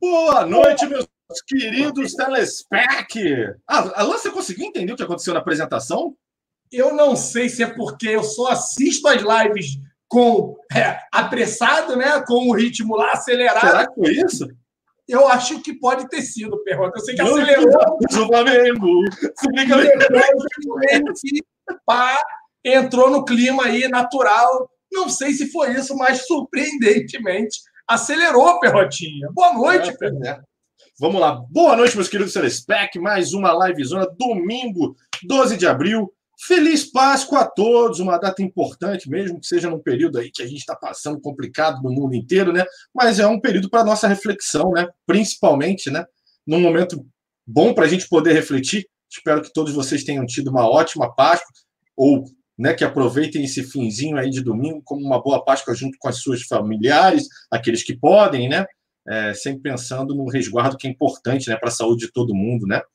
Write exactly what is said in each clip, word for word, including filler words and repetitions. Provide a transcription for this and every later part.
Boa noite, meus queridos telespec. Ah, Alan, você conseguiu entender o que aconteceu na apresentação? Eu não sei se é porque eu só assisto as lives com é, apressado, né? Com o ritmo lá acelerado. Será que foi isso? Eu acho que pode ter sido, Perrota. Eu sei que acelerou. O Flamengo. Pá, entrou no clima aí natural. Não sei se foi isso, mas surpreendentemente acelerou, Perrotinha. Boa noite, é, Perrota. É. Vamos lá. Boa noite, meus queridos telespec. Mais uma livezona, domingo, doze de abril. Feliz Páscoa a todos, uma data importante, mesmo que seja num período aí que a gente está passando complicado no mundo inteiro, né? Mas é um período para nossa reflexão, né? Principalmente, né? Num momento bom para a gente poder refletir. Espero que todos vocês tenham tido uma ótima Páscoa, ou né, que aproveitem esse finzinho aí de domingo como uma boa Páscoa junto com as suas familiares, aqueles que podem, né? É, sempre pensando no resguardo que é importante, né, para a saúde de todo mundo, né?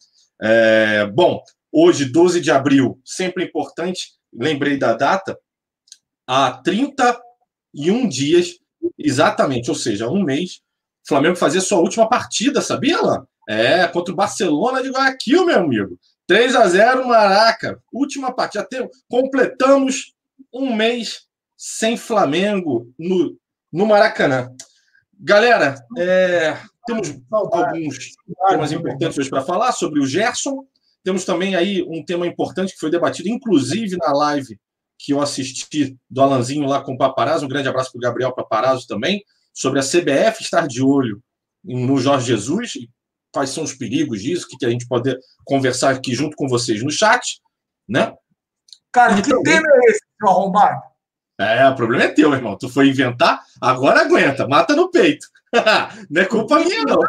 É, bom, hoje, doze de abril, sempre importante, lembrei da data, há trinta e um dias, exatamente, ou seja, um mês, o Flamengo fazia sua última partida, sabia, Alain? É, contra o Barcelona de Guayaquil, meu amigo. três a zero, Maraca. Última partida. Tem, completamos um mês sem Flamengo no, no Maracanã. Galera, é, temos alguns temas importantes hoje para falar sobre o Gerson. Temos também aí um tema importante que foi debatido, inclusive na live que eu assisti do Alanzinho lá com o Paparazzo. Um grande abraço para o Gabriel Paparazzo também, sobre a C B F estar de olho no Jorge Jesus. Quais são os perigos disso, que a gente pode conversar aqui junto com vocês no chat, né? Cara, e que também... tema é esse, seu arrombado? É, o problema é teu, meu irmão. Tu foi inventar, agora aguenta, mata no peito. Não é culpa minha, não.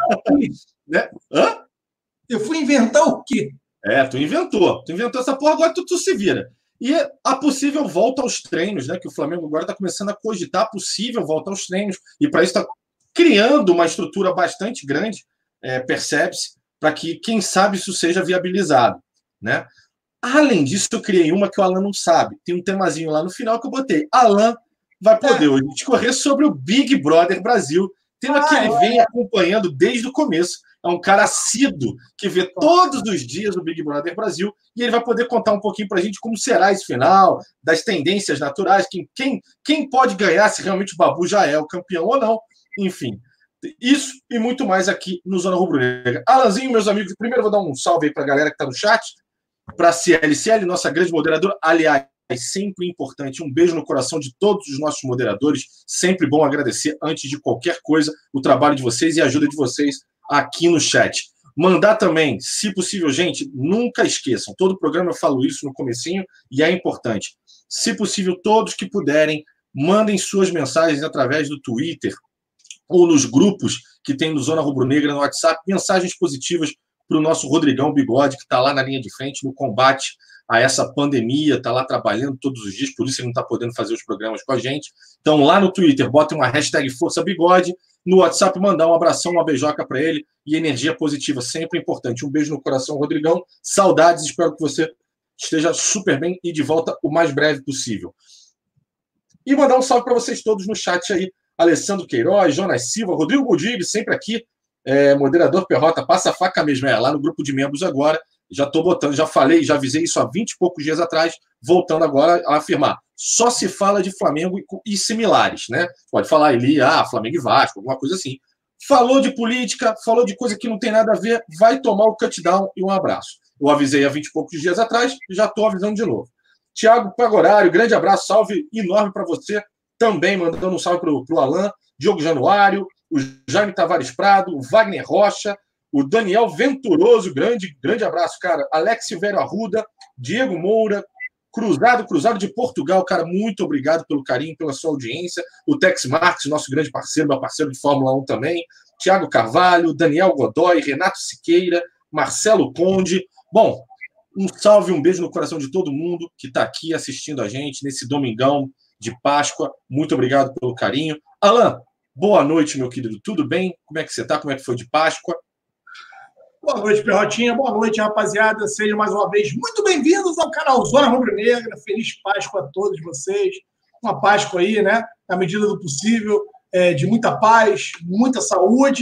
Né? Hã? Eu fui inventar o quê? É, tu inventou. Tu inventou essa porra, agora tu, tu se vira. E a possível volta aos treinos, né? Que o Flamengo agora está começando a cogitar a possível volta aos treinos. E para isso está criando uma estrutura bastante grande, é, percebe-se, para que, quem sabe, isso seja viabilizado, né? Além disso, eu criei uma que o Alan não sabe. Tem um temazinho lá no final que eu botei. Alan vai poder é. hoje discorrer sobre o Big Brother Brasil, tema ah, que ele é. vem acompanhando desde o começo. É um cara assíduo que vê todos os dias o Big Brother Brasil e ele vai poder contar um pouquinho para a gente como será esse final, das tendências naturais, quem, quem, quem pode ganhar, se realmente o Babu já é o campeão ou não. Enfim, isso e muito mais aqui no Zona Rubro-Negra. Alanzinho, meus amigos, primeiro eu vou dar um salve aí para a galera que está no chat, para a C L C L, nossa grande moderadora. Aliás, é sempre importante, um beijo no coração de todos os nossos moderadores. Sempre bom agradecer, antes de qualquer coisa, o trabalho de vocês e a ajuda de vocês aqui no chat. Mandar também, se possível, gente, nunca esqueçam, todo programa eu falo isso no comecinho e é importante. Se possível, todos que puderem, mandem suas mensagens através do Twitter ou nos grupos que tem no Zona Rubro-Negra, no WhatsApp, mensagens positivas para o nosso Rodrigão Bigode, que está lá na linha de frente no combate a essa pandemia, está lá trabalhando todos os dias, por isso ele não está podendo fazer os programas com a gente. Então, lá no Twitter, botem uma hashtag Força Bigode, no WhatsApp, mandar um abração, uma beijoca para ele e energia positiva, sempre importante. Um beijo no coração, Rodrigão. Saudades, espero que você esteja super bem e de volta o mais breve possível. E mandar um salve para vocês todos no chat aí. Alessandro Queiroz, Jonas Silva, Rodrigo Godinho, sempre aqui. É, moderador Perrota, passa a faca mesmo, é lá no grupo de membros agora, já estou botando, já falei, já avisei isso há vinte e poucos dias atrás, voltando agora a afirmar, só se fala de Flamengo e, e similares, né? Pode falar ali, ah, Flamengo e Vasco, alguma coisa assim. Falou de política, falou de coisa que não tem nada a ver, vai tomar o cut-down e um abraço. Eu avisei há vinte e poucos dias atrás, já estou avisando de novo. Tiago Pagorário, grande abraço, salve enorme para você, também mandando um salve para o Alan, Diogo Januário, o Jaime Tavares Prado, o Wagner Rocha, o Daniel Venturoso, grande, grande abraço, cara, Alex Silvério Arruda, Diego Moura, Cruzado, Cruzado de Portugal, cara, muito obrigado pelo carinho, pela sua audiência, o Tex Marques, nosso grande parceiro, meu parceiro de Fórmula um também, Thiago Carvalho, Daniel Godoy, Renato Siqueira, Marcelo Conde. Bom, um salve, um beijo no coração de todo mundo que está aqui assistindo a gente nesse domingão de Páscoa, muito obrigado pelo carinho. Alan, boa noite, meu querido. Tudo bem? Como é que você está? Como é que foi de Páscoa? Boa noite, Perrotinha. Boa noite, rapaziada. Sejam mais uma vez muito bem-vindos ao canal Zona Rubro-Negra. Feliz Páscoa a todos vocês. Uma Páscoa aí, né? Na medida do possível, é, de muita paz, muita saúde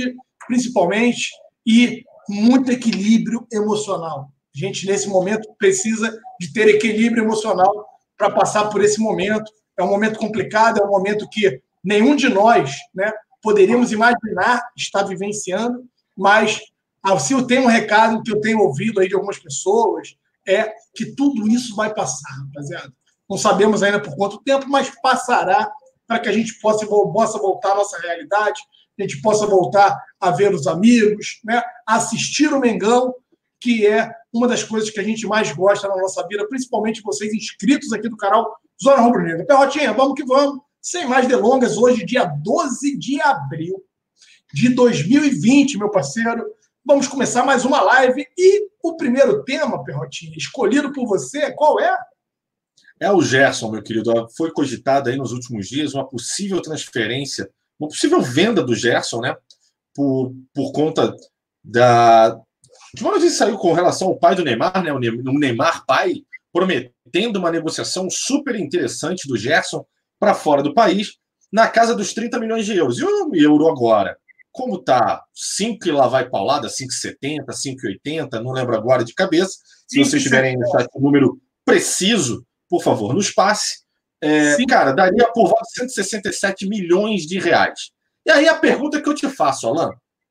principalmente, e muito equilíbrio emocional. A gente, nesse momento, precisa de ter equilíbrio emocional para passar por esse momento. É um momento complicado, é um momento que nenhum de nós, né, poderíamos imaginar estar vivenciando, mas se eu tenho um recado que eu tenho ouvido aí de algumas pessoas, é que tudo isso vai passar, rapaziada. Não sabemos ainda por quanto tempo, mas passará para que a gente possa, possa voltar à nossa realidade, a gente possa voltar a ver os amigos, né, assistir o Mengão, que é uma das coisas que a gente mais gosta na nossa vida, principalmente vocês inscritos aqui do canal Zona Rubro Negra. Perrotinha, vamos que vamos. Sem mais delongas, hoje, dia doze de abril de dois mil e vinte, meu parceiro, vamos começar mais uma live. E o primeiro tema, Perrotinha, escolhido por você, qual é? É o Gerson, meu querido. Foi cogitada aí nos últimos dias uma possível transferência, uma possível venda do Gerson, né? Por, por conta da... De uma notícia saiu com relação ao pai do Neymar, né? O Neymar pai, prometendo uma negociação super interessante do Gerson para fora do país, na casa dos trinta milhões de euros. E o euro agora, como está cinco e lá vai paulada, cinco e setenta, cinco e oitenta, não lembro agora de cabeça. Se vocês tiverem no chat um número preciso, por favor, nos passe. É, cara, daria por volta de cento e sessenta e sete milhões de reais. E aí a pergunta que eu te faço, Alan,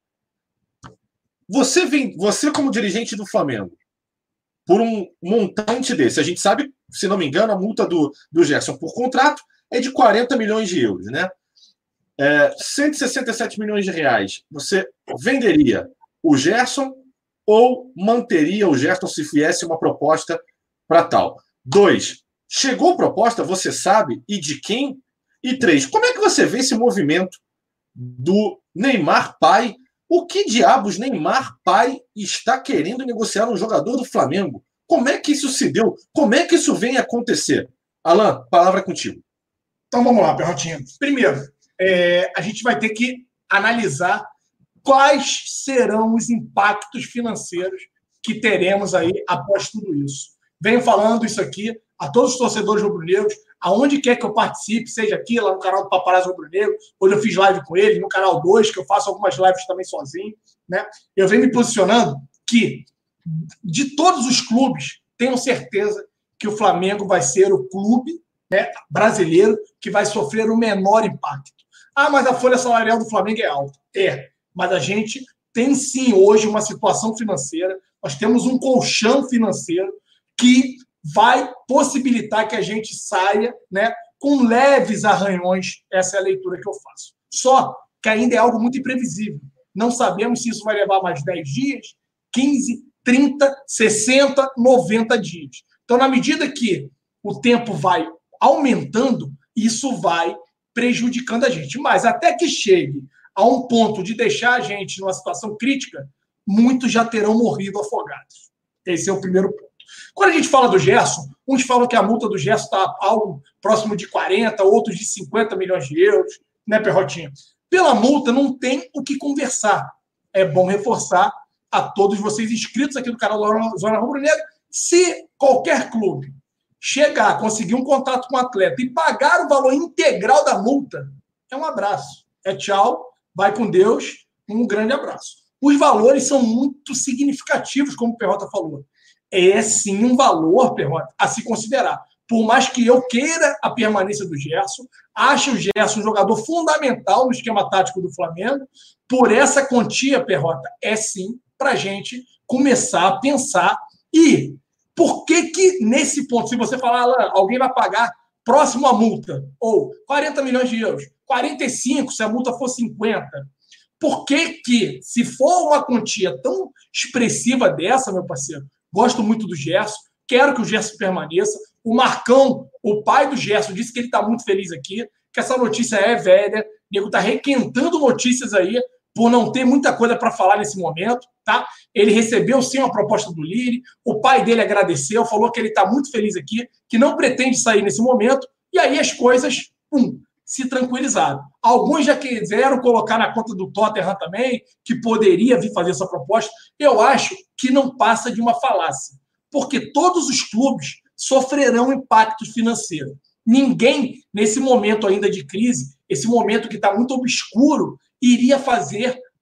você, vem, você como dirigente do Flamengo, por um montante desse, a gente sabe, se não me engano, a multa do, do Gerson por contrato é de quarenta milhões de euros, né? É, cento e sessenta e sete milhões de reais. Você venderia o Gerson ou manteria o Gerson se viesse uma proposta para tal? Dois, chegou proposta, você sabe, e de quem? E três, como é que você vê esse movimento do Neymar pai? O que diabos Neymar pai está querendo negociar um jogador do Flamengo? Como é que isso se deu? Como é que isso vem acontecer? Alan, palavra contigo. Então vamos lá, Perrotinha. Primeiro, é, a gente vai ter que analisar quais serão os impactos financeiros que teremos aí após tudo isso. Venho falando isso aqui a todos os torcedores rubro-negros, aonde quer que eu participe, seja aqui, lá no canal do Paparazzo Rubro-Negro, hoje eu fiz live com ele, no canal dois, que eu faço algumas lives também sozinho, né? Eu venho me posicionando que, de todos os clubes, tenho certeza que o Flamengo vai ser o clube, né, brasileiro que vai sofrer o menor impacto. Ah, mas a folha salarial do Flamengo é alta. É, mas a gente tem sim hoje uma situação financeira, nós temos um colchão financeiro que vai possibilitar que a gente saia, né, com leves arranhões. Essa é a leitura que eu faço. Só que ainda é algo muito imprevisível. Não sabemos se isso vai levar mais dez dias, quinze, trinta, sessenta, noventa dias. Então, na medida que o tempo vai aumentando, isso vai prejudicando a gente. Mas até que chegue a um ponto de deixar a gente numa situação crítica, muitos já terão morrido afogados. Esse é o primeiro ponto. Quando a gente fala do Gerson, uns falam que a multa do Gerson está algo próximo de quarenta, outros de cinquenta milhões de euros, né, Perrotinha? Pela multa não tem o que conversar. É bom reforçar a todos vocês inscritos aqui do canal Zona Rubro Negra, se qualquer clube chegar, conseguir um contrato com o atleta e pagar o valor integral da multa, é um abraço. É tchau, vai com Deus, um grande abraço. Os valores são muito significativos, como o Perrota falou. É sim um valor, Perrota, a se considerar. Por mais que eu queira a permanência do Gerson, acho o Gerson um jogador fundamental no esquema tático do Flamengo, por essa quantia, Perrota, é sim para a gente começar a pensar. E por que que, nesse ponto, se você falar, Alan, alguém vai pagar próximo à multa, ou quarenta milhões de euros, quarenta e cinco se a multa for cinquenta, por que que, se for uma quantia tão expressiva dessa, meu parceiro, gosto muito do Gerson, quero que o Gerson permaneça. O Marcão, o pai do Gerson, disse que ele está muito feliz aqui, que essa notícia é velha, o nego está requentando notícias aí, por não ter muita coisa para falar nesse momento, tá? Ele recebeu, sim, uma proposta do Lille, o pai dele agradeceu, falou que ele está muito feliz aqui, que não pretende sair nesse momento, e aí as coisas, pum, se tranquilizaram. Alguns já quiseram colocar na conta do Tottenham também, que poderia vir fazer essa proposta. Eu acho que não passa de uma falácia, porque todos os clubes sofrerão impacto financeiro. Ninguém, nesse momento ainda de crise, esse momento que está muito obscuro, iria fazer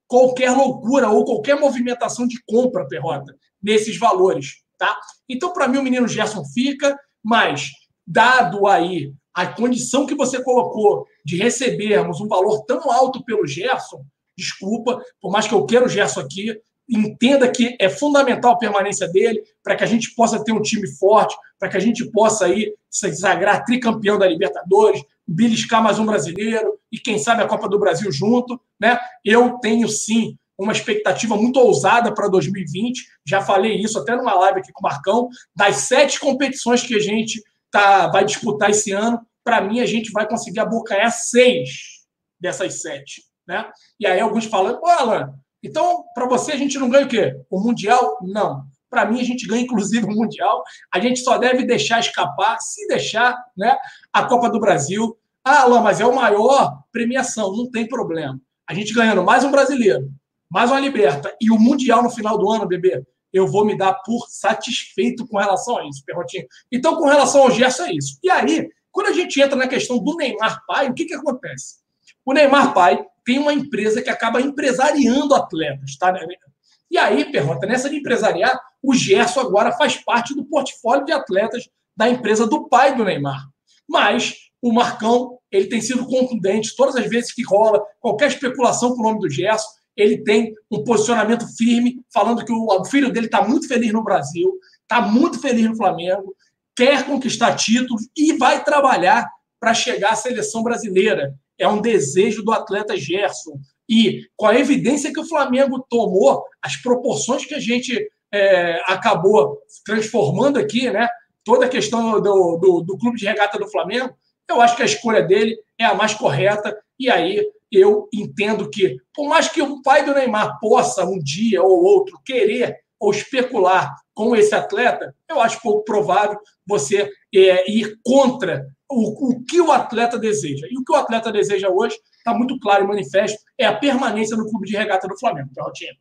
qualquer loucura ou qualquer movimentação de compra, Perrota, nesses valores, tá? Então, para mim, o menino Gerson fica, mas dado aí a condição que você colocou de recebermos um valor tão alto pelo Gerson, desculpa, por mais que eu queira o Gerson aqui, entenda que é fundamental a permanência dele para que a gente possa ter um time forte, para que a gente possa aí se sagrar tricampeão da Libertadores, beliscar mais um brasileiro e, quem sabe, a Copa do Brasil junto, né? Eu tenho, sim, uma expectativa muito ousada para dois mil e vinte, já falei isso até numa live aqui com o Marcão, das sete competições que a gente tá, vai disputar esse ano, para mim, a gente vai conseguir abocanhar seis dessas sete, né? E aí alguns falam, pô, Alan, então, para você, a gente não ganha o quê? O Mundial? Não. Para mim, a gente ganha, inclusive, o Mundial. A gente só deve deixar escapar, se deixar, né, a Copa do Brasil. Ah, Alain, mas é o maior premiação. Não tem problema. A gente ganhando mais um brasileiro, mais uma Liberta e o Mundial no final do ano, bebê, eu vou me dar por satisfeito com relação a isso, Perrotinho. Então, com relação ao Gerson, é isso. E aí, quando a gente entra na questão do Neymar pai, o que, que acontece? O Neymar pai tem uma empresa que acaba empresariando atletas, tá? E aí, Perrota, nessa de empresariar, o Gerson agora faz parte do portfólio de atletas da empresa do pai do Neymar. Mas o Marcão, ele tem sido contundente todas as vezes que rola qualquer especulação com o nome do Gerson, ele tem um posicionamento firme, falando que o filho dele está muito feliz no Brasil, está muito feliz no Flamengo, quer conquistar títulos e vai trabalhar para chegar à seleção brasileira. É um desejo do atleta Gerson. E com a evidência que o Flamengo tomou, as proporções que a gente é, acabou transformando aqui, né? Toda a questão do, do, do clube de regata do Flamengo, eu acho que a escolha dele é a mais correta. E aí eu entendo que, por mais que o pai do Neymar possa um dia ou outro querer ou especular com esse atleta, eu acho pouco provável você é, ir contra O, o que o atleta deseja. E o que o atleta deseja hoje está muito claro e manifesto, é a permanência no clube de regata do Flamengo.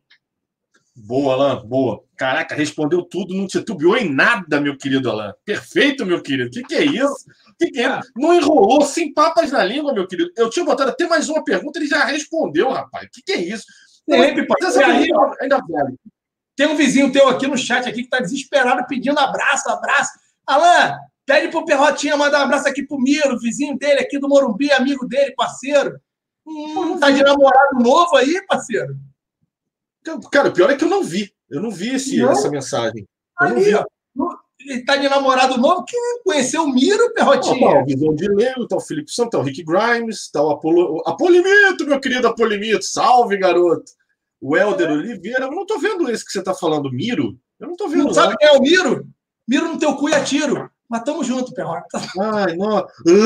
Boa, Alan, boa. Caraca, respondeu tudo, não titubeou em nada, meu querido Alan. Perfeito, meu querido. O que, que é isso? Que que é? Não enrolou, sem papas na língua, meu querido. Eu tinha botado até mais uma pergunta, ele já respondeu, rapaz. O que, que é isso? Sempre, pai. Aí, ainda vale. Tem um vizinho teu aqui no chat aqui que está desesperado pedindo abraço, abraço. Alan, pede pro Perrotinha mandar um abraço aqui pro Miro, vizinho dele aqui do Morumbi, amigo dele, parceiro. Hum, tá de namorado novo aí, parceiro? Cara, o pior é que eu não vi. Eu não vi esse, não. essa mensagem. Eu ali, não vi. Ó, ele tá de namorado novo. Quem conheceu o Miro, Perrotinha? Oh, tá o Visão de Lelo, tá o Felipe Santos, tá o Rick Grimes, tá o Apolo... Apolimito, meu querido Apolimito. Salve, garoto. O Helder Oliveira. Eu não tô vendo esse que você tá falando, Miro. Eu não tô vendo. Não sabe quem é o Miro? Miro no teu cu e atiro. Mas tamo junto, Perrota. Ai, nossa.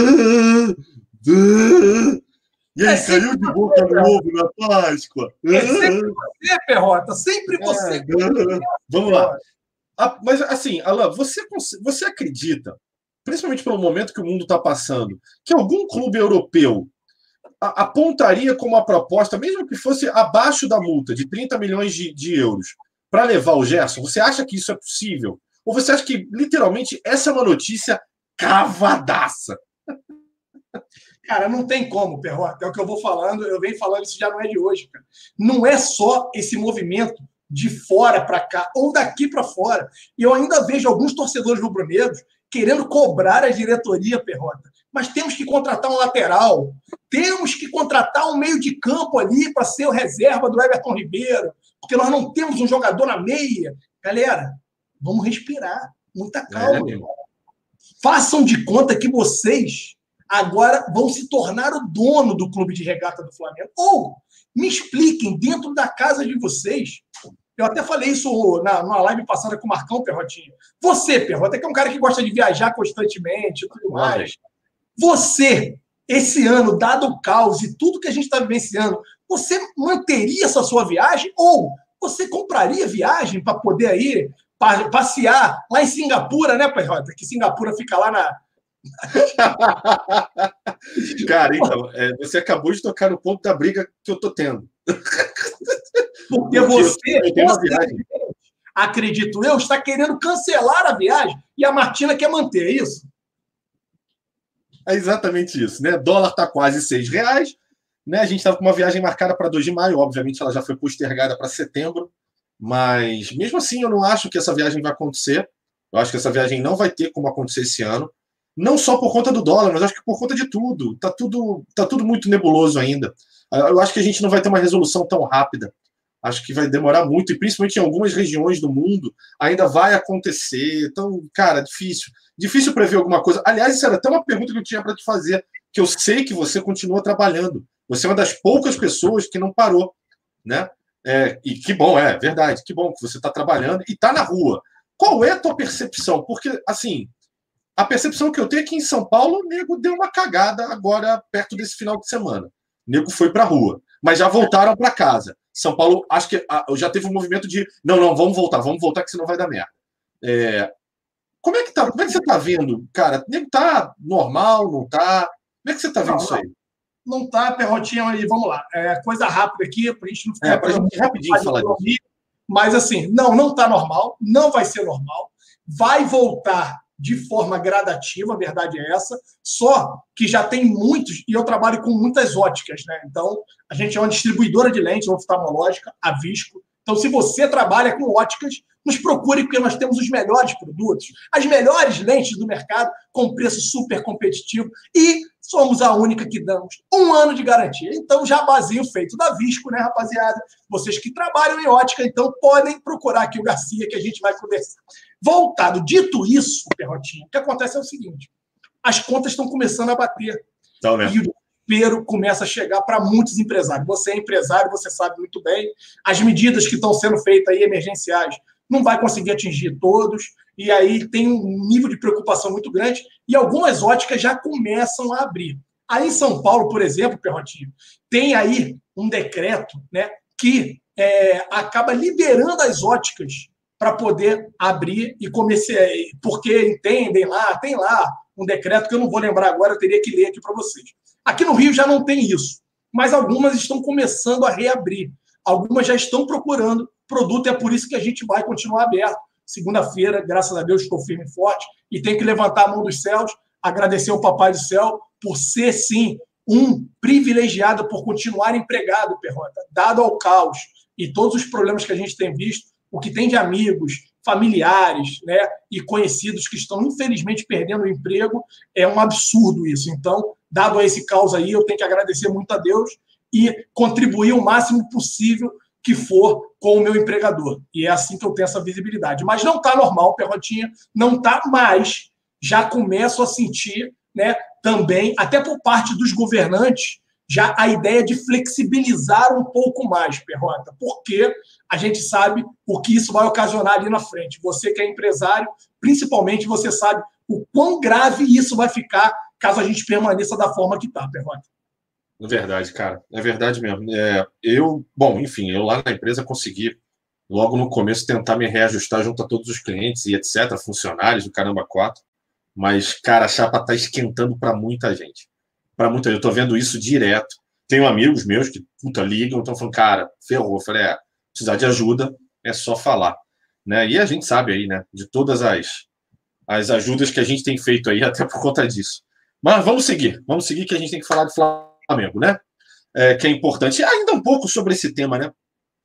E aí, é caiu de boca no ovo na Páscoa. É sempre você, Perrota. Sempre você. É, vamos lá. Mas, assim, Alan, você, você acredita, principalmente pelo momento que o mundo está passando, que algum clube europeu apontaria como uma proposta, mesmo que fosse abaixo da multa de trinta milhões de, de euros, para levar o Gerson? Você acha que isso é possível? Ou você acha que, literalmente, essa é uma notícia cavadaça? Cara, não tem como, Perrota. É o que eu vou falando, eu venho falando, isso já não é de hoje, cara. Não é só esse movimento de fora para cá, ou daqui para fora. E eu ainda vejo alguns torcedores rubro-negros querendo cobrar a diretoria, Perrota. Mas temos que contratar um lateral, temos que contratar um meio de campo ali para ser o reserva do Everton Ribeiro, porque nós não temos um jogador na meia. Galera, vamos respirar. Muita calma. É, façam de conta que vocês agora vão se tornar o dono do clube de regata do Flamengo. Ou me expliquem, dentro da casa de vocês, eu até falei isso na, numa live passada com o Marcão, Perrotinho. Você, Perrota, que é um cara que gosta de viajar constantemente e tudo mais. Você, esse ano, dado o caos e tudo que a gente está vivenciando, você manteria essa sua viagem? Ou você compraria viagem para poder aí passear lá em Singapura, né, Perrota? Que Singapura fica lá na... Cara, então, é, você acabou de tocar no ponto da briga que eu tô tendo. Porque, Porque você, eu você acredito eu, está querendo cancelar a viagem e a Martina quer manter, é isso? É exatamente isso, né? Dólar tá quase seis reais. né? A gente estava com uma viagem marcada para dois de maio, obviamente ela já foi postergada para setembro, mas mesmo assim eu não acho que essa viagem vai acontecer. Eu acho que essa viagem não vai ter como acontecer esse ano. Não só por conta do dólar, mas acho que por conta de tudo. Tá tudo, tá tudo muito nebuloso ainda. Eu acho que a gente não vai ter uma resolução tão rápida. Acho que vai demorar muito, e principalmente em algumas regiões do mundo ainda vai acontecer. Então, cara, difícil. Difícil prever alguma coisa. Aliás, isso era até uma pergunta que eu tinha para te fazer, que eu sei que você continua trabalhando. Você é uma das poucas pessoas que não parou, né? É, e que bom, é verdade, que bom que você está trabalhando e está na rua. Qual é a tua percepção? Porque, assim, a percepção que eu tenho é que em São Paulo o nego deu uma cagada agora perto desse final de semana. O nego foi para a rua, mas já voltaram para casa. São Paulo, acho que já teve um movimento de não, não, vamos voltar, vamos voltar que senão vai dar merda. É, como é que tá? Como é que você está vendo, cara? O nego tá normal, não tá? Como é que você está vendo Não, isso aí? Não tá, Perrotinha, aí vamos lá. É, coisa rápida aqui, para a gente não ficar... É, para a gente rapidinho falar disso. Mas assim, não, não tá normal, não vai ser normal, vai voltar de forma gradativa, a verdade é essa, só que já tem muitos, e eu trabalho com muitas óticas, né? Então, a gente é uma distribuidora de lentes oftalmológica, a Visco. Então, se você trabalha com óticas, nos procure, porque nós temos os melhores produtos, as melhores lentes do mercado, com preço super competitivo, e somos a única que damos um ano de garantia. Então, jabazinho feito da Visco, né, rapaziada? Vocês que trabalham em ótica, então, podem procurar aqui o Garcia, que a gente vai conversar. Voltado, dito isso, Perrotinho, o que acontece é o seguinte, as contas estão começando a bater. Então, né? E o desespero começa a chegar para muitos empresários. Você é empresário, você sabe muito bem. As medidas que estão sendo feitas aí, emergenciais, não vai conseguir atingir todos, e aí tem um nível de preocupação muito grande, e algumas óticas já começam a abrir. Aí em São Paulo, por exemplo, Perrotinho, tem aí um decreto, né, que é, acaba liberando as óticas para poder abrir e começar, porque entendem lá, tem lá um decreto que eu não vou lembrar agora, eu teria que ler aqui para vocês. Aqui no Rio já não tem isso, mas algumas estão começando a reabrir. Algumas já estão procurando produto, é por isso que a gente vai continuar aberto. Segunda-feira, graças a Deus, estou firme e forte e tenho que levantar a mão dos céus, agradecer ao Papai do Céu por ser, sim, um privilegiado por continuar empregado, Perrota, dado ao caos e todos os problemas que a gente tem visto, o que tem de amigos, familiares, né, e conhecidos que estão, infelizmente, perdendo o emprego, é um absurdo isso. Então, dado a esse caos aí, eu tenho que agradecer muito a Deus e contribuir o máximo possível que for com o meu empregador. E é assim que eu tenho essa visibilidade. Mas não está normal, Perrotinha, não está mais. Já começo a sentir, né, também, até por parte dos governantes, já a ideia de flexibilizar um pouco mais, Perrota, porque a gente sabe o que isso vai ocasionar ali na frente. Você que é empresário, principalmente, você sabe o quão grave isso vai ficar caso a gente permaneça da forma que está, Perrota. É verdade, cara. É verdade mesmo. É, eu, bom, enfim, eu lá na empresa consegui, logo no começo, tentar me reajustar junto a todos os clientes e etcétera, funcionários do Caramba quatro. Mas, cara, a chapa tá esquentando para muita gente. Para muita gente. Eu tô vendo isso direto. Tenho amigos meus que, puta, ligam, estão falando, cara, ferrou. Eu falei, é, precisar de ajuda, é só falar. Né? E a gente sabe aí, né, de todas as, as ajudas que a gente tem feito aí, até por conta disso. Mas vamos seguir. Vamos seguir que a gente tem que falar de Flamengo, né? É, que é importante. E ainda um pouco sobre esse tema, né?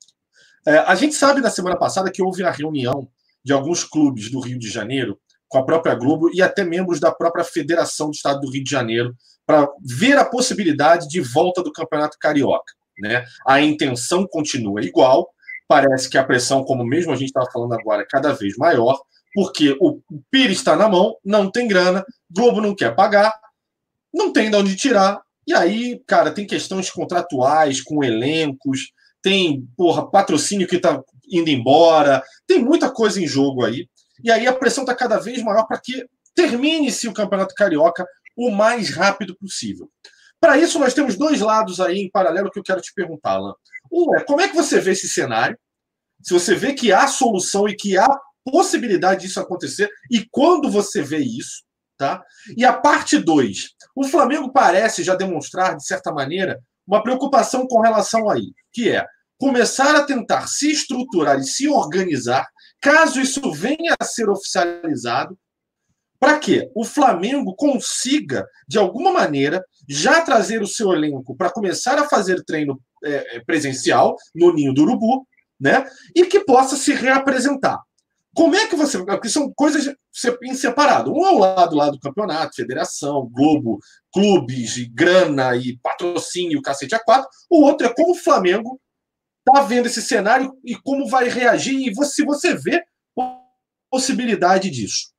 É, a gente sabe na semana passada que houve a reunião de alguns clubes do Rio de Janeiro com a própria Globo e até membros da própria Federação do Estado do Rio de Janeiro para ver a possibilidade de volta do Campeonato Carioca, né? A intenção continua igual, parece que a pressão, como mesmo a gente estava falando agora, é cada vez maior, porque o Pires está na mão, não tem grana, Globo não quer pagar, não tem de onde tirar. E aí, cara, tem questões contratuais com elencos, tem, porra, patrocínio que está indo embora, tem muita coisa em jogo aí. E aí a pressão está cada vez maior para que termine-se o Campeonato Carioca o mais rápido possível. Para isso, nós temos dois lados aí em paralelo que eu quero te perguntar, Alan. Um é, como é que você vê esse cenário? Se você vê que há solução e que há possibilidade disso acontecer, e quando você vê isso, tá? E a parte dois, o Flamengo parece já demonstrar, de certa maneira, uma preocupação com relação a isso, que é começar a tentar se estruturar e se organizar, caso isso venha a ser oficializado, para que o Flamengo consiga, de alguma maneira, já trazer o seu elenco para começar a fazer treino é, presencial no Ninho do Urubu, né? E que possa se reapresentar. Como é que você... Porque são coisas em separado. Um é o lado lá do campeonato, federação, Globo, clubes, e grana e patrocínio, cacete a quatro. O outro é como o Flamengo está vendo esse cenário e como vai reagir. E você, se você vê possibilidade disso.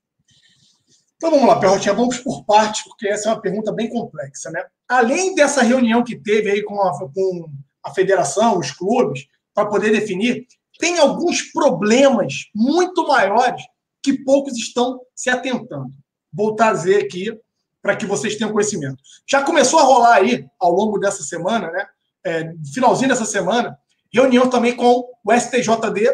Então vamos lá, Perrotinha, vamos por partes, porque essa é uma pergunta bem complexa, né? Além dessa reunião que teve aí com a, com a federação, os clubes, para poder definir, tem alguns problemas muito maiores que poucos estão se atentando. Vou trazer aqui para que vocês tenham conhecimento. Já começou a rolar aí, ao longo dessa semana, né? É, finalzinho dessa semana, reunião também com o S T J D,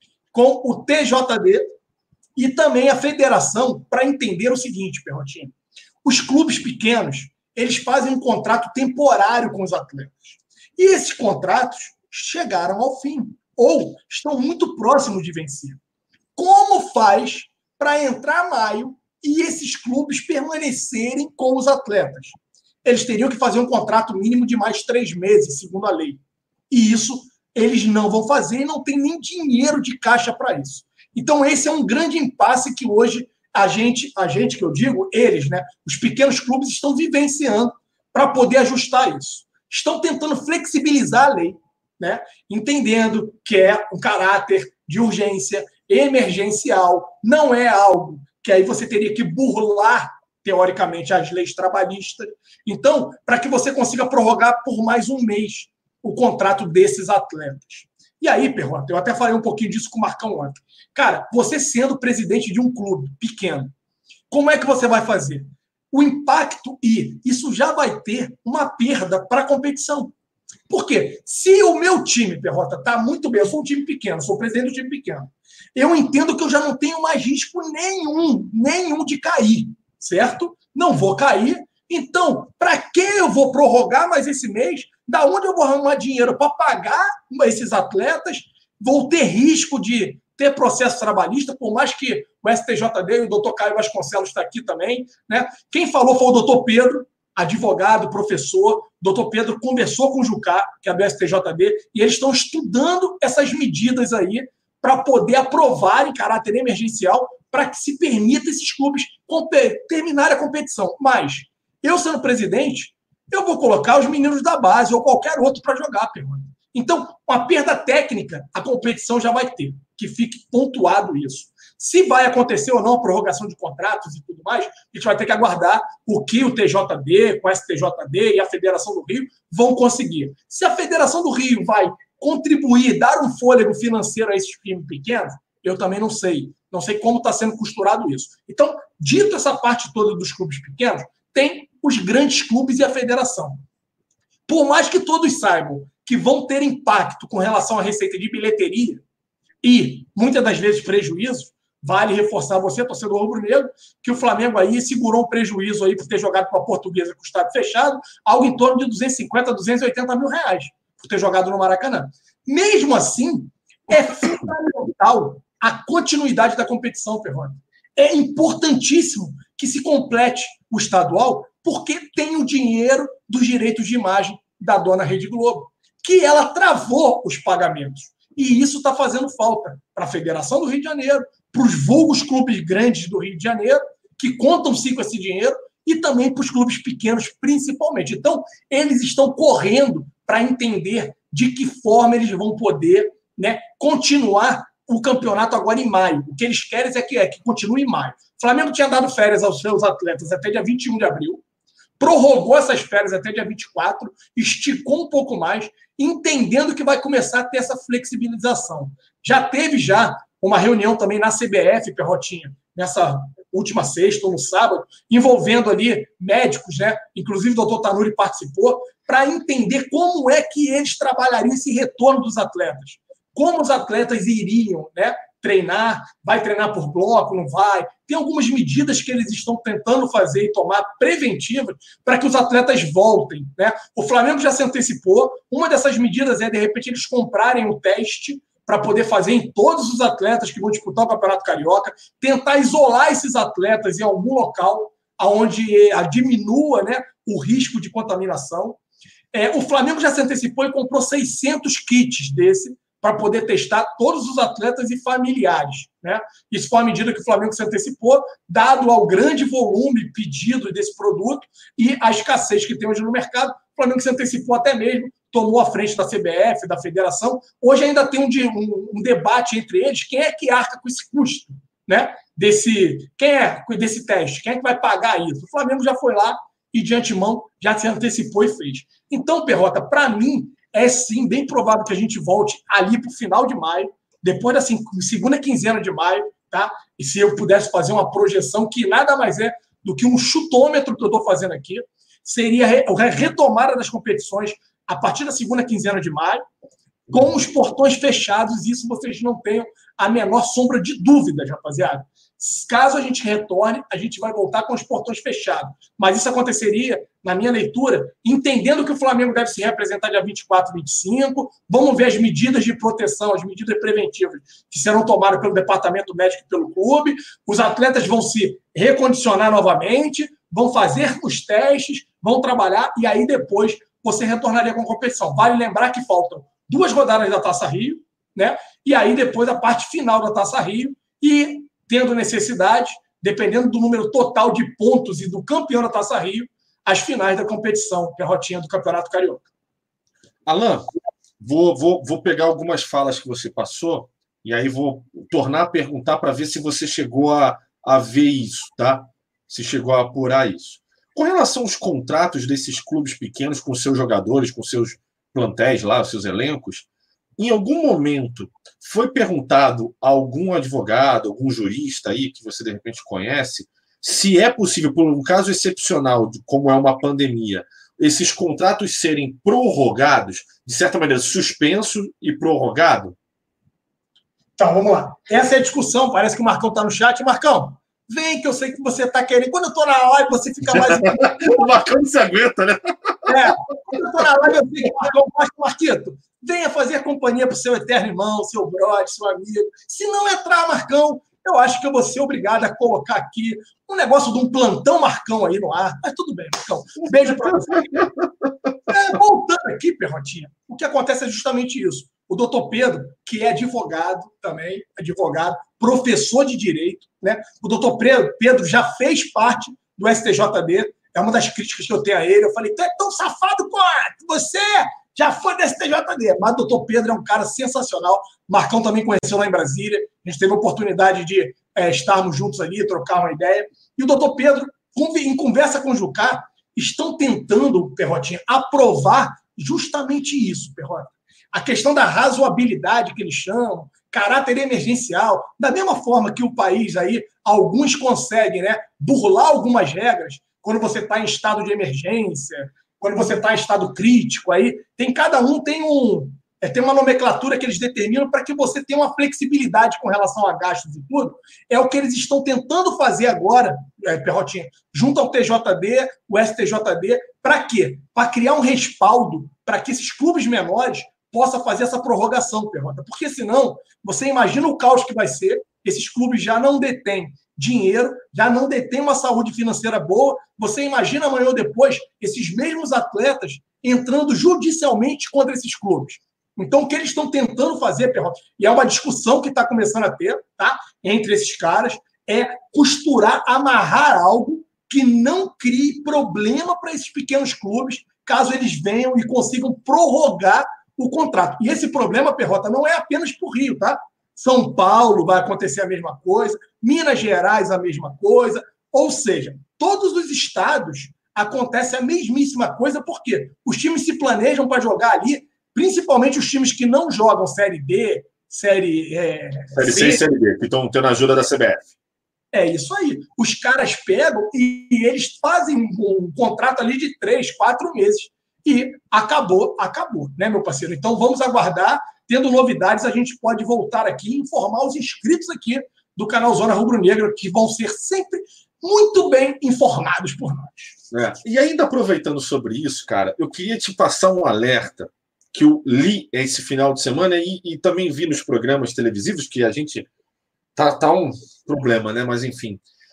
com o T J D e também a federação, para entender o seguinte, Perrotinho. Os clubes pequenos, eles fazem um contrato temporário com os atletas. E esses contratos chegaram ao fim, ou estão muito próximos de vencer. Como faz para entrar maio e esses clubes permanecerem com os atletas? Eles teriam que fazer um contrato mínimo de mais três meses, segundo a lei. E isso eles não vão fazer e não tem nem dinheiro de caixa para isso. Então, esse é um grande impasse que hoje a gente, a gente que eu digo, eles, né, os pequenos clubes estão vivenciando para poder ajustar isso. Estão tentando flexibilizar a lei, né, entendendo que é um caráter de urgência emergencial, não é algo que aí você teria que burlar, teoricamente, as leis trabalhistas. Então, para que você consiga prorrogar por mais um mês o contrato desses atletas. E aí, Perrota, eu até falei um pouquinho disso com o Marcão ontem. Cara, você sendo presidente de um clube pequeno, como é que você vai fazer? O impacto, e isso já vai ter uma perda para a competição. Por quê? Se o meu time, Perrota, está muito bem, eu sou um time pequeno, sou presidente do time pequeno, eu entendo que eu já não tenho mais risco nenhum, nenhum de cair, certo? Não vou cair. Então, para que eu vou prorrogar mais esse mês? Da onde eu vou arrumar dinheiro para pagar esses atletas? Vou ter risco de ter processo trabalhista, por mais que o S T J D e o doutor Caio Vasconcelos está aqui também, né? Quem falou foi o doutor Pedro, advogado, professor. O doutor Pedro conversou com o Jucá, que é do S T J D, e eles estão estudando essas medidas aí para poder aprovar em caráter emergencial para que se permita esses clubes terminarem a competição. Mas eu, sendo presidente, eu vou colocar os meninos da base ou qualquer outro para jogar, pergunta. Então, uma perda técnica, a competição já vai ter. Que fique pontuado isso. Se vai acontecer ou não a prorrogação de contratos e tudo mais, a gente vai ter que aguardar o que o T J D, com o S T J D e a Federação do Rio vão conseguir. Se a Federação do Rio vai contribuir, dar um fôlego financeiro a esses times pequenos, eu também não sei. Não sei como está sendo costurado isso. Então, dito essa parte toda dos clubes pequenos, tem os grandes clubes e a federação. Por mais que todos saibam que vão ter impacto com relação à receita de bilheteria e, muitas das vezes, prejuízos, vale reforçar você, torcedor rubro-negro, que o Flamengo aí segurou um prejuízo aí por ter jogado com a Portuguesa com o estádio fechado, algo em torno de duzentos e cinquenta, duzentos e oitenta mil reais por ter jogado no Maracanã. Mesmo assim, é fundamental a continuidade da competição, Perrone. É importantíssimo que se complete o estadual, porque tem o dinheiro dos direitos de imagem da dona Rede Globo, que ela travou os pagamentos. E isso está fazendo falta para a Federação do Rio de Janeiro, para os vulgos clubes grandes do Rio de Janeiro, que contam-se com esse dinheiro, e também para os clubes pequenos, principalmente. Então, eles estão correndo para entender de que forma eles vão poder, né, continuar o campeonato agora em maio. O que eles querem é que, é que continue em maio. O Flamengo tinha dado férias aos seus atletas até dia vinte e um de abril, prorrogou essas férias até dia vinte e quatro, esticou um pouco mais, entendendo que vai começar a ter essa flexibilização. Já teve já uma reunião também na C B F, Perrotinha, nessa última sexta ou no sábado, envolvendo ali médicos, né? Inclusive o doutor Tanuri participou, para entender como é que eles trabalhariam esse retorno dos atletas. Como os atletas iriam, né, treinar, vai treinar por bloco, não vai. Tem algumas medidas que eles estão tentando fazer e tomar preventivas para que os atletas voltem, né? O Flamengo já se antecipou. Uma dessas medidas é, de repente, eles comprarem o teste para poder fazer em todos os atletas que vão disputar o Campeonato Carioca, tentar isolar esses atletas em algum local onde diminua, né, o risco de contaminação. É, o Flamengo já se antecipou e comprou seiscentos kits desse para poder testar todos os atletas e familiares, né? Isso foi à medida que o Flamengo se antecipou, dado ao grande volume pedido desse produto e a escassez que tem hoje no mercado. O Flamengo se antecipou até mesmo, tomou a frente da C B F, da federação. Hoje ainda tem um, um, um debate entre eles, quem é que arca com esse custo, né? Desse, quem é desse teste? Quem é que vai pagar isso? O Flamengo já foi lá e, de antemão, já se antecipou e fez. Então, Perrota, para mim, é sim bem provável que a gente volte ali para o final de maio, depois da segunda quinzena de maio, tá? E se eu pudesse fazer uma projeção, que nada mais é do que um chutômetro que eu estou fazendo aqui, seria a retomada das competições a partir da segunda quinzena de maio, com os portões fechados, isso vocês não tenham a menor sombra de dúvidas, rapaziada. Caso a gente retorne, a gente vai voltar com os portões fechados. Mas isso aconteceria, na minha leitura, entendendo que o Flamengo deve se representar dia vinte e quatro, vinte e cinco. Vamos ver as medidas de proteção, as medidas preventivas que serão tomadas pelo departamento médico e pelo clube. Os atletas vão se recondicionar novamente, vão fazer os testes, vão trabalhar e aí depois você retornaria com a competição. Vale lembrar que faltam duas rodadas da Taça Rio, né? E aí depois a parte final da Taça Rio e, tendo necessidade, dependendo do número total de pontos e do campeão da Taça Rio, as finais da competição, Perrotinha, do Campeonato Carioca. Alan, vou, vou, vou pegar algumas falas que você passou e aí vou tornar a perguntar para ver se você chegou a, a ver isso, tá? Se chegou a apurar isso. Com relação aos contratos desses clubes pequenos com seus jogadores, com seus plantéis lá, seus elencos, em algum momento foi perguntado a algum advogado, algum jurista aí que você de repente conhece, se é possível, por um caso excepcional, de como é uma pandemia, esses contratos serem prorrogados, de certa maneira, suspenso e prorrogado? Então, vamos lá. Essa é a discussão. Parece que o Marcão está no chat. Marcão, vem que eu sei que você está querendo. Quando eu estou na live, você fica mais... O Marcão não se aguenta, né? É, quando eu estou na live, eu sei que o Marcão gosta. Marquito, venha fazer companhia para o seu eterno irmão, seu brother, seu amigo. Se não entrar, Marcão, eu acho que eu vou ser obrigado a colocar aqui um negócio de um plantão Marcão aí no ar. Mas tudo bem, Marcão. Um beijo para você. É, voltando aqui, Perrotinha, o que acontece é justamente isso. O doutor Pedro, que é advogado também, advogado, professor de direito, né? O doutor Pedro, Pedro já fez parte do S T J D, é uma das críticas que eu tenho a ele. Eu falei, tu é tão safado quanto você já foi do S T J D. Mas o doutor Pedro é um cara sensacional. Marcão também conheceu lá em Brasília. A gente teve a oportunidade de é, estarmos juntos ali, trocar uma ideia. E o doutor Pedro, em conversa com o Jucá, estão tentando, Perrotinha, aprovar justamente isso, Perrota. A questão da razoabilidade que eles chamam, caráter emergencial, da mesma forma que o país aí, alguns conseguem, né, burlar algumas regras, quando você está em estado de emergência, quando você está em estado crítico, aí tem cada um tem um é, tem uma nomenclatura que eles determinam para que você tenha uma flexibilidade com relação a gastos e tudo. É o que eles estão tentando fazer agora, é, Perrotinha, junto ao T J D, o S T J D, para quê? Para criar um respaldo para que esses clubes menores possam fazer essa prorrogação, Perrota. Porque senão, você imagina o caos que vai ser, esses clubes já não detêm dinheiro, já não detêm uma saúde financeira boa. Você imagina amanhã ou depois esses mesmos atletas entrando judicialmente contra esses clubes. Então, o que eles estão tentando fazer, Perrota, e é uma discussão que está começando a ter, tá, entre esses caras, é costurar, amarrar algo que não crie problema para esses pequenos clubes, caso eles venham e consigam prorrogar o contrato. E esse problema, Perrota, não é apenas para o Rio, tá? São Paulo vai acontecer a mesma coisa, Minas Gerais a mesma coisa, ou seja, todos os estados acontece a mesmíssima coisa, porque os times se planejam para jogar ali, principalmente os times que não jogam Série B, Série, é, série C e Série B, que estão tendo ajuda da C B F. É isso aí. Os caras pegam e, e eles fazem um, um contrato ali de três, quatro meses. E acabou, acabou, né, meu parceiro? Então vamos aguardar. Tendo novidades, a gente pode voltar aqui e informar os inscritos aqui do canal Zona Rubro Negra, que vão ser sempre muito bem informados por nós. É. E ainda aproveitando sobre isso, cara, eu queria te passar um alerta que eu li esse final de semana e, e também vi nos programas televisivos, que a gente tá, tá um problema, né? Mas enfim.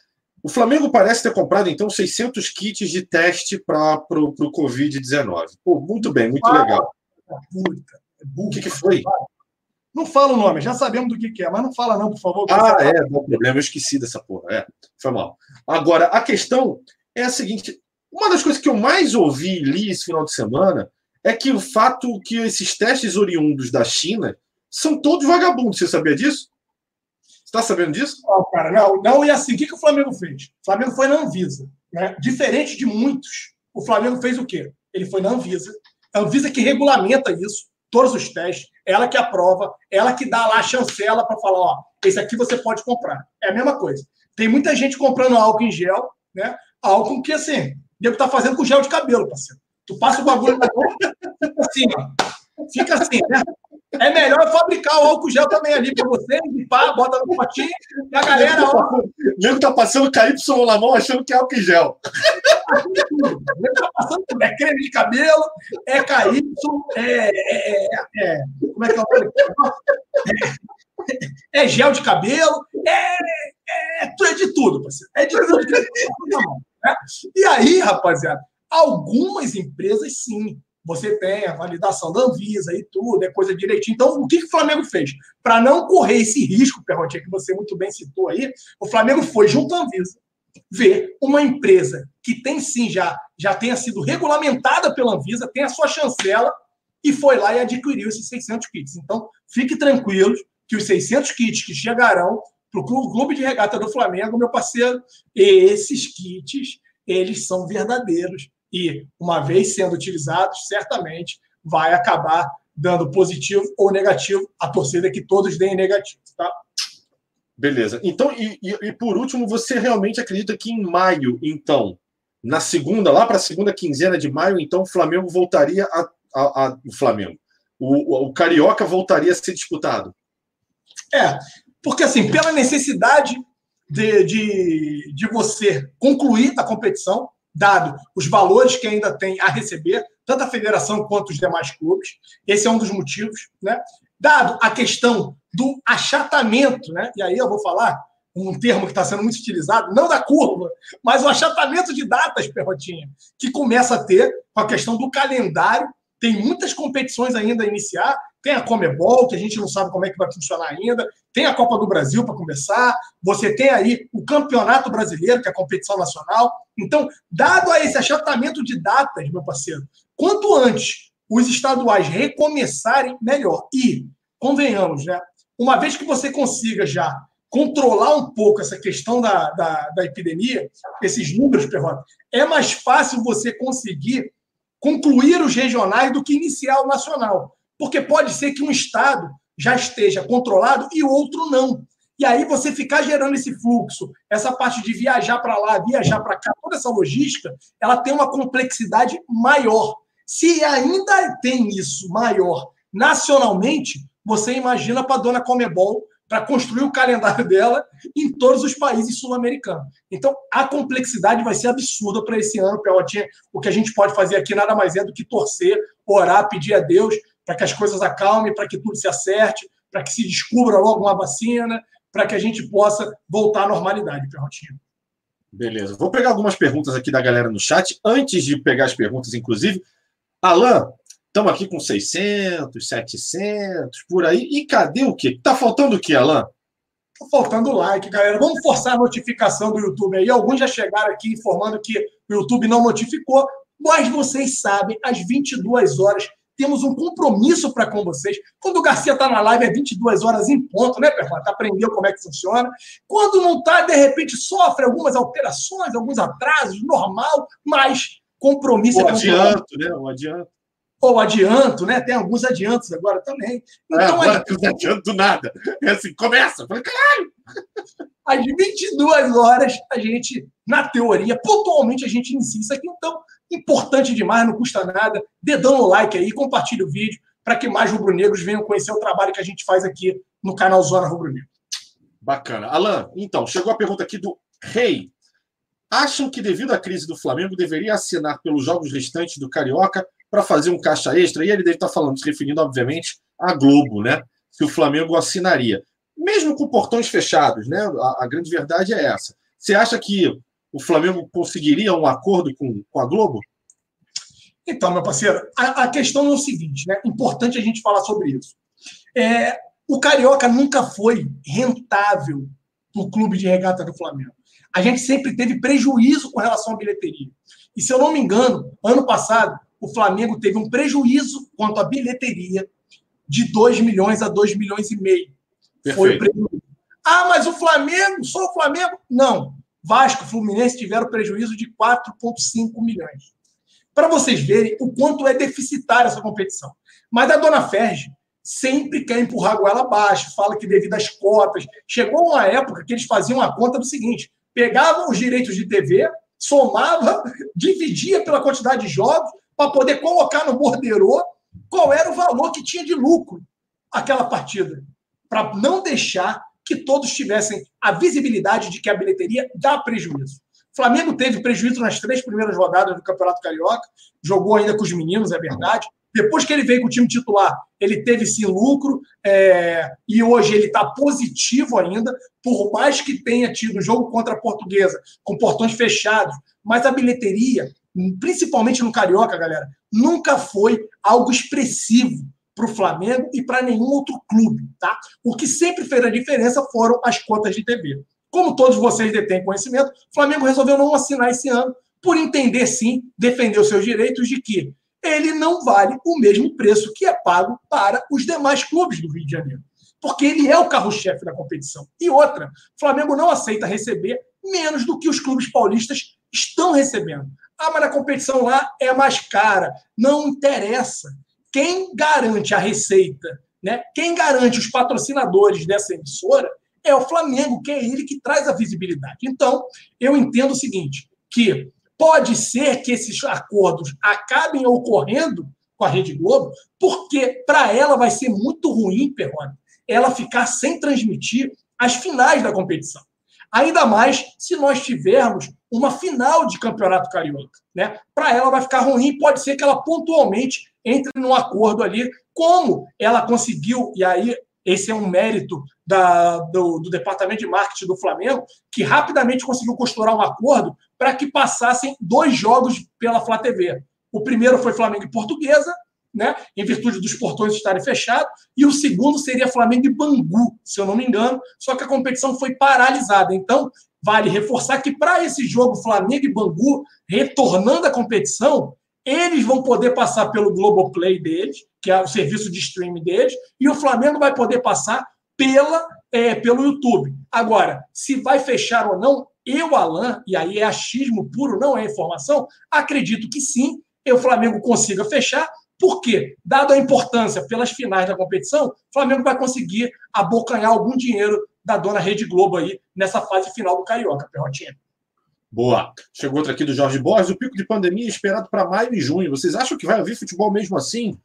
O Flamengo parece ter comprado, então, seiscentos kits de teste para o Covid dezenove. Pô, muito bem, muito Ah, legal. Puta, é burro, O que, que foi? Não fala o nome, já sabemos do que, que é, mas não fala não, por favor. Ah, é, não problema, eu esqueci dessa porra. É, foi mal. Agora, a questão é a seguinte, uma das coisas que eu mais ouvi e li esse final de semana é que o fato que esses testes oriundos da China são todos vagabundos. Você sabia disso? Você está sabendo disso? Não, cara, não, não. E assim, o que, que o Flamengo fez? O Flamengo foi na Anvisa. Né? Diferente de muitos, o Flamengo fez o quê? Ele foi na Anvisa. A Anvisa que regulamenta isso, todos os testes, ela que aprova, ela que dá lá a chancela para falar, ó, esse aqui você pode comprar. É a mesma coisa. Tem muita gente comprando álcool em gel, né? Álcool que, assim, deve estar fazendo com gel de cabelo, parceiro. Tu passa o bagulho na boca, fica assim, ó. Fica assim, né? É melhor fabricar o álcool gel também ali para você, limpar, bota no potinho, e a galera, ó. O nego tá passando K Y na mão achando que é álcool em gel. O nego tá passando tudo. É creme de cabelo, é K Y, é, é, é, como é que é o nome? É, é gel de cabelo, é, é, é de tudo, parceiro. É de tudo que você tá na mão, né? E aí, rapaziada, algumas empresas, sim, você tem a validação da Anvisa e tudo, é coisa direitinho. Então, o que, que o Flamengo fez? Para não correr esse risco, Perrotinha, que você muito bem citou aí, o Flamengo foi junto à Anvisa ver uma empresa que tem sim, já, já tenha sido regulamentada pela Anvisa, tem a sua chancela, e foi lá e adquiriu esses seiscentos kits. Então, fique tranquilos que os seiscentos kits que chegarão para o Clube de Regata do Flamengo, meu parceiro, esses kits, eles são verdadeiros. E, uma vez sendo utilizados, certamente vai acabar dando positivo ou negativo. A torcida é que todos deem negativo, tá? Beleza. Então, e, e, e por último, você realmente acredita que em maio, então, na segunda, lá para a segunda quinzena de maio, então, o Flamengo voltaria a. a, a o Flamengo. O, o, o Carioca voltaria a ser disputado? É, porque assim, pela necessidade de, de, de você concluir a competição, dado os valores que ainda tem a receber, tanto a federação quanto os demais clubes. Esse é um dos motivos, né? Dado a questão do achatamento, né? E aí eu vou falar um termo que está sendo muito utilizado, não da curva, mas o achatamento de datas, Perrotinha, que começa a ter com a questão do calendário. Tem muitas competições ainda a iniciar. Tem a Comebol, que a gente não sabe como é que vai funcionar ainda. Tem a Copa do Brasil para começar. Você tem aí o Campeonato Brasileiro, que é a competição nacional. Então, dado a esse achatamento de datas, meu parceiro, quanto antes os estaduais recomeçarem, melhor. E, convenhamos, né? Uma vez que você consiga já controlar um pouco essa questão da, da, da epidemia, esses números, Perrota, é mais fácil você conseguir concluir os regionais do que iniciar o nacional. Porque pode ser que um estado já esteja controlado e o outro não. E aí você ficar gerando esse fluxo, essa parte de viajar para lá, viajar para cá, toda essa logística, ela tem uma complexidade maior. Se ainda tem isso maior nacionalmente, você imagina para a dona Comebol, para construir o calendário dela em todos os países sul-americanos. Então, a complexidade vai ser absurda para esse ano, Pelotinha. O que a gente pode fazer aqui nada mais é do que torcer, orar, pedir a Deus para que as coisas acalmem, para que tudo se acerte, para que se descubra logo uma vacina, para que a gente possa voltar à normalidade, Pelotinha. Beleza. Vou pegar algumas perguntas aqui da galera no chat. Antes de pegar as perguntas, inclusive, Alan, estamos aqui com seiscentos, setecentos, por aí. E cadê o quê? Tá faltando o quê, Alan? Tá faltando like, galera. Vamos forçar a notificação do YouTube aí. Alguns já chegaram aqui informando que o YouTube não notificou, mas vocês sabem, às vinte e duas horas, temos um compromisso para com vocês. Quando o Garcia está na live, é vinte e duas horas em ponto, né, Perrota? Aprendeu como é que funciona. Quando não está, de repente, sofre algumas alterações, alguns atrasos, normal, mas compromisso o é compromisso. adianto, né? O adianto. Ou adianto, né? Tem alguns adiantos agora também. Então, é, agora às... não adianto nada. É assim, começa. Falei, caralho! Às vinte e duas horas, a gente, na teoria, pontualmente, a gente inicia isso aqui. Então, importante demais, não custa nada. Dedão no like aí, compartilhe o vídeo para que mais rubro-negros venham conhecer o trabalho que a gente faz aqui no canal Zona Rubro Negro. Bacana. Alan, então, chegou a pergunta aqui do Rei. Acham que, devido à crise do Flamengo, deveria assinar pelos jogos restantes do Carioca para fazer um caixa extra? E ele deve estar falando, se referindo, obviamente, à Globo, né? Se o Flamengo assinaria. Mesmo com portões fechados, né? A, a grande verdade é essa. Você acha que o Flamengo conseguiria um acordo com, com a Globo? Então, meu parceiro, a, a questão é o seguinte, né? Importante a gente falar sobre isso. É, o Carioca nunca foi rentável no clube de regata do Flamengo. A gente sempre teve prejuízo com relação à bilheteria. E, se eu não me engano, ano passado, o Flamengo teve um prejuízo quanto à bilheteria de dois milhões a dois milhões e meio. Perfeito. Foi o prejuízo. Ah, mas o Flamengo, só o Flamengo? Não. Vasco e Fluminense tiveram prejuízo de quatro vírgula cinco milhões. Para vocês verem o quanto é deficitária essa competição. Mas a dona Ferge sempre quer empurrar a goela abaixo, fala que devido às cotas. Chegou uma época que eles faziam a conta do seguinte, pegavam os direitos de T V, somava, dividia pela quantidade de jogos, para poder colocar no borderô qual era o valor que tinha de lucro aquela partida, para não deixar que todos tivessem a visibilidade de que a bilheteria dá prejuízo. O Flamengo teve prejuízo nas três primeiras rodadas do Campeonato Carioca, jogou ainda com os meninos, é verdade. Depois que ele veio com o time titular, ele teve sim lucro, é, e hoje ele está positivo ainda, por mais que tenha tido jogo contra a Portuguesa, com portões fechados, mas a bilheteria, principalmente no Carioca, galera, nunca foi algo expressivo para o Flamengo e para nenhum outro clube, tá? O que sempre fez a diferença foram as cotas de T V. Como todos vocês detêm conhecimento, o Flamengo resolveu não assinar esse ano, por entender, sim, defender os seus direitos de que ele não vale o mesmo preço que é pago para os demais clubes do Rio de Janeiro. Porque ele é o carro-chefe da competição. E outra, o Flamengo não aceita receber menos do que os clubes paulistas estão recebendo. Ah, mas a competição lá é mais cara. Não interessa. Quem garante a receita, né? Quem garante os patrocinadores dessa emissora é o Flamengo, que é ele que traz a visibilidade. Então, eu entendo o seguinte, que pode ser que esses acordos acabem ocorrendo com a Rede Globo, porque para ela vai ser muito ruim, Perrone, ela ficar sem transmitir as finais da competição. Ainda mais se nós tivermos uma final de Campeonato Carioca, né? Para ela vai ficar ruim, pode ser que ela pontualmente entre num acordo ali, como ela conseguiu, e aí esse é um mérito da, do, do Departamento de Marketing do Flamengo, que rapidamente conseguiu costurar um acordo para que passassem dois jogos pela Flá T V. O primeiro foi Flamengo e Portuguesa, né, em virtude dos portões estarem fechados, e o segundo seria Flamengo e Bangu, se eu não me engano, só que a competição foi paralisada. Então, vale reforçar que para esse jogo Flamengo e Bangu, retornando à competição, eles vão poder passar pelo Globoplay deles, que é o serviço de streaming deles, e o Flamengo vai poder passar pela, é, pelo YouTube. Agora, se vai fechar ou não, eu, Alan, e aí é achismo puro, não é informação, acredito que sim, e o Flamengo consiga fechar. Por quê? Dado a importância pelas finais da competição, o Flamengo vai conseguir abocanhar algum dinheiro da dona Rede Globo aí nessa fase final do Carioca, Perrotinha. Boa. Chegou outra aqui do Jorge Borges. O pico de pandemia é esperado para maio e junho. Vocês acham que vai haver futebol mesmo assim?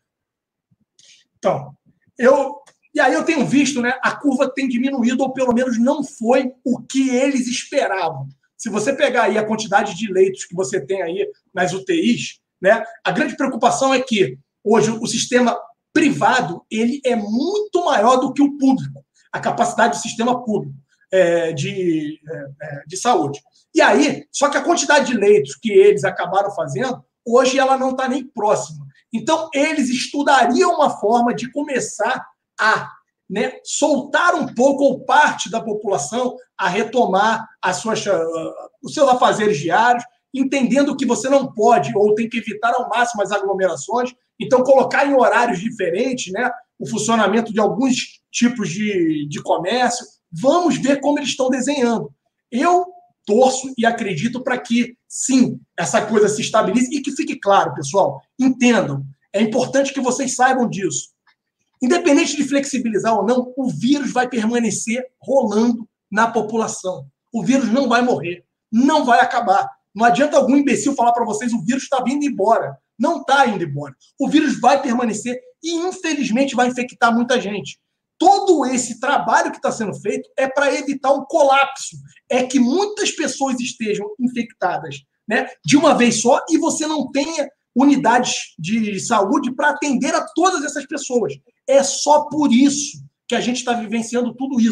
Então, eu... E aí eu tenho visto, né? A curva tem diminuído, ou pelo menos não foi o que eles esperavam. Se você pegar aí a quantidade de leitos que você tem aí nas U T Is, né? A grande preocupação é que hoje o sistema privado ele é muito maior do que o público, a capacidade do sistema público é, de, é, de saúde. E aí, só que a quantidade de leitos que eles acabaram fazendo, hoje ela não está nem próxima. Então, eles estudariam uma forma de começar a, né, soltar um pouco ou parte da população a retomar as suas, uh, os seus afazeres diários, entendendo que você não pode ou tem que evitar ao máximo as aglomerações, então colocar em horários diferentes, né, o funcionamento de alguns tipos de, de comércio. Vamos ver como eles estão desenhando. Eu torço e acredito para que, sim, essa coisa se estabilize e que fique claro, pessoal, entendam, é importante que vocês saibam disso. Independente de flexibilizar ou não, o vírus vai permanecer rolando na população. O vírus não vai morrer, não vai acabar. Não adianta algum imbecil falar para vocês o vírus está vindo embora. Não está indo embora. O vírus vai permanecer e, infelizmente, vai infectar muita gente. Todo esse trabalho que está sendo feito é para evitar um colapso. É que muitas pessoas estejam infectadas, né, de uma vez só e você não tenha unidades de saúde para atender a todas essas pessoas. É só por isso que a gente está vivenciando tudo isso.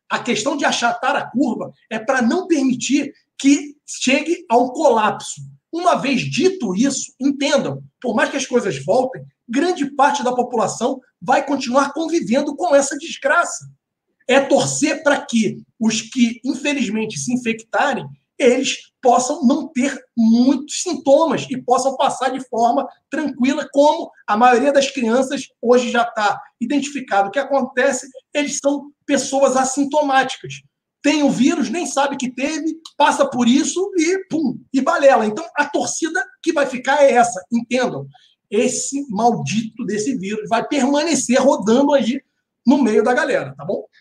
A questão de achatar a curva é para não permitir que chegue a um colapso. Uma vez dito isso, entendam, por mais que as coisas voltem, grande parte da população vai continuar convivendo com essa desgraça. É torcer para que os que, infelizmente, se infectarem, eles possam não ter muitos sintomas e possam passar de forma tranquila, como a maioria das crianças hoje já está identificado. O que acontece, eles são pessoas assintomáticas. Tem o vírus, nem sabe que teve, passa por isso e pum, e balela. Então, a torcida que vai ficar é essa, entendam. Esse maldito desse vírus vai permanecer rodando aí no meio da galera, tá bom?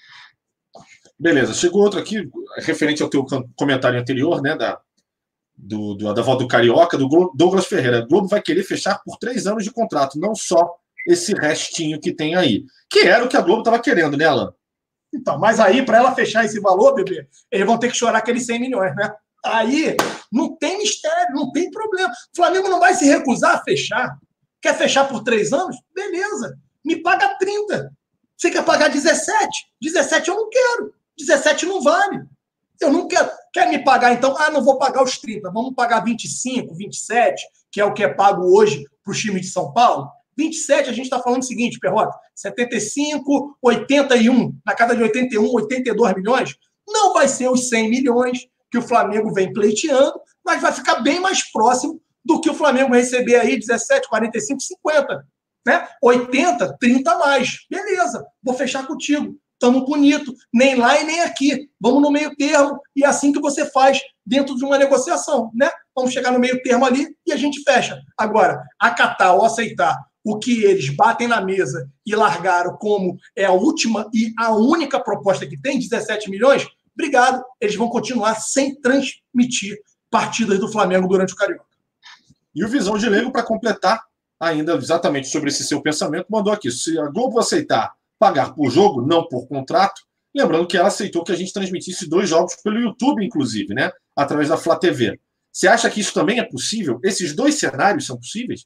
Beleza, chegou outro aqui, referente ao teu comentário anterior, né, da, do, do, da volta do Carioca, do Douglas Ferreira. O Globo vai querer fechar por três anos de contrato, não só esse restinho que tem aí. Que era o que a Globo estava querendo, né, Alan? Então, mas aí, para ela fechar esse valor, bebê, eles vão ter que chorar aqueles cem milhões, né? Aí, não tem mistério, não tem problema. O Flamengo não vai se recusar a fechar. Quer fechar por três anos? Beleza. Me paga trinta. Você quer pagar dezessete? dezessete eu não quero. dezessete não vale. Eu não quero. Quer me pagar, então? Ah, não vou pagar os trinta. Vamos pagar vinte e cinco, vinte e sete, que é o que é pago hoje para o time de São Paulo. vinte e sete, a gente está falando o seguinte, Perrota, setenta e cinco, oitenta e um, na casa de oitenta e um, oitenta e dois milhões, não vai ser os cem milhões que o Flamengo vem pleiteando, mas vai ficar bem mais próximo do que o Flamengo receber aí, dezessete, quarenta e cinco, cinquenta. Né? oitenta, trinta a mais. Beleza, vou fechar contigo. Estamos bonito, nem lá e nem aqui. Vamos no meio termo e é assim que você faz dentro de uma negociação, né? Vamos chegar no meio termo ali e a gente fecha. Agora, acatar ou aceitar o que eles batem na mesa e largaram como é a última e a única proposta que tem, dezessete milhões, obrigado, eles vão continuar sem transmitir partidas do Flamengo durante o Carioca. E o Visão de Leigo, para completar ainda exatamente sobre esse seu pensamento, mandou aqui, se a Globo aceitar pagar por jogo, não por contrato, lembrando que ela aceitou que a gente transmitisse dois jogos pelo YouTube, inclusive, né? Através da Flá T V. Você acha que isso também é possível? Esses dois cenários são possíveis?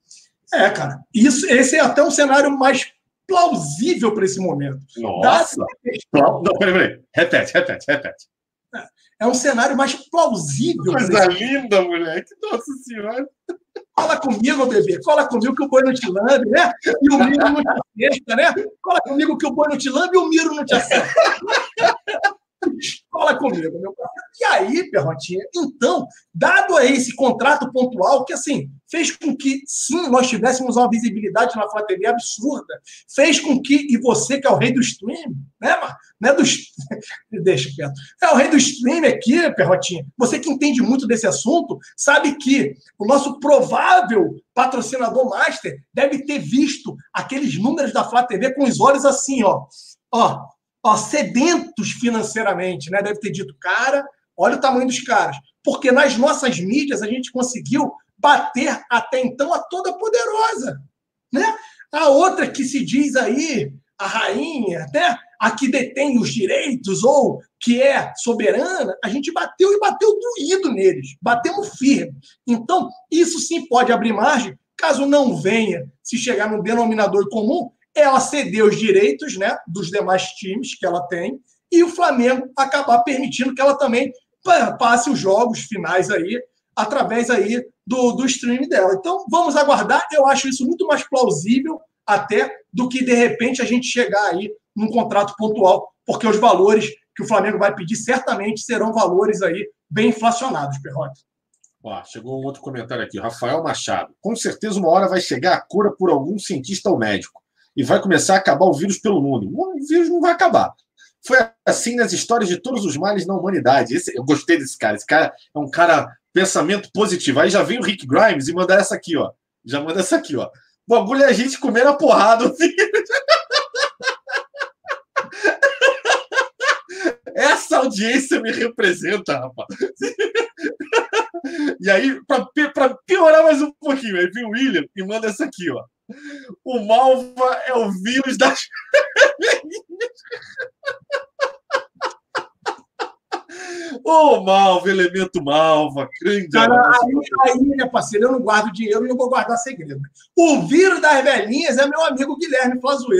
É, cara. Isso, esse é até um cenário mais plausível para esse momento. Nossa! Da... Não, peraí, peraí. Repete, repete, repete. É um cenário mais plausível. Coisa linda, moleque. Nossa Senhora. Cola comigo, bebê. Cola comigo que o boi não te lambe, né? E o milho não te acerta, né? Cola comigo que o boi não te lambe e o milho não te acerta. Cola comigo, meu pai. E aí, Perrotinha, então, dado a esse contrato pontual, que assim, fez com que, sim, nós tivéssemos uma visibilidade na Flá T V absurda, fez com que, e você que é o rei do stream, né, mano? Não é do... Deixa quieto. É o rei do stream aqui, Perrotinha. Você que entende muito desse assunto, sabe que o nosso provável patrocinador master deve ter visto aqueles números da Flá T V com os olhos assim, ó. Ó, ó, sedentos financeiramente, né? Deve ter dito, cara, olha o tamanho dos caras. Porque nas nossas mídias a gente conseguiu bater até então a toda poderosa, né? A outra que se diz aí, a rainha, né? A que detém os direitos ou que é soberana, a gente bateu e bateu doído neles. Batemos firme. Então, isso sim pode abrir margem, caso não venha se chegar no denominador comum, ela ceder os direitos, né, dos demais times que ela tem e o Flamengo acabar permitindo que ela também passe os jogos finais aí através aí do, do stream dela. Então, vamos aguardar. Eu acho isso muito mais plausível até do que, de repente, a gente chegar aí num contrato pontual, porque os valores que o Flamengo vai pedir certamente serão valores aí bem inflacionados, Perrote. Ó, chegou um outro comentário aqui. Rafael Machado. Com certeza uma hora vai chegar a cura por algum cientista ou médico e vai começar a acabar o vírus pelo mundo. O vírus não vai acabar. Foi assim nas histórias de todos os males na humanidade. Esse, eu gostei desse cara. Esse cara é um cara pensamento positivo. Aí já vem o Rick Grimes e manda essa aqui, ó. Já manda essa aqui, ó. O bagulho é a gente comer a porrada o vírus. Essa audiência me representa, rapaz. E aí, para piorar mais um pouquinho, aí vem o William e manda essa aqui, ó. O Malva é o vírus das... Ô, Malva, elemento Malva, grande. Cara, aí, aí, né, parceiro, eu não guardo dinheiro e não vou guardar segredo. O vírus das velhinhas é meu amigo Guilherme Flazoeiro.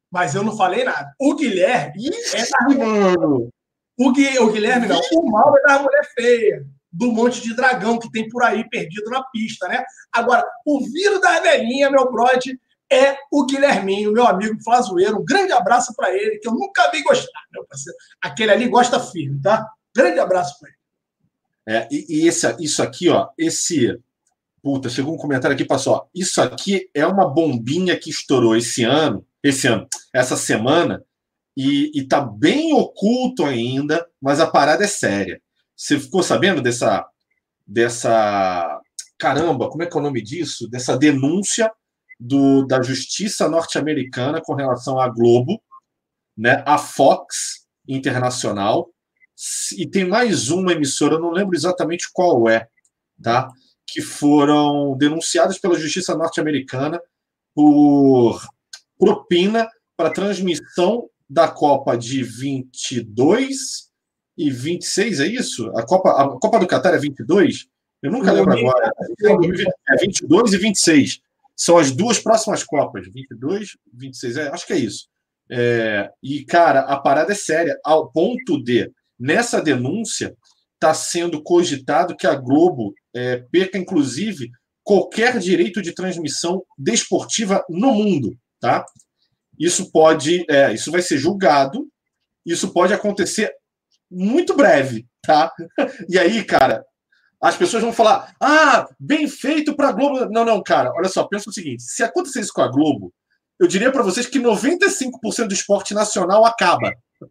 Mas eu não falei nada. O Guilherme Isso, é da... mano. O, Gui... o Guilherme não. O Mauro é da mulher feia. Do monte de dragão que tem por aí perdido na pista, né? Agora, o viro da velhinha, meu brode, é o Guilherminho, meu amigo Flazoeiro. Um grande abraço para ele, que eu nunca vi gostar, meu parceiro. Aquele ali gosta firme, tá? Grande abraço para ele. É, e e esse, isso aqui, ó, esse... Puta, chegou um comentário aqui, passou, ó, isso aqui é uma bombinha que estourou esse ano, esse ano, essa semana, e, e tá bem oculto ainda, mas a parada é séria. Você ficou sabendo dessa, dessa... Caramba, como é que é o nome disso? Dessa denúncia do, da justiça norte-americana com relação à Globo, né, a Fox Internacional, e tem mais uma emissora, eu não lembro exatamente qual é, tá? Que foram denunciadas pela justiça norte-americana por propina para transmissão da Copa de vinte e dois e vinte e seis, é isso? A Copa, a Copa do Catar é vinte e dois? Eu nunca lembro agora. É vinte e dois e vinte e seis. São as duas próximas Copas. vinte e dois, vinte e seis, é, acho que é isso. É, e, cara, a parada é séria, ao ponto de, nessa denúncia, está sendo cogitado que a Globo é, perca, inclusive, qualquer direito de transmissão desportiva no mundo, tá? Isso pode, é, isso vai ser julgado, isso pode acontecer muito breve, tá? E aí, cara, as pessoas vão falar, ah, bem feito para a Globo. Não, não, cara, olha só, pensa o seguinte, se acontecer isso com a Globo, eu diria para vocês que noventa e cinco por cento do esporte nacional acaba.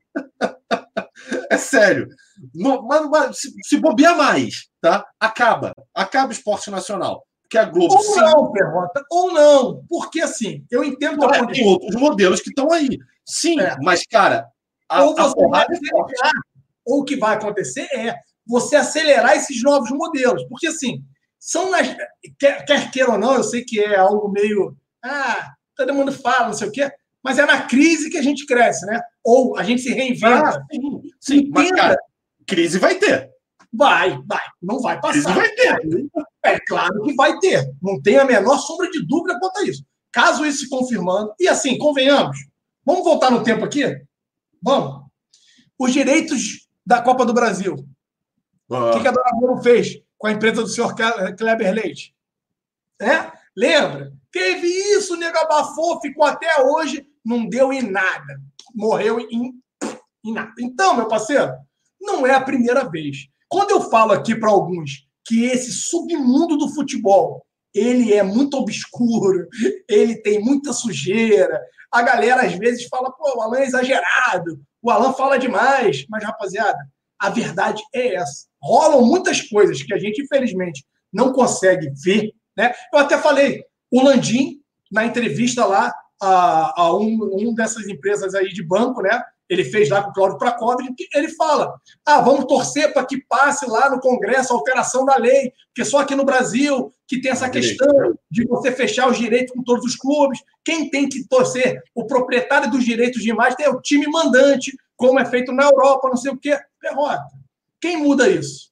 É sério. No, mas, mas, se, se bobear mais, tá? Acaba. Acaba o esporte nacional. Porque a Globo... Ou sim, não, Perrota. Ou não. Porque, assim, eu entendo... Não, é, tem outros modelos que estão aí. Sim, é. Mas, cara... A, ou, você a vai acelerar, ou o que vai acontecer é você acelerar esses novos modelos. Porque, assim, são nas... Quer, quer queira ou não, eu sei que é algo meio... Ah, todo mundo fala, não sei o quê... Mas é na crise que a gente cresce, né? Ou a gente se reinventa. Ah, sim, sim. Mas, cara, crise vai ter. Vai, vai. Não vai passar. Crise vai ter. É claro que vai ter. Não tem a menor sombra de dúvida quanto a isso. Caso isso se confirmando... E assim, convenhamos. Vamos voltar no tempo aqui? Vamos. Os direitos da Copa do Brasil. Ah. O que, que a dona Globo fez com a empresa do senhor Kleber Leite? É? Lembra? Teve isso, o nego abafou, ficou até hoje, não deu em nada. Morreu em, em nada. Então, meu parceiro, não é a primeira vez. Quando eu falo aqui para alguns que esse submundo do futebol, ele é muito obscuro, ele tem muita sujeira, a galera às vezes fala, pô, o Alan é exagerado, o Alan fala demais. Mas, rapaziada, a verdade é essa. Rolam muitas coisas que a gente, infelizmente, não consegue ver, né? Eu até falei, o Landim, na entrevista lá a, a um, um dessas empresas aí de banco, né? Ele fez lá com o Cláudio Pracovich, ele fala, ah, vamos torcer para que passe lá no Congresso a alteração da lei, porque só aqui no Brasil que tem essa questão de você fechar os direitos com todos os clubes. Quem tem que torcer? O proprietário dos direitos de imagem é o time mandante, como é feito na Europa, não sei o quê. Perrota. Quem muda isso?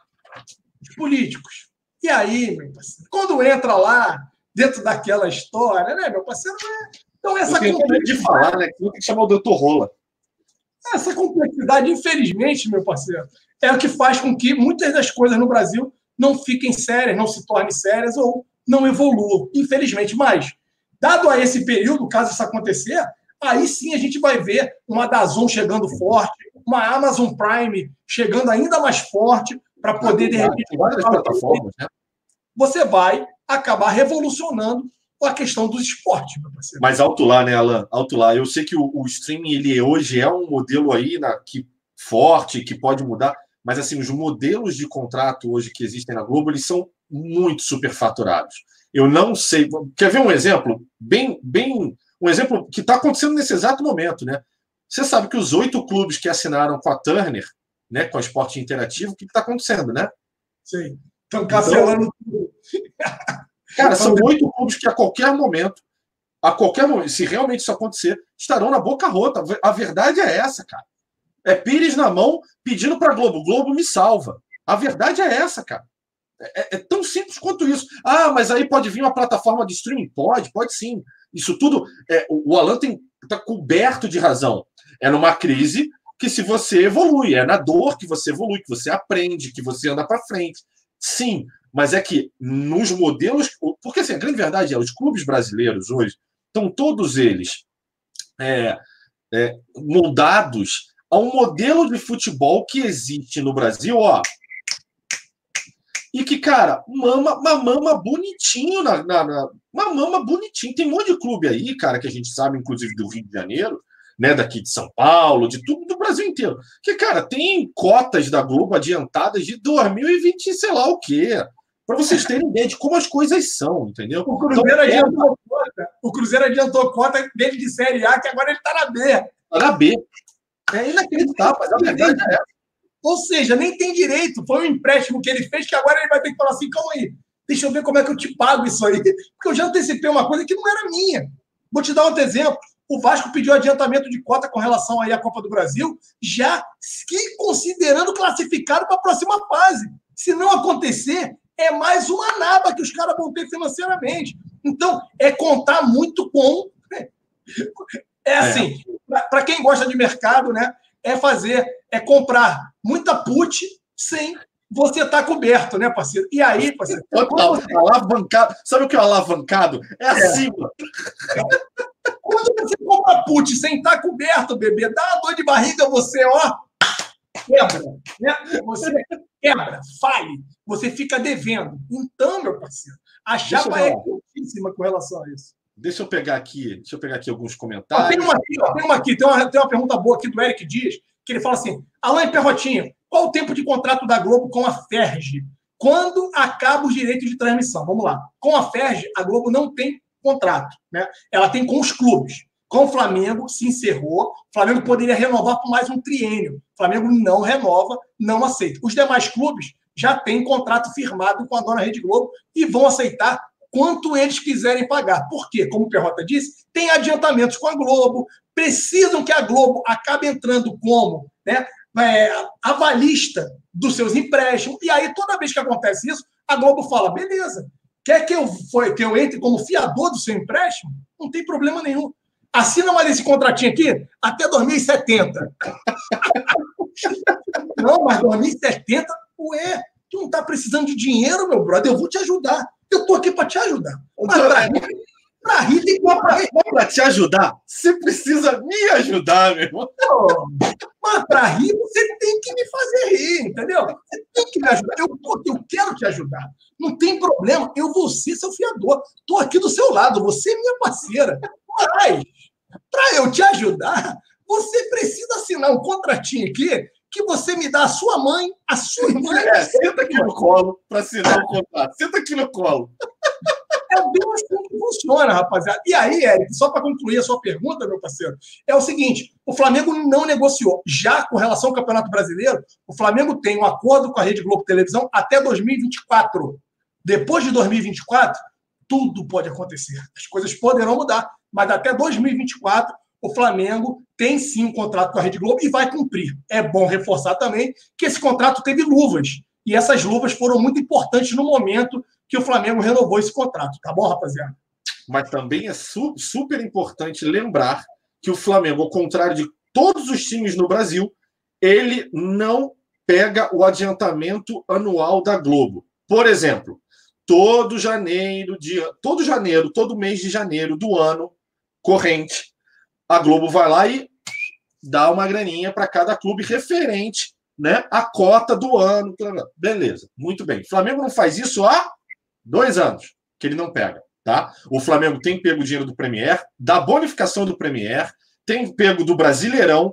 Os políticos. E aí, meu parceiro, quando entra lá, dentro daquela história, né, meu parceiro? Então, essa complexidade de falar, né? Tem que chamar o doutor Rola. Essa complexidade, infelizmente, meu parceiro, é o que faz com que muitas das coisas no Brasil não fiquem sérias, não se tornem sérias ou não evoluam, infelizmente. Mas, dado a esse período, caso isso acontecer, aí sim a gente vai ver uma DAZN chegando forte, uma Amazon Prime chegando ainda mais forte para poder, de repente, plataformas, né? Você vai acabar revolucionando a questão dos esportes, meu parceiro. Mas alto lá, né, Alan? Alto lá. Eu sei que o, o streaming, ele hoje é um modelo aí na, que, forte, que pode mudar, mas assim, os modelos de contrato hoje que existem na Globo, eles são muito superfaturados. Eu não sei... Quer ver um exemplo? Bem, bem, um exemplo que está acontecendo nesse exato momento, né? Você sabe que os oito clubes que assinaram com a Turner, né, com a Esporte Interativo, o que está acontecendo, né? Sim. Estão cancelando tudo. Cara, são oito clubes que a qualquer momento, a qualquer momento, se realmente isso acontecer, estarão na boca rota. A verdade é essa, cara. É Pires na mão pedindo para a Globo. Globo me salva. A verdade é essa, cara. É, é tão simples quanto isso. Ah, mas aí pode vir uma plataforma de streaming? Pode, pode sim. Isso tudo... É, o Alan tem tá coberto de razão. É numa crise que se você evolui, é na dor que você evolui, que você aprende, que você anda para frente. Sim, mas é que nos modelos... Porque assim, a grande verdade é, os clubes brasileiros hoje estão todos eles é, é, moldados a um modelo de futebol que existe no Brasil, ó, e que, cara, mama, uma mama bonitinho, na, na, na, uma mama bonitinho. Tem um monte de clube aí, cara, que a gente sabe, inclusive do Rio de Janeiro, né, daqui de São Paulo, de tudo, do Brasil inteiro. Que, cara, tem cotas da Globo adiantadas de dois mil e vinte, sei lá o quê. Para vocês terem ideia de como as coisas são, entendeu? O Cruzeiro, então, adiantou, é... cota. O Cruzeiro adiantou cota dele de Série A, que agora ele está na B. Está na B. É inacreditável, mas a verdade é essa. Ou seja, nem tem direito. Foi um empréstimo que ele fez que agora ele vai ter que falar assim, calma aí, deixa eu ver como é que eu te pago isso aí. Porque eu já antecipei uma coisa que não era minha. Vou te dar outro exemplo. O Vasco pediu adiantamento de cota com relação aí à Copa do Brasil, já que considerando classificado para a próxima fase. Se não acontecer, é mais uma naba que os caras vão ter financeiramente. Então, é contar muito com... É assim, é. para quem gosta de mercado, né? É fazer, é comprar muita put sem você estar tá coberto, né, parceiro? E aí, parceiro... Total, você... alavancado. Sabe o que é alavancado? É assim, mano. É. Quando você compra put sem estar tá coberto, bebê, dá uma dor de barriga, você, ó, quebra, né? Você quebra, fale, você fica devendo. Então, meu parceiro, a chapa é curtíssima com relação a isso. Deixa eu pegar aqui, deixa eu pegar aqui alguns comentários. Ó, tem uma aqui, ó, tem uma aqui, tem uma, tem uma pergunta boa aqui do Eric Dias, que ele fala assim: Alain Perrotinho, qual o tempo de contrato da Globo com a Ferg? Quando acaba os direitos de transmissão? Vamos lá. Com a Ferg, a Globo não tem contrato, né? Ela tem com os clubes. Com o Flamengo, se encerrou. O Flamengo poderia renovar por mais um triênio. O Flamengo não renova, não aceita. Os demais clubes já têm contrato firmado com a dona Rede Globo e vão aceitar quanto eles quiserem pagar. Por quê? Como o Perrota disse, tem adiantamentos com a Globo, precisam que a Globo acabe entrando como, né, é, avalista dos seus empréstimos, e aí toda vez que acontece isso, a Globo fala, beleza, quer que eu, foi, que eu entre como fiador do seu empréstimo? Não tem problema nenhum. Assina mais esse contratinho aqui até dois mil e setenta. Não, mas dois mil e setenta, ué, tu não tá precisando de dinheiro, meu brother, eu vou te ajudar. Eu tô aqui para te ajudar. Mas pra rir, pra rir tem que... Para te ajudar, você precisa me ajudar, meu irmão. Mas para rir, você tem que me fazer rir, entendeu? Você tem que me ajudar. Eu, tô, eu quero te ajudar. Não tem problema. Eu vou ser seu fiador. Tô aqui do seu lado. Você é minha parceira. Mas, para eu te ajudar, você precisa assinar um contratinho aqui que você me dá a sua mãe, a sua irmã... É, senta aqui no colo para assinar o contrato. Senta aqui no colo. É bem assim que funciona, rapaziada. E aí, Eric, só para concluir a sua pergunta, meu parceiro, é o seguinte, o Flamengo não negociou. Já com relação ao Campeonato Brasileiro, o Flamengo tem um acordo com a Rede Globo Televisão até dois mil e vinte e quatro. Depois de dois mil e vinte e quatro, tudo pode acontecer. As coisas poderão mudar, mas até dois mil e vinte e quatro, o Flamengo tem sim um contrato com a Rede Globo e vai cumprir. É bom reforçar também que esse contrato teve luvas. E essas luvas foram muito importantes no momento que o Flamengo renovou esse contrato. Tá bom, rapaziada? Mas também é su super importante lembrar que o Flamengo, ao contrário de todos os times no Brasil, ele não pega o adiantamento anual da Globo. Por exemplo, todo janeiro, dia, todo janeiro, todo mês de janeiro do ano corrente, a Globo vai lá e dá uma graninha para cada clube referente, né, a cota do ano. Beleza, muito bem. O Flamengo não faz isso há dois anos que ele não pega, tá? O Flamengo tem pego o dinheiro do Premier, da bonificação do Premier, tem pego do Brasileirão,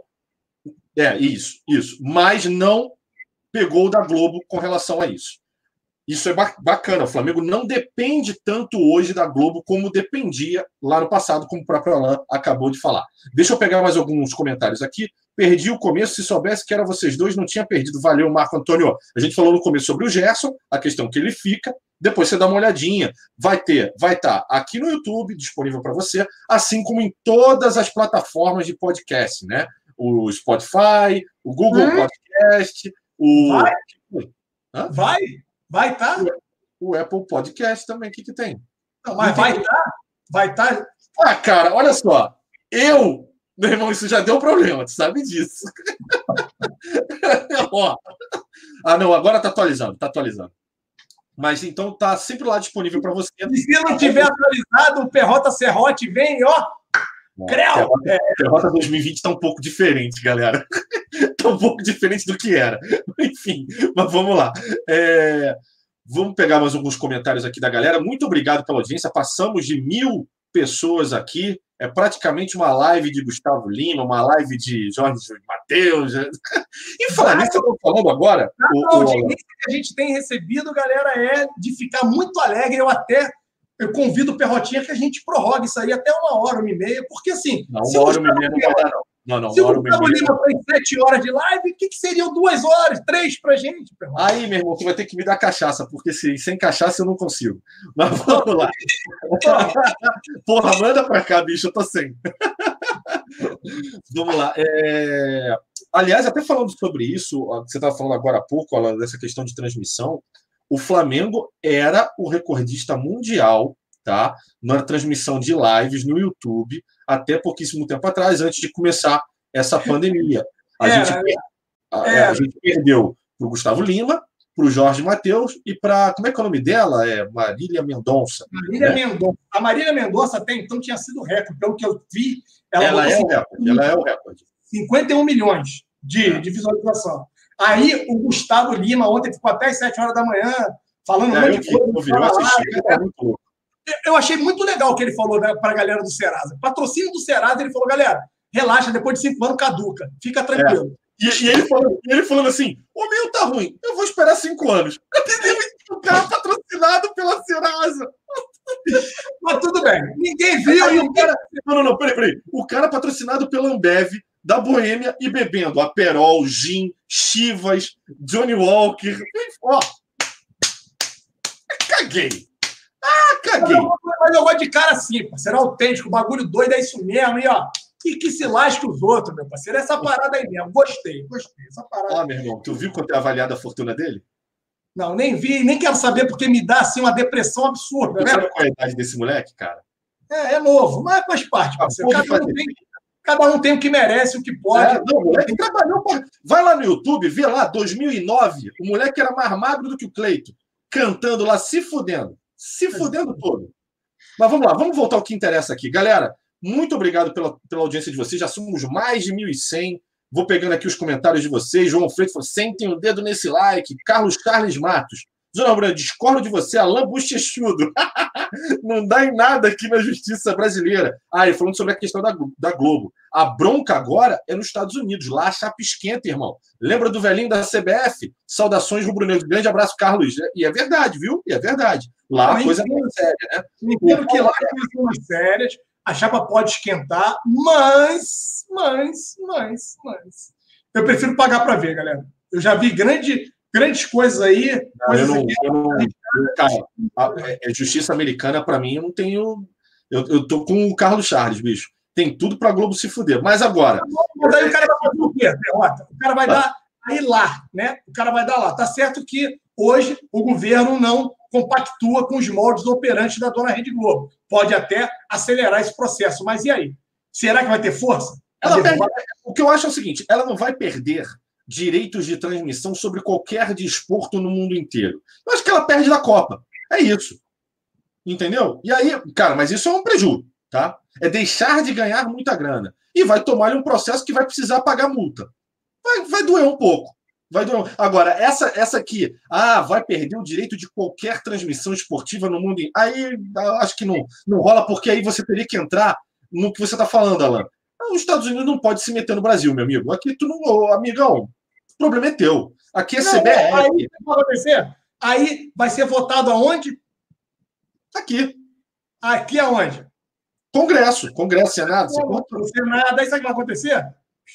é, isso, isso, mas não pegou da Globo com relação a isso. Isso é bacana, o Flamengo não depende tanto hoje da Globo como dependia lá no passado, como o próprio Alain acabou de falar. Deixa eu pegar mais alguns comentários aqui. Perdi o começo, se soubesse que era vocês dois, não tinha perdido. Valeu, Marco Antônio. A gente falou no começo sobre o Gerson, a questão que ele fica, depois você dá uma olhadinha. Vai ter, vai estar aqui no YouTube, disponível para você, assim como em todas as plataformas de podcast, né? O Spotify, o Google hum? Podcast, o... Vai? Hã? Vai? Vai estar? Tá? O Apple Podcast também, o que, que tem? Não, mas vai estar? Tá? Vai estar? Tá? Ah, cara, olha só. Eu, meu irmão, isso já deu problema, tu sabe disso. Ó. Ah, não, agora tá atualizando, tá atualizando. Mas então tá sempre lá disponível para você. E se não tiver atualizado, o Perrota Serrote vem, ó. Creu! É, Perrota dois mil e vinte tá um pouco diferente, galera. Tá um pouco diferente do que era. Enfim, mas vamos lá. É, vamos pegar mais alguns comentários aqui da galera. Muito obrigado pela audiência. Passamos de mil pessoas aqui. É praticamente uma live de Gustavo Lima, uma live de Jorge Mateus. E falar nisso, eu estou falando agora. A audiência que a gente tem recebido, galera, é de ficar muito alegre. Eu até eu convido o Perrotinha que a gente prorrogue isso aí até uma hora, uma e meia, porque assim. Não, uma hora, uma e meia não vai dar, não. Não, não, se o Gustavo Lima fez sete horas de live, o que, que seriam duas horas, três pra gente? Perrotinha? Aí, meu irmão, tu vai ter que me dar cachaça, porque se, sem cachaça eu não consigo. Mas vamos lá. Porra, manda pra cá, bicho, eu tô sem. Vamos lá. É... Aliás, até falando sobre isso, você estava falando agora há pouco, ó, dessa questão de transmissão, o Flamengo era o recordista mundial, tá? Na transmissão de lives no YouTube, até pouquíssimo tempo atrás, antes de começar essa pandemia. A, é, gente, é, a, é. a gente perdeu para o Gustavo Lima, para o Jorge Mateus e para. Como é que é o nome dela? É Marília Mendonça. Marília né? Mendonça. A Marília Mendonça até então tinha sido recorde. Pelo que eu vi, ela, ela, é, o recorde, ela é o recorde. cinquenta e um milhões de, é. de visualização. Aí o Gustavo Lima ontem ficou até às sete horas da manhã falando é, um monte de coisa. Eu, vi, eu, assisti, lá, né? Eu achei muito legal o que ele falou, né, para a galera do Serasa. Patrocínio do Serasa, ele falou, galera, relaxa, depois de cinco anos caduca. Fica tranquilo. É. E, e ele, falando, ele falando assim, o meu tá ruim, eu vou esperar cinco anos. O cara patrocinado pela Serasa. Mas tudo bem. Ninguém viu. Aí, o cara... Não, não, não, peraí, peraí. O cara patrocinado pela Ambev, da Boêmia, e bebendo Aperol, Gin, Chivas, Johnny Walker. Ó. Caguei. Ah, caguei. Mas eu gosto de cara assim, parceiro, autêntico, bagulho doido, é isso mesmo, e ó, e que se lasque os outros, meu parceiro, essa parada aí mesmo, gostei, gostei, essa parada. Ah, meu irmão, tu viu quanto é avaliada a fortuna dele? Não, nem vi, nem quero saber, porque me dá, assim, uma depressão absurda, tu né? Sabe qual é a idade desse moleque, cara? É, é novo, mas faz parte, parceiro, cada um, tem, cada um tem o que merece, o que pode. É, não, o moleque trabalhou, pra... vai lá no YouTube, vê lá, dois mil e nove, o moleque era mais magro do que o Cleito, cantando lá, se fudendo. Se fudendo todo. Mas vamos lá, vamos voltar ao que interessa aqui. Galera, muito obrigado pela, pela audiência de vocês. Já somos mais de mil e cem. Vou pegando aqui os comentários de vocês. João Freitas falou, sentem o dedo nesse like. Carlos Carles Matos. Zona Branca, discordo de você. Alain Bochechudo. Não dá em nada aqui na justiça brasileira. Ah, ele falando sobre a questão da, da Globo. A bronca agora é nos Estados Unidos. Lá a chapa esquenta, irmão. Lembra do velhinho da C B F? Saudações rubro-negro. Grande abraço, Carlos. E é verdade, viu? E é verdade. Lá a coisa é muito séria, né? Entendo que lá são as sérias. A chapa pode esquentar, mas, mas, mas, mas... Eu prefiro pagar para ver, galera. Eu já vi grande... grandes coisas aí. Não, coisas eu não, aqui. eu não, cara, a, a justiça americana, para mim, eu não tenho. Eu, eu tô com o Carlos Charles, bicho. Tem tudo para a Globo se fuder. Mas agora. Mas aí o cara vai fazer o quê, derrota? O cara vai tá. dar aí lá, né? O cara vai dar lá. Tá certo que hoje o governo não compactua com os moldes operantes da dona Rede Globo. Pode até acelerar esse processo. Mas e aí? Será que vai ter força? Ela perde, o que eu acho é o seguinte: ela não vai perder direitos de transmissão sobre qualquer desporto no mundo inteiro. Eu acho que ela perde da Copa. É isso. Entendeu? E aí, cara, mas isso é um prejuízo, tá? É deixar de ganhar muita grana. E vai tomar um processo que vai precisar pagar multa. Vai, vai doer um pouco. Vai doer. Agora, essa, essa aqui, ah, vai perder o direito de qualquer transmissão esportiva no mundo inteiro. Aí, acho que não, não rola, porque aí você teria que entrar no que você está falando, Alan. Os Estados Unidos não pode se meter no Brasil, meu amigo. Aqui tu não... Amigão, o problema é teu. Aqui é C B F. Aí, vai acontecer? Aí vai ser votado aonde? Aqui. Aqui aonde? Congresso. Congresso, Senado. Não, Senado. Aí sabe o que vai acontecer?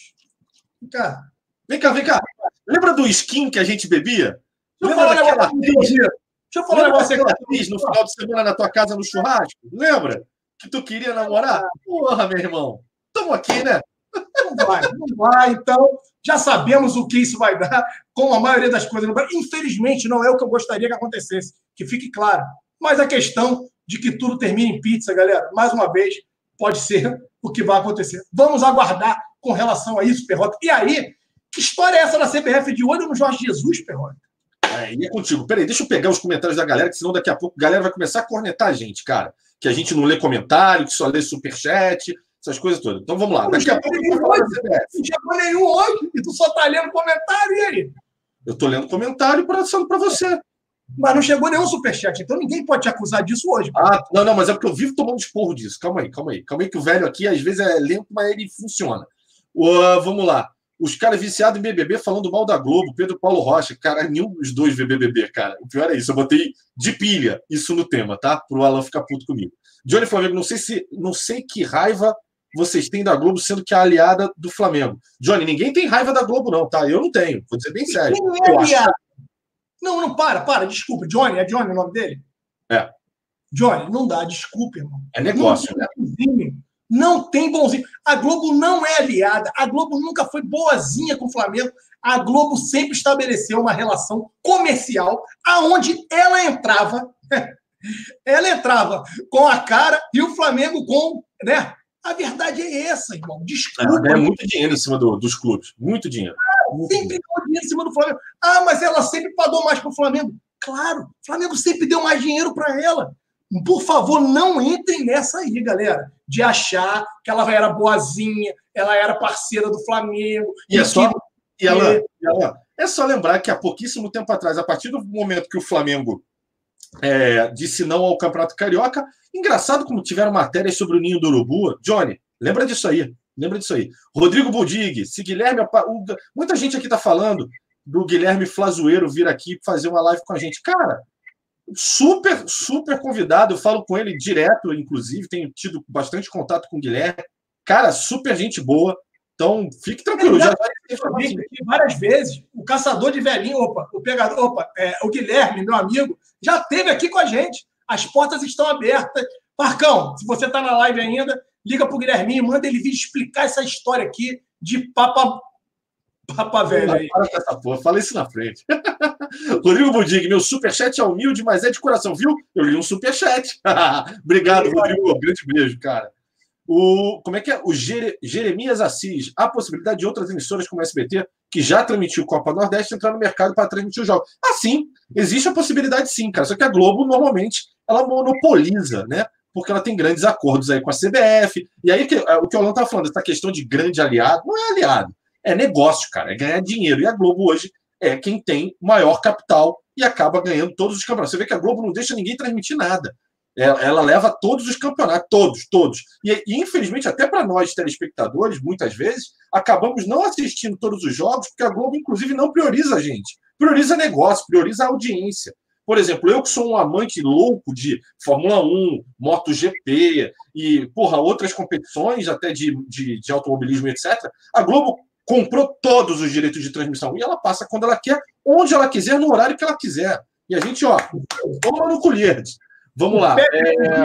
Vem cá. Vem cá, vem cá. Lembra do skin que a gente bebia? Deixa eu falar daquela atriz? Deixa eu falar um negócio aqui. No final de semana na tua casa, no churrasco? Lembra? Que tu queria namorar? Porra, meu irmão. Estamos aqui, né? Não vai, não vai. Então, já sabemos o que isso vai dar, com a maioria das coisas. Infelizmente, não é o que eu gostaria que acontecesse, que fique claro. Mas a questão de que tudo termine em pizza, galera, mais uma vez, pode ser o que vai acontecer. Vamos aguardar com relação a isso, Perrota. E aí, que história é essa da C B F de olho no Jorge Jesus, Perrota? É, e é contigo. Peraí, deixa eu pegar os comentários da galera, que senão daqui a pouco a galera vai começar a cornetar a gente, cara. Que a gente não lê comentário, que só lê superchat, essas coisas todas. Então vamos lá. Daqui a pouco eu vou falar da C B F. Não chegou nenhum hoje e tu só tá lendo comentário, e aí? Eu tô lendo comentário para você. Mas não chegou nenhum superchat, então ninguém pode te acusar disso hoje. Ah, não, não, mas é porque eu vivo tomando esporro disso. Calma aí, calma aí. Calma aí que o velho aqui às vezes é lento, mas ele funciona. Uh, vamos lá. Os caras viciados em B B B falando mal da Globo, Pedro Paulo Rocha. Cara, nenhum dos dois vê B B B, cara. O pior é isso. Eu botei de pilha isso no tema, tá? Pro Alan ficar puto comigo. Johnny Flamengo, não sei se, não sei que raiva vocês têm da Globo, sendo que é aliada do Flamengo. Johnny, ninguém tem raiva da Globo, não, tá? Eu não tenho. Vou dizer bem sério. Não é aliada. Não, não, para, para. Desculpa. Johnny, é Johnny o nome dele? É. Johnny, não dá. Desculpa, irmão. É negócio, né? Não tem bonzinho. A Globo não é aliada. A Globo nunca foi boazinha com o Flamengo. A Globo sempre estabeleceu uma relação comercial aonde ela entrava, ela entrava com a cara e o Flamengo com, né? A verdade é essa, irmão. Desculpa. É, é muito dinheiro em cima do, dos clubes. Muito dinheiro. Ah, sempre deu dinheiro em cima do Flamengo. Ah, mas ela sempre pagou mais para o Flamengo. Claro, o Flamengo sempre deu mais dinheiro para ela. Por favor, não entrem nessa aí, galera, de achar que ela era boazinha, ela era parceira do Flamengo. E, e é só, que... e ela, e ela, é só lembrar que há pouquíssimo tempo atrás, a partir do momento que o Flamengo é, disse não ao Campeonato Carioca, engraçado como tiveram matérias sobre o Ninho do Urubu. Johnny, lembra disso aí, lembra disso aí. Rodrigo Budig, se Guilherme, o, muita gente aqui está falando do Guilherme Flazoeiro vir aqui fazer uma live com a gente. Cara, super, super convidado, eu falo com ele direto, inclusive, tenho tido bastante contato com o Guilherme. Cara, super gente boa. Então, fique tranquilo. É, já já várias vezes, o caçador de velhinho, opa, o pegador, opa, é, o Guilherme, meu amigo, já esteve aqui com a gente. As portas estão abertas. Marcão, se você está na live ainda, liga pro Guilherminho, manda ele vir explicar essa história aqui de papa, papa velho aí. Para com essa porra, fala isso na frente. Rodrigo Budig, meu superchat é humilde, mas é de coração, viu? Eu li um superchat. Obrigado, Rodrigo. Grande beijo, cara. O, como é que é? O Jere, Jeremias Assis. Há possibilidade de outras emissoras como a S B T, que já transmitiu Copa Nordeste, entrar no mercado para transmitir os jogos. Ah, sim. Existe a possibilidade, sim, cara. Só que a Globo, normalmente, ela monopoliza, né? Porque ela tem grandes acordos aí com a C B F. E aí, o que o Alan estava falando, essa questão de grande aliado, não é aliado. É negócio, cara. É ganhar dinheiro. E a Globo hoje é quem tem maior capital e acaba ganhando todos os campeonatos. Você vê que a Globo não deixa ninguém transmitir nada. Ela, ela leva todos os campeonatos, todos, todos. E, e infelizmente, até para nós, telespectadores, muitas vezes, acabamos não assistindo todos os jogos, porque a Globo, inclusive, não prioriza a gente. Prioriza negócio, prioriza a audiência. Por exemplo, eu que sou um amante louco de Fórmula um, MotoGP e, porra, outras competições, até de, de, de automobilismo, etcétera, a Globo comprou todos os direitos de transmissão e ela passa quando ela quer, onde ela quiser, no horário que ela quiser. E a gente, ó, toma no colher. Vamos lá. É...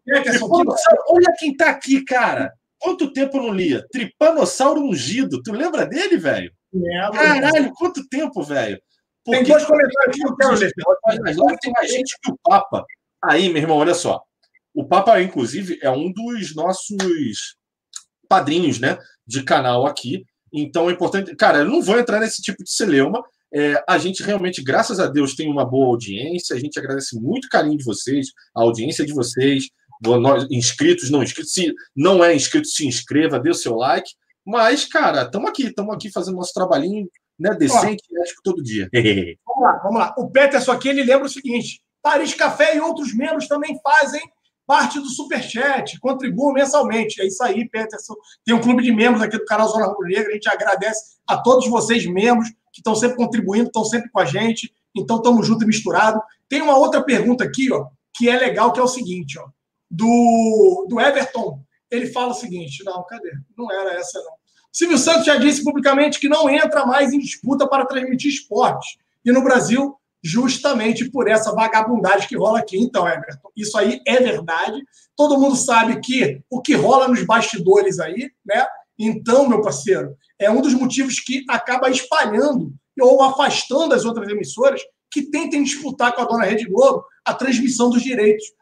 Olha quem tá aqui, cara. Quanto tempo eu não lia? Tripanossauro Ungido. Tu lembra dele, velho? Caralho, quanto tempo, velho? Tem dois comentários que eu quero ler. Mas tem mais gente que o Papa. Aí, meu irmão, olha só. O Papa, inclusive, é um dos nossos padrinhos, né? De canal aqui. Então é importante. Cara, eu não vou entrar nesse tipo de celeuma. É, a gente realmente, graças a Deus, tem uma boa audiência. A gente agradece muito o carinho de vocês, a audiência de vocês, nós, inscritos, não inscritos. Se não é inscrito, se inscreva, dê o seu like. Mas, cara, estamos aqui, estamos aqui fazendo nosso trabalhinho, né, decente e ético todo dia. Vamos lá, vamos lá. O Peterson aqui, ele lembra o seguinte: Paris Café e outros membros também fazem parte do Superchat, contribuam mensalmente. É isso aí, Peterson. Tem um clube de membros aqui do canal Zona Rubro-Negra. A gente agradece a todos vocês, membros, que estão sempre contribuindo, estão sempre com a gente. Então, estamos juntos e misturados. Tem uma outra pergunta aqui, ó, que é legal, que é o seguinte, ó, do, do Everton. Ele fala o seguinte, não, cadê? Não era essa, não. Silvio Santos já disse publicamente que não entra mais em disputa para transmitir esportes. E no Brasil, justamente por essa vagabundagem que rola aqui. Então, Everton, isso aí é verdade. Todo mundo sabe que o que rola nos bastidores aí, né? Então, meu parceiro, é um dos motivos que acaba espalhando ou afastando as outras emissoras que tentem disputar com a dona Rede Globo a transmissão dos direitos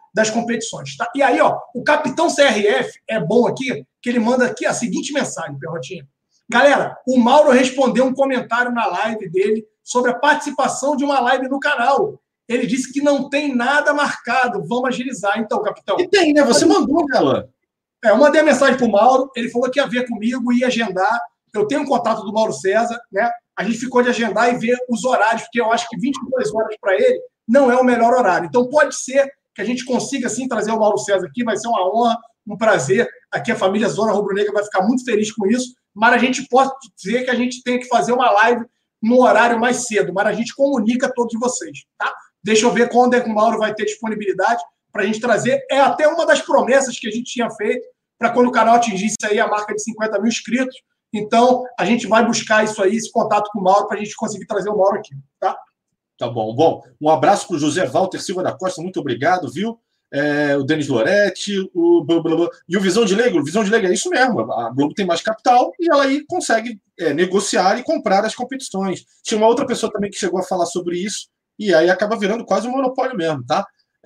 das competições. Tá? E aí, ó, o capitão C R F é bom aqui, que ele manda aqui a seguinte mensagem, Perrotinha. Galera, o Mauro respondeu um comentário na live dele sobre a participação de uma live no canal. Ele disse que não tem nada marcado. Vamos agilizar, então, capitão. E tem, né? Você mandou, né, Alan? É, eu mandei a mensagem para o Mauro, ele falou que ia ver comigo, ia agendar. Eu tenho um contato do Mauro César, né? A gente ficou de agendar e ver os horários, porque eu acho que vinte e duas horas para ele não é o melhor horário. Então, pode ser que a gente consiga, sim, trazer o Mauro César aqui. Vai ser uma honra, um prazer. Aqui a família Zona Rubro Negra vai ficar muito feliz com isso. Mas a gente pode dizer que a gente tem que fazer uma live no horário mais cedo. Mas a gente comunica a todos vocês, tá? Deixa eu ver quando é que o Mauro vai ter disponibilidade para a gente trazer. É até uma das promessas que a gente tinha feito para quando o canal atingisse aí a marca de cinquenta mil inscritos. Então, a gente vai buscar isso aí, esse contato com o Mauro, para a gente conseguir trazer o Mauro aqui, tá? Tá bom. Bom, um abraço para o José Walter Silva da Costa, muito obrigado, viu? É, o Denis Loretti, o blá, blá, blá. E o Visão de Leigo. O Visão de Leigo é isso mesmo. A Globo tem mais capital e ela aí consegue é, negociar e comprar as competições. Tinha uma outra pessoa também que chegou a falar sobre isso e aí acaba virando quase um monopólio mesmo, tá?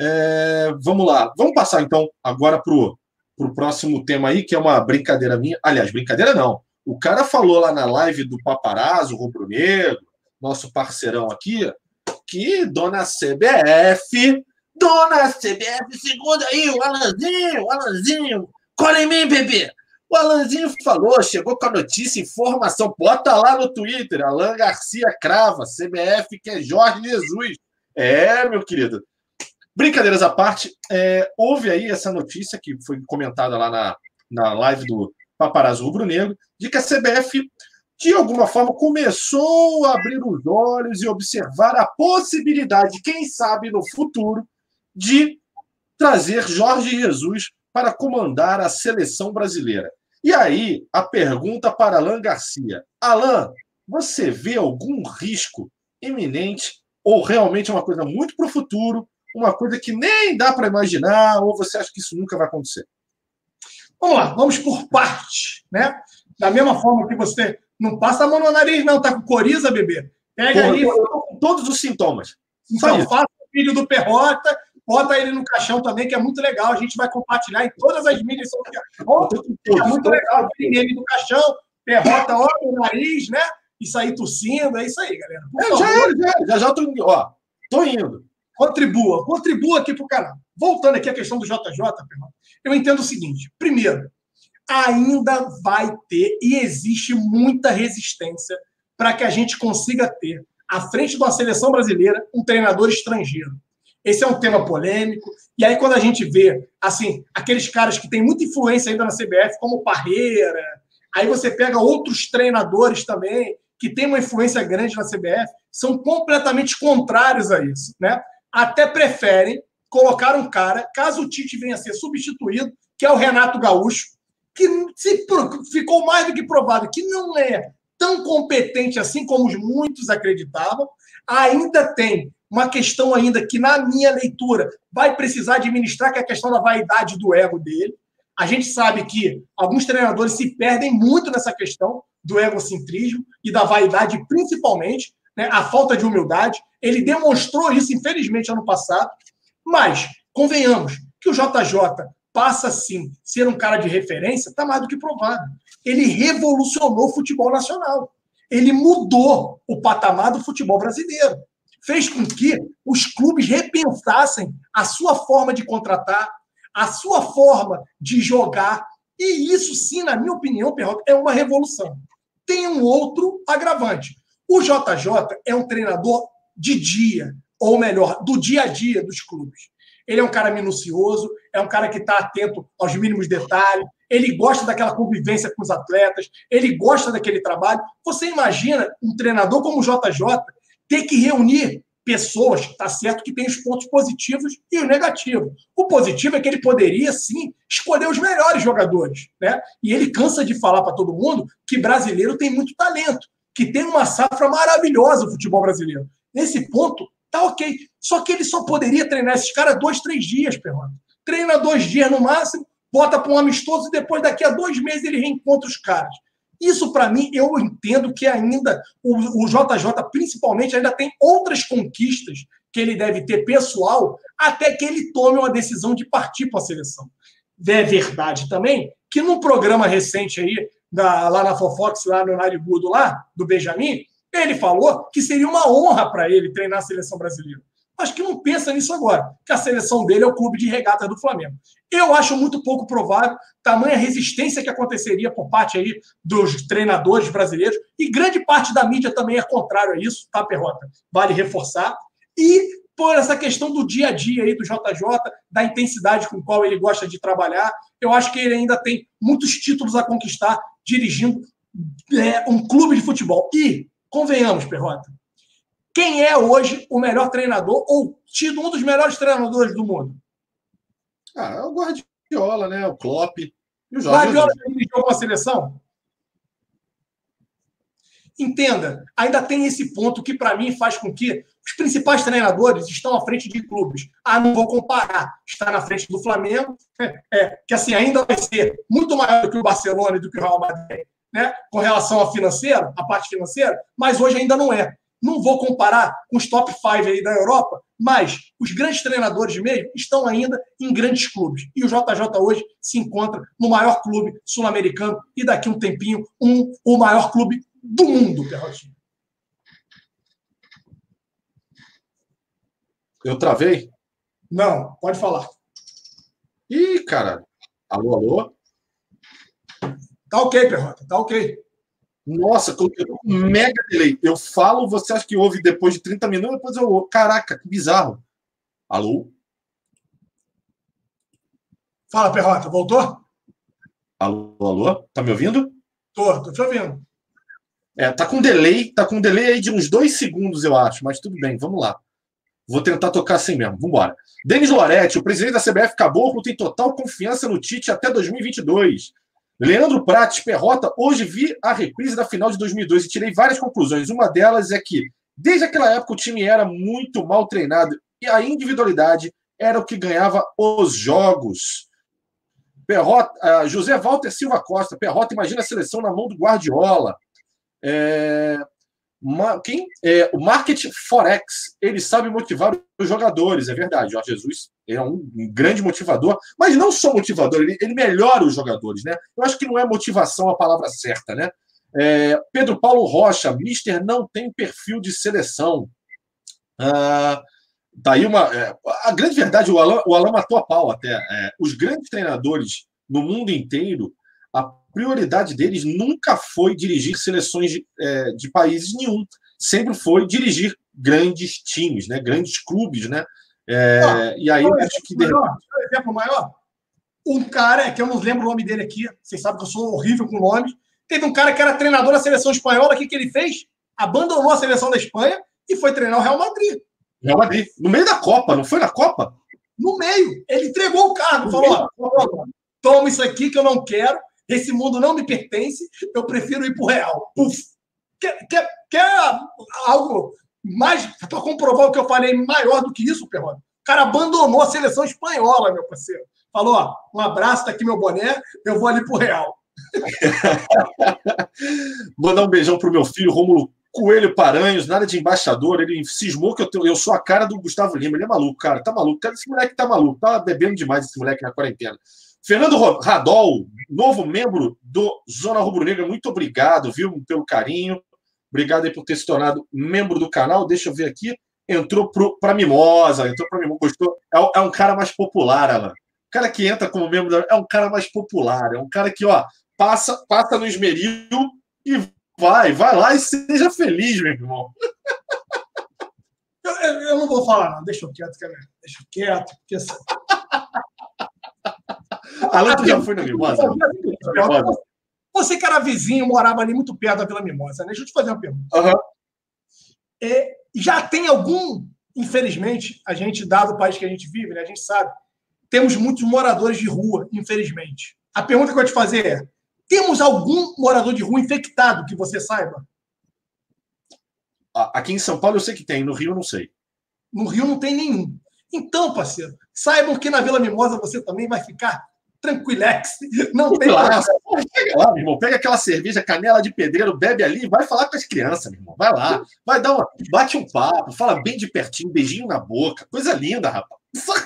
É, vamos lá. Vamos passar, então, agora para o próximo tema aí, que é uma brincadeira minha. Aliás, brincadeira não. O cara falou lá na live do Paparazzo, Rubro Negro, nosso parceirão aqui, que dona C B F, dona C B F, segunda aí, o Alanzinho, o Alanzinho, cola em mim, bebê. O Alanzinho falou, chegou com a notícia, informação, bota lá no Twitter, Alan Garcia crava, C B F que é Jorge Jesus. É, meu querido. Brincadeiras à parte, é, houve aí essa notícia que foi comentada lá na, na live do Paparazzo Rubro Negro, de que a C B F, de alguma forma, começou a abrir os olhos e observar a possibilidade, quem sabe no futuro, de trazer Jorge Jesus para comandar a seleção brasileira. E aí, a pergunta para Alan Garcia. Alan, você vê algum risco iminente ou realmente é uma coisa muito para o futuro, uma coisa que nem dá para imaginar, ou você acha que isso nunca vai acontecer? Vamos lá, vamos por parte, né? Da mesma forma que você não passa a mão no nariz, não, tá com coriza, bebê. Pega Porra, aí. Eu tô com todos os sintomas. Então, faça o vídeo do Perrota, bota ele no caixão também, que é muito legal. A gente vai compartilhar em todas as mídias sociais. É muito legal. Tem ele no caixão, Perrota, olha o nariz, né? E sair tossindo. É isso aí, galera. É, já, já, já, já tô indo. Ó, tô indo. Contribua, contribua aqui pro canal. Voltando aqui à questão do J J, eu entendo o seguinte. Primeiro, ainda vai ter e existe muita resistência para que a gente consiga ter, à frente de uma seleção brasileira, um treinador estrangeiro. Esse é um tema polêmico. E aí, quando a gente vê, assim, aqueles caras que têm muita influência ainda na C B F, como o Parreira, aí você pega outros treinadores também, que têm uma influência grande na C B F, são completamente contrários a isso, né? Até preferem colocar um cara, caso o Tite venha a ser substituído, que é o Renato Gaúcho, que se ficou mais do que provado que não é tão competente assim como muitos acreditavam. Ainda tem uma questão ainda que, na minha leitura, vai precisar administrar, que é a questão da vaidade do ego dele. A gente sabe que alguns treinadores se perdem muito nessa questão do egocentrismo e da vaidade, principalmente, né, a falta de humildade. Ele demonstrou isso, infelizmente, ano passado. Mas, convenhamos, que o J J passa, sim, ser um cara de referência, está mais do que provado. Ele revolucionou o futebol nacional. Ele mudou o patamar do futebol brasileiro. Fez com que os clubes repensassem a sua forma de contratar, a sua forma de jogar. E isso, sim, na minha opinião, Perrota, é uma revolução. Tem um outro agravante. O J J é um treinador de dia, ou melhor, do dia a dia dos clubes. Ele é um cara minucioso, é um cara que está atento aos mínimos detalhes, ele gosta daquela convivência com os atletas, ele gosta daquele trabalho. Você imagina um treinador como o J J ter que reunir pessoas, tá certo que tem os pontos positivos e os negativos. O positivo é que ele poderia, sim, escolher os melhores jogadores, né? E ele cansa de falar para todo mundo que brasileiro tem muito talento, que tem uma safra maravilhosa o futebol brasileiro. Nesse ponto, tá ok. Só que ele só poderia treinar esses caras dois, três dias, Perrota. Treina dois dias no máximo, bota para um amistoso e depois, daqui a dois meses, ele reencontra os caras. Isso, para mim, eu entendo que ainda o, o J J, principalmente, ainda tem outras conquistas que ele deve ter pessoal até que ele tome uma decisão de partir para a seleção. É verdade também que num programa recente aí, da, lá na Fofox, lá no Narigudo, lá, do Benjamin, ele falou que seria uma honra para ele treinar a seleção brasileira. Acho que não pensa nisso agora, que a seleção dele é o clube de regata do Flamengo. Eu acho muito pouco provável tamanha resistência que aconteceria por parte aí dos treinadores brasileiros, e grande parte da mídia também é contrário a isso, tá, Perrota? Vale reforçar. E por essa questão do dia a dia aí do J J, da intensidade com qual ele gosta de trabalhar, eu acho que ele ainda tem muitos títulos a conquistar dirigindo é, um clube de futebol. E, convenhamos, Perrota, quem é hoje o melhor treinador ou tido um dos melhores treinadores do mundo? Ah, é o Guardiola, né? O Klopp. E o Jorge Guardiola dirigiu uma seleção? Entenda, ainda tem esse ponto que, para mim, faz com que os principais treinadores estão à frente de clubes. Ah, não vou comparar. Está na frente do Flamengo, é, é, que assim ainda vai ser muito maior do que o Barcelona e do que o Real Madrid, né? Com relação à financeira, à parte financeira, mas hoje ainda não é. Não vou comparar com os top cinco aí da Europa, mas os grandes treinadores mesmo estão ainda em grandes clubes. E o J J hoje se encontra no maior clube sul-americano e daqui a um tempinho, um, o maior clube do mundo, Perrotinho. Eu travei? Não, pode falar. Ih, cara. Alô, alô? Tá ok, Perrota, tá ok. Nossa, eu tô com mega delay. Eu falo, você acha que ouve depois de trinta minutos, depois eu ouvo. Caraca, que bizarro. Alô? Fala, Perrota, voltou? Alô, alô? Tá me ouvindo? Tô, tô te ouvindo. É, tá com delay, tá com delay aí de uns dois segundos, eu acho, mas tudo bem, vamos lá. Vou tentar tocar assim mesmo, vamos embora. Denis Loretti, o presidente da C B F Caboclo, tem total confiança no Tite até dois mil e vinte e dois. Leandro Prates, Perrota, hoje vi a reprise da final de dois mil e dois e tirei várias conclusões. Uma delas é que, desde aquela época, o time era muito mal treinado e a individualidade era o que ganhava os jogos. Perrota, uh, José Walter Silva Costa, Perrota, imagina a seleção na mão do Guardiola. É, ma, quem? É, o Market Forex, ele sabe motivar os jogadores, é verdade. Jorge Jesus é um, um grande motivador, mas não só motivador, ele, ele melhora os jogadores, né? Eu acho que não é motivação a palavra certa, né? É, Pedro Paulo Rocha, Mister não tem perfil de seleção. Ah, daí uma, é, a grande verdade, o Alan, o Alan matou a pau até. É, os grandes treinadores no mundo inteiro, a prioridade deles nunca foi dirigir seleções de, é, de países nenhum. Sempre foi dirigir grandes times, né? Grandes clubes, né? É, ah, e aí eu acho que... Maior, exemplo maior, um cara, que eu não lembro o nome dele aqui, vocês sabem que eu sou horrível com nomes, teve um cara que era treinador da seleção espanhola, o que, que ele fez? Abandonou a seleção da Espanha e foi treinar o Real Madrid. Real Madrid. No meio da Copa, não foi na Copa? No meio. Ele entregou o cargo, no falou, ó, toma isso aqui que eu não quero, esse mundo não me pertence, eu prefiro ir pro Real. Puf. Quer, quer, quer algo mais, para comprovar o que eu falei, maior do que isso, Perrone? O cara abandonou a seleção espanhola, meu parceiro. Falou, ó, um abraço, tá aqui meu boné, eu vou ali pro Real. Mandar um beijão pro meu filho, Rômulo Coelho Paranhos, nada de embaixador, ele cismou que eu, tenho, eu sou a cara do Gustavo Lima, ele é maluco, cara, tá maluco, cara, esse moleque tá maluco, tá bebendo demais esse moleque na quarentena. Fernando Radol, novo membro do Zona Rubro Negra, muito obrigado, viu, pelo carinho, obrigado aí por ter se tornado membro do canal, deixa eu ver aqui, entrou para Mimosa, entrou para Mimosa, gostou, é, é um cara mais popular, Alan, o cara que entra como membro, da, é um cara mais popular, é um cara que, ó, passa, passa no esmeril e vai, vai lá e seja feliz, meu irmão. Eu, eu, eu não vou falar, não, deixa eu quieto, cara, deixa eu quieto, porque assim... Alan, tu já foi na Mimosa? Você que era vizinho, morava ali muito perto da Vila Mimosa, né? Deixa eu te fazer uma pergunta. Uhum. É, já tem algum, infelizmente, a gente, dado o país que a gente vive, né, a gente sabe, temos muitos moradores de rua, infelizmente. A pergunta que eu vou te fazer é, temos algum morador de rua infectado que você saiba? Aqui em São Paulo eu sei que tem, no Rio eu não sei. No Rio não tem nenhum. Então, parceiro, saibam que na Vila Mimosa você também vai ficar tranquilex. Não tem problema. Chega lá, meu irmão, pega aquela cerveja, canela de pedreiro, bebe ali e vai falar com as crianças, meu irmão. Vai lá, vai dar uma. Bate um papo, fala bem de pertinho, beijinho na boca. Coisa linda, rapaz.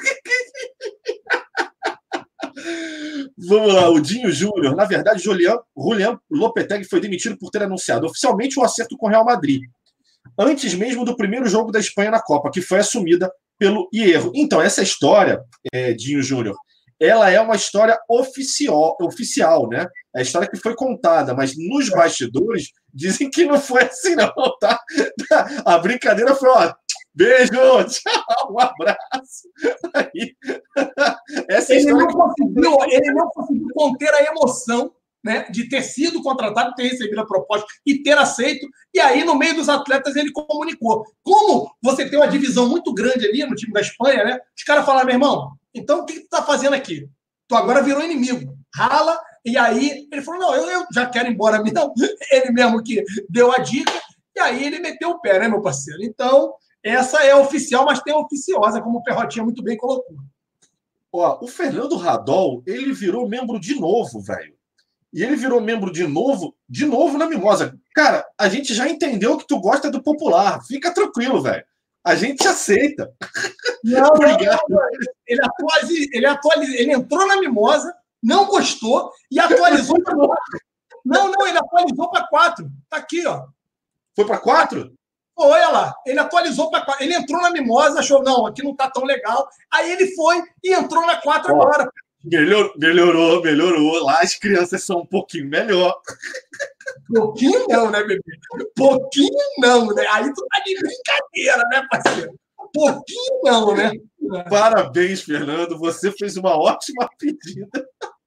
Vamos lá, o Dinho Júnior. Na verdade, Julian, Julian Lopetegui foi demitido por ter anunciado oficialmente o acerto com o Real Madrid, antes mesmo do primeiro jogo da Espanha na Copa, que foi assumida pelo Hierro. Então, essa história, é, Dinho Júnior, ela é uma história oficial, oficial, né? É a história que foi contada, mas nos bastidores dizem que não foi assim, não, tá? A brincadeira foi, ó, beijo, tchau, um abraço. Aí, essa ele, história não conseguiu, ele não conseguiu conter a emoção, né, de ter sido contratado, ter recebido a proposta e ter aceito, e aí no meio dos atletas ele comunicou. Como você tem uma divisão muito grande ali no time da Espanha, né, os caras falaram, meu irmão, então o que tu tá fazendo aqui? Tu agora virou inimigo, rala, e aí ele falou, não, eu, eu já quero ir embora mesmo, ele mesmo que deu a dica, e aí ele meteu o pé, né, meu parceiro? Então, essa é a oficial, mas tem a oficiosa, como o Perrotinha muito bem colocou. Ó, o Fernando Radol, ele virou membro de novo, velho. E ele virou membro de novo, de novo na Mimosa. Cara, a gente já entendeu que tu gosta do popular. Fica tranquilo, velho. A gente aceita. Não, Obrigado. Não, não. Ele, atualiza, ele, atualiza, ele entrou na Mimosa, não gostou e atualizou para quatro. Não, não, ele atualizou para quatro. Tá aqui, ó. Foi para quatro? Olha lá, ele atualizou para quatro. Ele entrou na Mimosa, achou, não, aqui não tá tão legal. Aí ele foi e entrou na quatro ó, agora. Melhor, melhorou, melhorou. Lá as crianças são um pouquinho melhor. Pouquinho não, né, bebê? Pouquinho não, né? Aí tu tá de brincadeira, né, parceiro? Pouquinho não, né? Parabéns, Fernando. Você fez uma ótima pedida.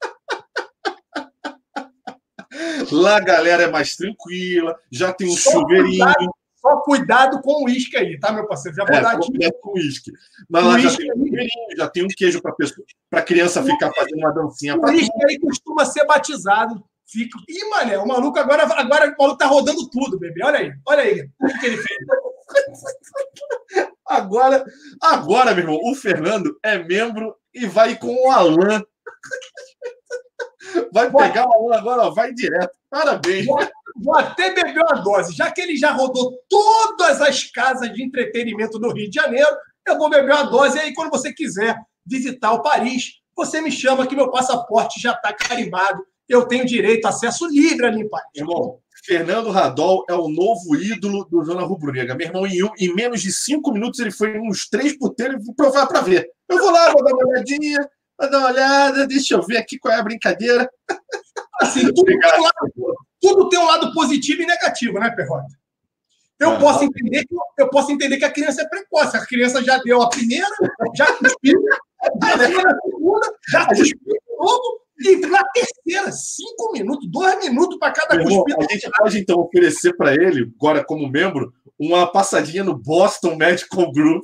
Lá a galera é mais tranquila, já tem um só chuveirinho. Cuidado, só cuidado com o uísque aí, tá, meu parceiro? Já vou é, dar aqui. Com o uísque. Mas lá já tem um chuveirinho, já tem um queijo para a criança ficar fazendo uma dancinha. O uísque aí costuma ser batizado. Fica... Ih, mané, o maluco agora, agora o maluco tá rodando tudo, bebê. Olha aí, olha aí o que ele fez. Agora, agora, meu irmão, o Fernando é membro e vai com o Alan. Vai pegar o Alan agora, ó, vai direto. Parabéns. Vou, vou até beber uma dose. Já que ele já rodou todas as casas de entretenimento do Rio de Janeiro, eu vou beber uma dose. E aí, quando você quiser visitar o Paris, você me chama que meu passaporte já está carimbado. Eu tenho direito, acesso livre ali em Paris. Irmão, Fernando Radol é o novo ídolo do Zona Rubro-Negra. Meu irmão, em, um, em menos de cinco minutos, ele foi em uns três puteiros e vou provar para ver. Eu vou lá, vou dar uma olhadinha, vou dar uma olhada, deixa eu ver aqui qual é a brincadeira. Assim, tudo, tem um lado, tudo tem um lado positivo e negativo, né, Perrota? Eu, ah, posso entender que, eu posso entender que a criança é precoce. A criança já deu a primeira, já cuspiu, já deu a segunda, já cuspiu de novo. E na terceira, cinco minutos, dois minutos para cada cuspida. A gente pode, então, oferecer para ele, agora como membro, uma passadinha no Boston Medical Group.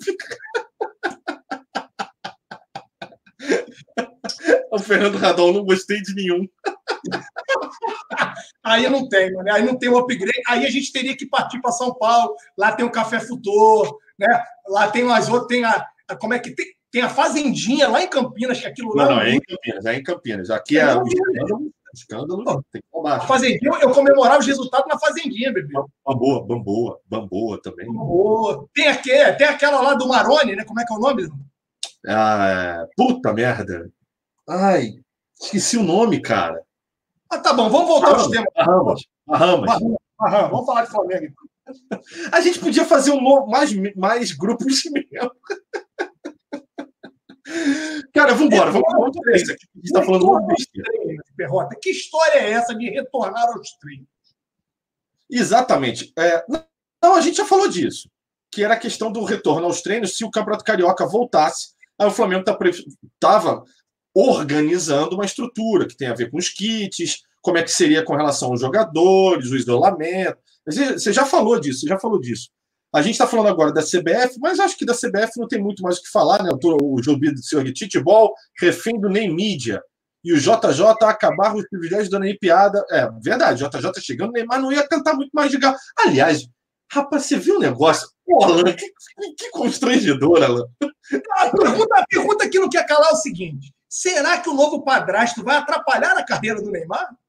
O Fernando Radol, não gostei de nenhum. Aí não tem, né? Aí não tem um upgrade. Aí a gente teria que partir para São Paulo. Lá tem o Café Futor, né? Lá tem umas outras, tem a, a como é que tem? Tem a Fazendinha lá em Campinas, que aquilo não, lá... Não, é em Campinas, é em Campinas. Aqui é, é o escândalo, escândalo tem que tomar. A Fazendinha, eu comemorava os resultados na Fazendinha, bebê. Bamboa, Bamboa, Bamboa também. Bamboa. Tem, aqui, tem aquela lá do Maroni, né? Como é que é o nome? Ah, puta merda. Ai, esqueci o nome, cara. Ah, tá bom, vamos voltar aos temas. Bahamas, Bahamas. Bahamas. Vamos falar de Flamengo. A gente podia fazer um novo, mais, mais grupos mesmo. Cara, vamos embora. Vamos embora. A gente está falando uma besteira. Perrota. Que história é essa de retornar aos treinos? Exatamente. É, não, a gente já falou disso. Que era a questão do retorno aos treinos se o Campeonato Carioca voltasse. Aí o Flamengo estava organizando uma estrutura que tem a ver com os kits, como é que seria com relação aos jogadores, o isolamento. Você já falou disso, você já falou disso. A gente está falando agora da C B F, mas acho que da C B F não tem muito mais o que falar, né? O Jobi do senhor Titebol, refém do Ney Mídia. E o J J acabar os privilégios da Ney Piada. É, verdade, J J chegando, Neymar não ia cantar muito mais de galo. Aliás, rapaz, você viu o negócio? Pô, Alan, que, que constrangedor, Alan. A pergunta, a pergunta que não quer calar é o seguinte: será que o novo padrasto vai atrapalhar a carreira do Neymar?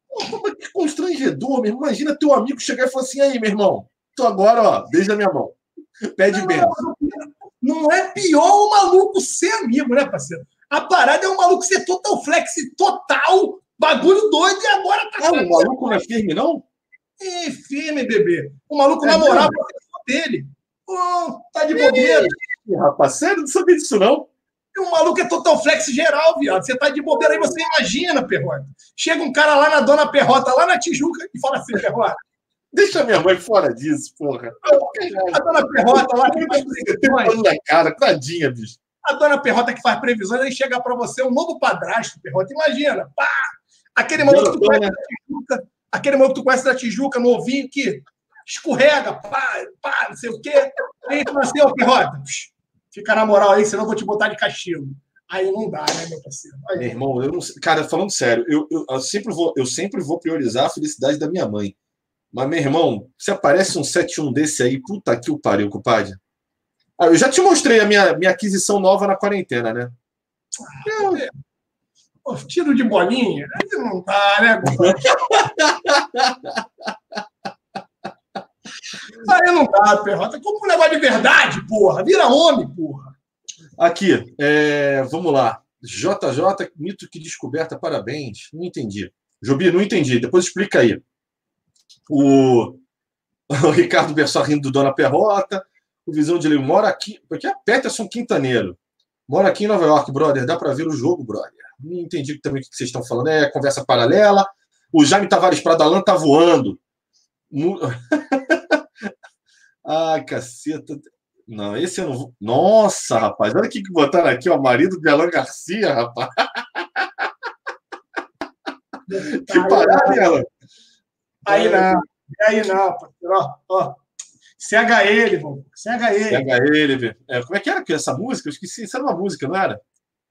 Pô, que constrangedor, meu irmão. Imagina teu amigo chegar e falar assim, aí, meu irmão, tô agora, ó, beija minha mão. Pede benção. Não é pior o maluco ser amigo, né, parceiro? A parada é o maluco ser total flex, total, bagulho doido, e agora tá... Ah, o maluco não é firme, não? É firme, bebê. O maluco é namorava com a pessoa dele. Pô, tá de bobeira. Ih, rapaz, sério, não sabia disso, não. E o maluco é total flex geral, viado. Você tá de bobeira aí, você imagina, Perrota. Chega um cara lá na Dona Perrota, lá na Tijuca, e fala assim, Perrota. Deixa minha mãe fora disso, porra. A Dona Perrota lá que faz previsões. Na cara, tadinha, bicho. A Dona Perrota que faz previsões, aí chega pra você um novo padrasto, Perrota. Imagina, pá! Aquele maluco que tu conhece da Tijuca, aquele maluco que tu conhece da Tijuca, novinho, que escorrega, pá, pá, não sei o quê. Aí tu fala assim, ô, Perrota, fica na moral aí, senão eu vou te botar de castigo. Aí não dá, né, meu parceiro? Aí, meu irmão, eu não, cara, falando sério, eu, eu, eu, sempre vou, eu sempre vou priorizar a felicidade da minha mãe. Mas, meu irmão, se aparece um sete um desse aí, puta que o pariu, compadre. Ah, eu já te mostrei a minha, minha aquisição nova na quarentena, né? Ah, Pô, tiro de bolinha? Aí não dá, né, compadre? Aí não dá, Perrota. Como um negócio de verdade, porra. Vira homem, porra. Aqui, é, vamos lá. J J, mito que descoberta, parabéns. Não entendi. Jobi, não entendi. Depois explica aí. O, o Ricardo Bessó rindo do Dona Perrota. O Visão de Leão mora aqui. Porque é Peterson Quintaneiro. Mora aqui em Nova York, brother. Dá para ver o jogo, brother. Não entendi também o que vocês estão falando. É conversa paralela. O Jaime Tavares Pradalan tá voando. Ai, caceta. Não, esse eu não vou. Nossa, rapaz. Olha o que botaram aqui, ó. Marido de Alan Garcia, rapaz. Que parada, hein, Alan? Aí não. Aí não, parceiro. Ó, ó. C H L, irmão. C H L. C H L. É, como é que era essa música? Eu esqueci. Isso era uma música, não era?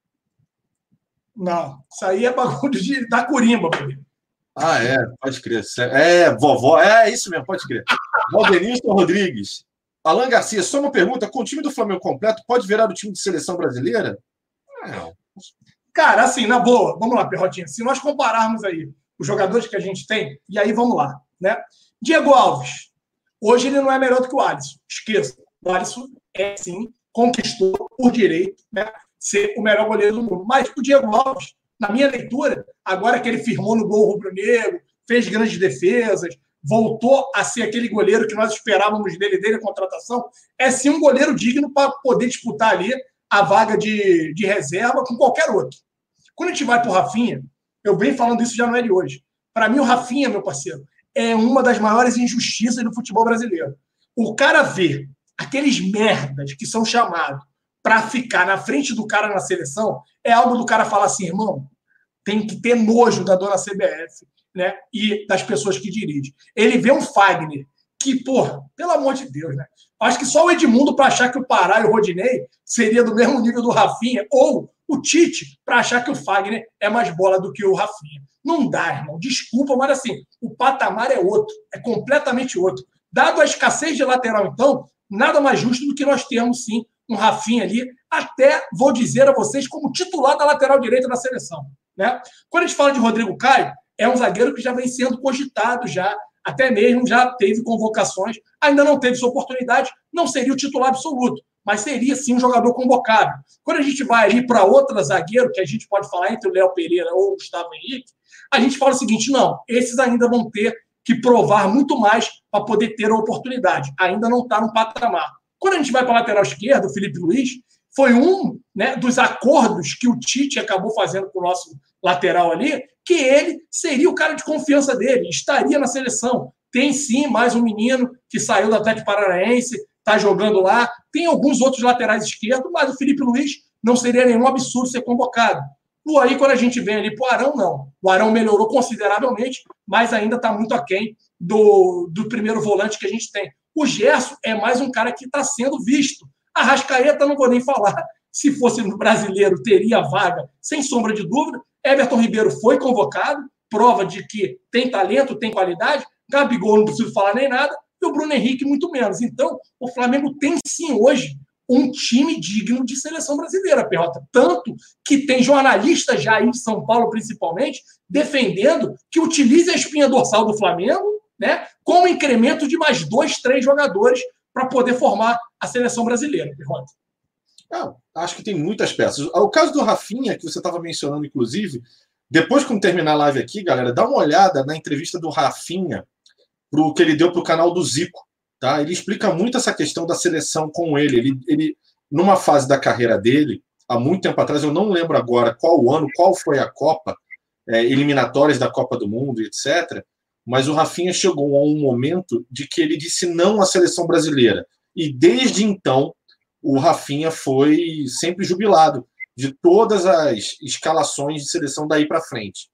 Não. Isso aí é bagulho de, da Corimba, bebê. Ah, é. Pode crer. É, vovó. É isso mesmo, pode crer. Valdenilson Rodrigues. Alan Garcia, só uma pergunta. Com o time do Flamengo completo, pode virar o time de seleção brasileira? Não. Cara, assim, na boa. Vamos lá, Perrotinha. Se nós compararmos aí os jogadores que a gente tem, e aí vamos lá, né? Diego Alves. Hoje ele não é melhor do que o Alisson. Esqueça. O Alisson é, sim, conquistou por direito, né, ser o melhor goleiro do mundo. Mas o Diego Alves, na minha leitura, agora que ele firmou no gol rubro-negro, fez grandes defesas, voltou a ser aquele goleiro que nós esperávamos dele, dele a contratação, é sim um goleiro digno para poder disputar ali a vaga de, de reserva com qualquer outro. Quando a gente vai para o Rafinha, eu venho falando isso já não é de hoje. Para mim, o Rafinha, meu parceiro, é uma das maiores injustiças do futebol brasileiro. O cara vê aqueles merdas que são chamados para ficar na frente do cara na seleção, é algo do cara falar assim, irmão, tem que ter nojo da dona C B F, né, e das pessoas que dirigem. Ele vê um Fagner que, porra, pelo amor de Deus, né? Acho que só o Edmundo para achar que o Pará e o Rodinei seria do mesmo nível do Rafinha, ou o Tite para achar que o Fagner é mais bola do que o Rafinha. Não dá, irmão. Desculpa, mas assim, o patamar é outro, é completamente outro. Dado a escassez de lateral, então, nada mais justo do que nós termos, sim, um Rafinha ali, até, vou dizer a vocês, como titular da lateral direita da seleção, né? Quando a gente fala de Rodrigo Caio, é um zagueiro que já vem sendo cogitado já, até mesmo já teve convocações, ainda não teve sua oportunidade, não seria o titular absoluto, mas seria sim um jogador convocado. Quando a gente vai ali para outro zagueiro, que a gente pode falar entre o Léo Pereira ou o Gustavo Henrique, a gente fala o seguinte, não, esses ainda vão ter que provar muito mais para poder ter a oportunidade. Ainda não está no patamar. Quando a gente vai para a lateral esquerda, o Felipe Luiz, foi um, né, dos acordos que o Tite acabou fazendo com o nosso lateral ali, que ele seria o cara de confiança dele, estaria na seleção. Tem sim mais um menino que saiu do Atlético Paranaense, está jogando lá. Tem alguns outros laterais esquerdos, mas o Felipe Luiz não seria nenhum absurdo ser convocado. E aí, quando a gente vem ali para o Arão, não. O Arão melhorou consideravelmente, mas ainda está muito aquém do, do primeiro volante que a gente tem. O Gerson é mais um cara que está sendo visto. A Arrascaeta, não vou nem falar. Se fosse no brasileiro, teria vaga, sem sombra de dúvida. Everton Ribeiro foi convocado, prova de que tem talento, tem qualidade. Gabigol, não preciso falar nem nada. E o Bruno Henrique, muito menos. Então, o Flamengo tem sim hoje um time digno de seleção brasileira, Perrota. Tanto que tem jornalistas já aí de São Paulo, principalmente, defendendo que utilize a espinha dorsal do Flamengo, né, com um incremento de mais dois, três jogadores para poder formar a seleção brasileira, Perrota. Ah, acho que tem muitas peças. O caso do Rafinha, que você estava mencionando, inclusive, depois que terminar a live aqui, galera, dá uma olhada na entrevista do Rafinha pro que ele deu para o canal do Zico. Tá? Ele explica muito essa questão da seleção com ele. ele. Ele, numa fase da carreira dele, há muito tempo atrás, eu não lembro agora qual ano, qual foi a Copa, é, eliminatórias da Copa do Mundo, etcétera. Mas o Rafinha chegou a um momento de que ele disse não à seleção brasileira. E desde então, o Rafinha foi sempre jubilado de todas as escalações de seleção daí para frente.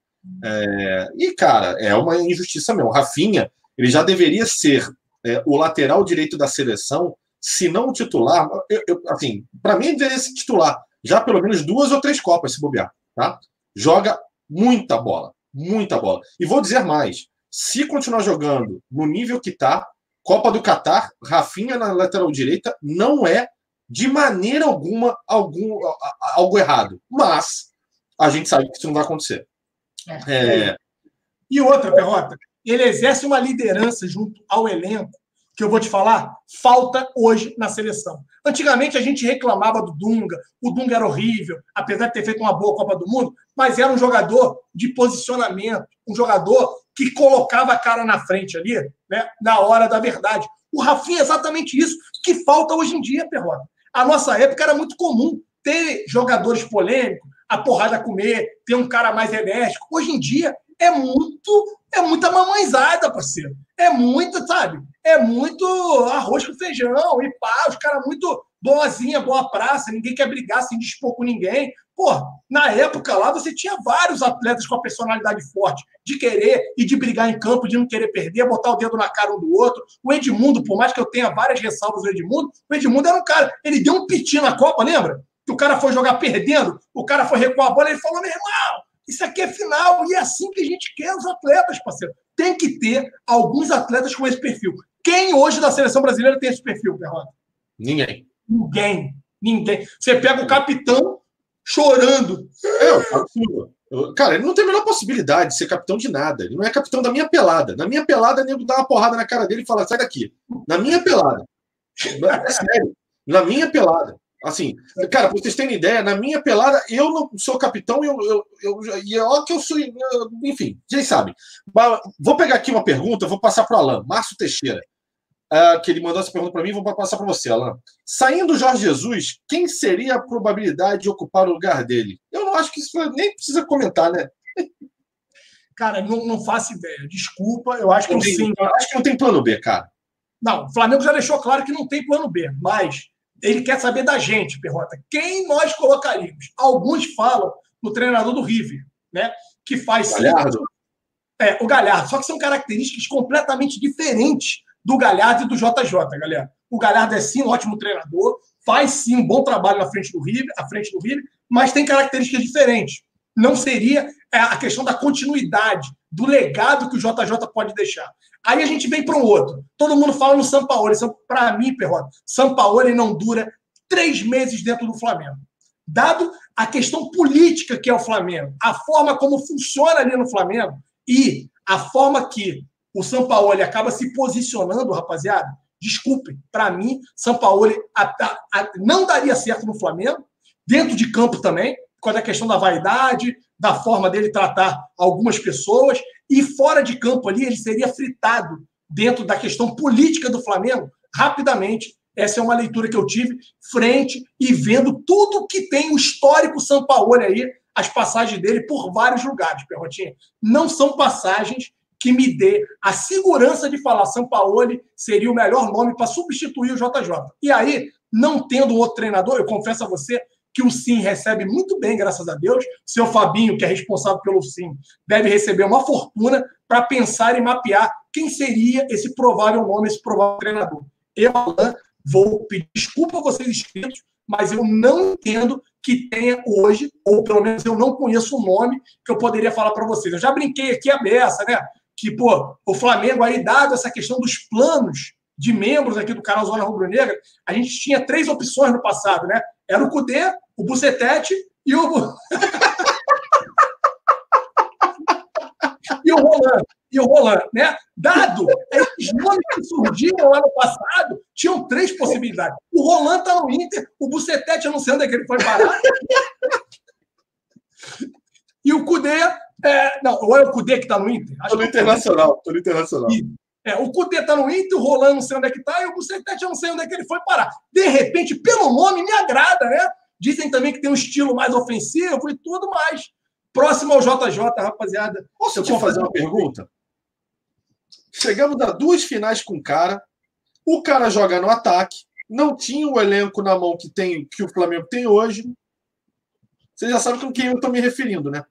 É, e, cara, é uma injustiça mesmo. O Rafinha, ele já deveria ser É, o lateral direito da seleção, se não o titular, eu, eu, assim, para mim ele deveria ser titular, já pelo menos duas ou três Copas, se bobear, tá? Joga muita bola, muita bola. E vou dizer mais, se continuar jogando no nível que tá, Copa do Catar, Rafinha na lateral direita não é, de maneira alguma, algum, algo errado. Mas a gente sabe que isso não vai acontecer. É... E outra, Perrota, ele exerce uma liderança junto ao elenco, que eu vou te falar, falta hoje na seleção. Antigamente a gente reclamava do Dunga, o Dunga era horrível, apesar de ter feito uma boa Copa do Mundo, mas era um jogador de posicionamento, um jogador que colocava a cara na frente ali, né, na hora da verdade. O Rafinha é exatamente isso que falta hoje em dia, Perrota. A nossa época era muito comum ter jogadores polêmicos, a porrada comer, ter um cara mais enérgico. Hoje em dia é muito, é muita mamãezada, parceiro. É muito, sabe? É muito arroz com feijão e pá, os caras muito boazinha, boa praça, ninguém quer brigar sem dispor com ninguém. Pô, na época lá você tinha vários atletas com a personalidade forte, de querer e de brigar em campo, de não querer perder, botar o dedo na cara um do outro. O Edmundo, por mais que eu tenha várias ressalvas do Edmundo, o Edmundo era um cara, ele deu um piti na Copa, lembra? Que o cara foi jogar perdendo, o cara foi recuar a bola, ele falou, meu irmão, isso aqui é final, e é assim que a gente quer os atletas, parceiro. Tem que ter alguns atletas com esse perfil. Quem hoje da seleção brasileira tem esse perfil, Perrota? Ninguém. Ninguém. Ninguém. Você pega o capitão chorando. É, cara, ele não tem a menor possibilidade de ser capitão de nada. Ele não é capitão da minha pelada. Na minha pelada, o nego dá uma porrada na cara dele e fala, sai daqui. Na minha pelada. É sério. Na minha pelada. Assim, cara, pra vocês terem ideia, na minha pelada, eu não sou capitão e eu, eu, eu, eu, ó, que eu sou. Enfim, vocês sabem. Vou pegar aqui uma pergunta, vou passar para o Alan, Márcio Teixeira, uh, que ele mandou essa pergunta para mim, vou passar para você, Alan. Saindo o Jorge Jesus, quem seria a probabilidade de ocupar o lugar dele? Eu não acho que isso nem precisa comentar, né? Cara, não, não faço ideia. Desculpa, eu acho que não tem, sim. Eu acho que não tem plano B, cara. Não, o Flamengo já deixou claro que não tem plano B, mas ele quer saber da gente, Perrota. Quem nós colocaríamos? Alguns falam no treinador do River, né? Que faz... O Galhardo? É, o Galhardo. Só que são características completamente diferentes do Galhardo e do J J, galera. O Galhardo é sim um ótimo treinador, faz sim um bom trabalho na frente do River, à frente do River, mas tem características diferentes. Não seria a questão da continuidade, do legado que o J J pode deixar. Aí a gente vem para um outro. Todo mundo fala no Sampaoli. Para mim, Perrota, Sampaoli não dura três meses dentro do Flamengo. Dado a questão política que é o Flamengo, a forma como funciona ali no Flamengo e a forma que o Sampaoli acaba se posicionando, rapaziada, desculpem, para mim, Sampaoli não daria certo no Flamengo, dentro de campo também, por causa da questão da vaidade, da forma dele tratar algumas pessoas, e fora de campo ali, ele seria fritado dentro da questão política do Flamengo rapidamente. Essa é uma leitura que eu tive frente e vendo tudo que tem o histórico Sampaoli aí, as passagens dele por vários lugares, Perrotinha. Não são passagens que me dê a segurança de falar Sampaoli seria o melhor nome para substituir o J J. E aí, não tendo outro treinador, eu confesso a você que o Sim recebe muito bem, graças a Deus. Seu Fabinho, que é responsável pelo Sim, deve receber uma fortuna para pensar e mapear quem seria esse provável nome, esse provável treinador. Eu, Alan, vou pedir desculpa a vocês inscritos, mas eu não entendo que tenha hoje, ou pelo menos eu não conheço o nome que eu poderia falar para vocês. Eu já brinquei aqui a beça, né? Que, pô, o Flamengo aí, dado essa questão dos planos de membros aqui do canal Zona Rubro Negra, a gente tinha três opções no passado, né? Era o Cudê, o Bucetete e o... e o Roland. E o Roland, né? Dado esses nomes que surgiram lá no passado, tinham três possibilidades. O Roland está no Inter, o Bucetete, eu não sei onde é que ele foi parar. E o Cudê... É, não, ou é o Cudê que está no Inter? Estou no Internacional. Estou no Internacional. E, é, o Cudê está no Inter, o Roland não sei onde é que está, e o Bucetete eu não sei onde é que ele foi parar. De repente, pelo nome, me agrada, né? Dizem também que tem um estilo mais ofensivo e tudo mais. Próximo ao J J, rapaziada. Posso eu te fazer uma pergunta? Chegamos a duas finais com o cara, o cara joga no ataque, não tinha o elenco na mão que, tem, que o Flamengo tem hoje. Você já sabe com quem eu estou me referindo, né?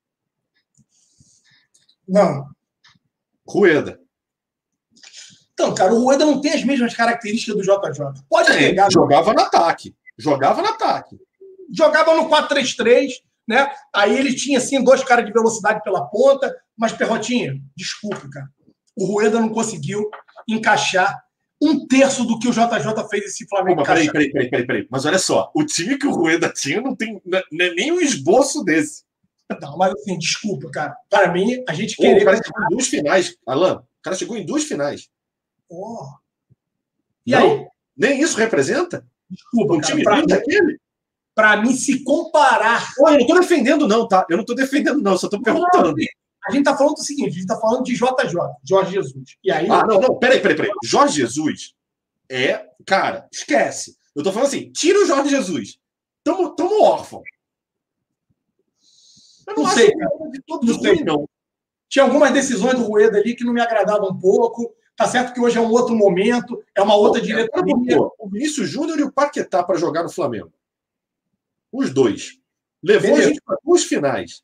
Não. Rueda. Então, cara, o Rueda não tem as mesmas características do J J. Pode Sim, pegar. Jogava no ataque. Jogava no ataque. Jogava no quatro três três, né? Aí ele tinha, assim, dois caras de velocidade pela ponta, mas, Perrotinha, desculpa, cara. O Rueda não conseguiu encaixar um terço do que o J J fez esse Flamengo. Pô, mas peraí, peraí, peraí, peraí, peraí. Mas olha só, o time que o Rueda tinha não tem nem um esboço desse. Não, mas assim, desculpa, cara. Para mim, a gente Pô, querer... o cara chegou em duas finais, Alan. O cara chegou em duas finais. Oh. E não, aí? Nem isso representa? Desculpa, um cara. time Pra, daquele? Pra mim, se comparar... Pô, eu não tô defendendo não, tá? Eu não tô defendendo não, só tô perguntando. Não, a gente tá falando do seguinte, a gente tá falando de J J, Jorge Jesus. E aí... Ah, não, não, peraí, peraí, peraí. Jorge Jesus é... Cara, esquece. Eu tô falando assim, tira o Jorge Jesus. Tamo, tamo órfão. Eu não, não acho sei, de todo não ruim, sei. não. Tinha algumas decisões do Rueda ali que não me agradavam um pouco. Tá certo que hoje é um outro momento, é uma outra pô, diretoria. Pô, o Vinícius Júnior e o Paquetá para jogar no Flamengo. Os dois. Levou Beleza. a gente para duas finais.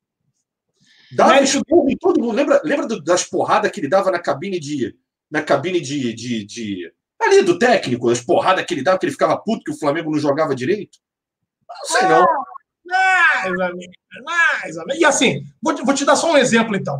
Dava esporro em todo mundo. Lembra, lembra das porradas que ele dava na cabine de. Na cabine de, de, de. Ali do técnico, as porradas que ele dava, que ele ficava puto que o Flamengo não jogava direito? Não sei, não. Mais, amigo, mais, amigo. E assim, vou te, vou te dar só um exemplo, então.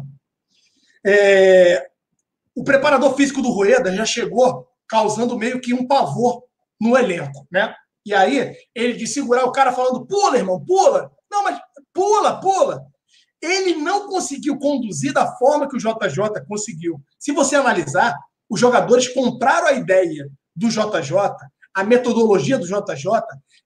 É, o preparador físico do Rueda já chegou causando meio que um pavor no elenco, né? E aí, ele de segurar o cara falando, pula, irmão, pula. Não, mas pula, pula. Ele não conseguiu conduzir da forma que o J J conseguiu. Se você analisar, os jogadores compraram a ideia do J J, a metodologia do J J,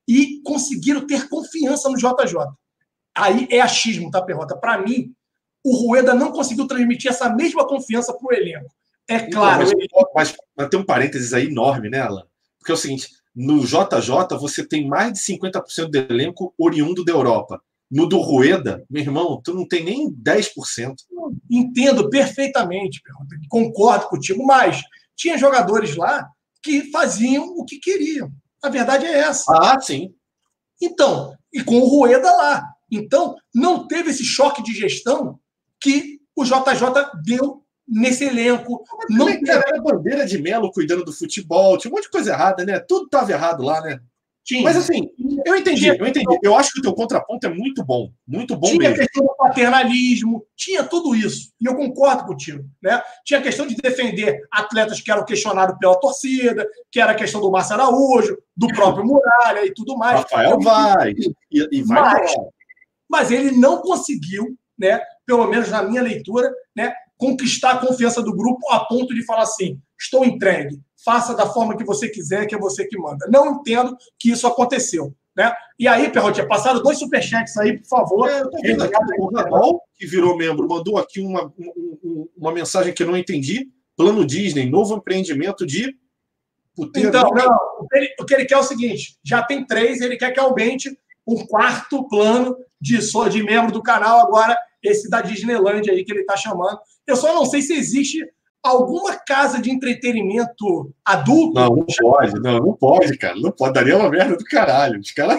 e conseguiram ter confiança no J J. Aí é achismo, tá, Perrota? Para mim, o Rueda não conseguiu transmitir essa mesma confiança para o elenco. É claro. Não, mas, ele... mas, mas tem um parênteses aí enorme, né, Alan? Porque é o seguinte, no J J você tem mais de cinquenta por cento do elenco oriundo da Europa. No do Rueda, meu irmão, tu não tem nem dez por cento. Entendo perfeitamente, Perrota. Concordo contigo, mas tinha jogadores lá que faziam o que queriam. A verdade é essa. Ah, sim. Então, e com o Rueda lá. Então, não teve esse choque de gestão que o J J deu nesse elenco. Mas não também, cara, era bandeira de Melo cuidando do futebol, tinha um monte de coisa errada, né? Tudo estava errado lá, né? Tinha. Mas assim, eu entendi, tinha, eu entendi. Eu acho que o teu contraponto é muito bom, muito bom tinha mesmo. Tinha questão do paternalismo, tinha tudo isso. E eu concordo contigo, né? Tinha a questão de defender atletas que eram questionados pela torcida, que era a questão do Márcio Araújo, do próprio Muralha e tudo mais. Rafael vai. E, e vai mas, mas ele não conseguiu, né, pelo menos na minha leitura, né, conquistar a confiança do grupo a ponto de falar assim, estou entregue, faça da forma que você quiser, que é você que manda. Não entendo que isso aconteceu. Né? E aí, Perrotinha, passaram dois superchats aí, por favor. É, eu tô vendo aqui, o Rabal, que virou membro, mandou aqui uma, uma, uma mensagem que eu não entendi. Plano Disney, novo empreendimento de puteiro. Então, não, o que, ele, o que ele quer é o seguinte, já tem três, ele quer que aumente um quarto plano de, de membro do canal, agora esse da Disneylandia aí que ele está chamando. Eu só não sei se existe alguma casa de entretenimento adulto. Não, não pode, não, não pode, cara. Não pode. Daria uma merda do caralho. Os caras.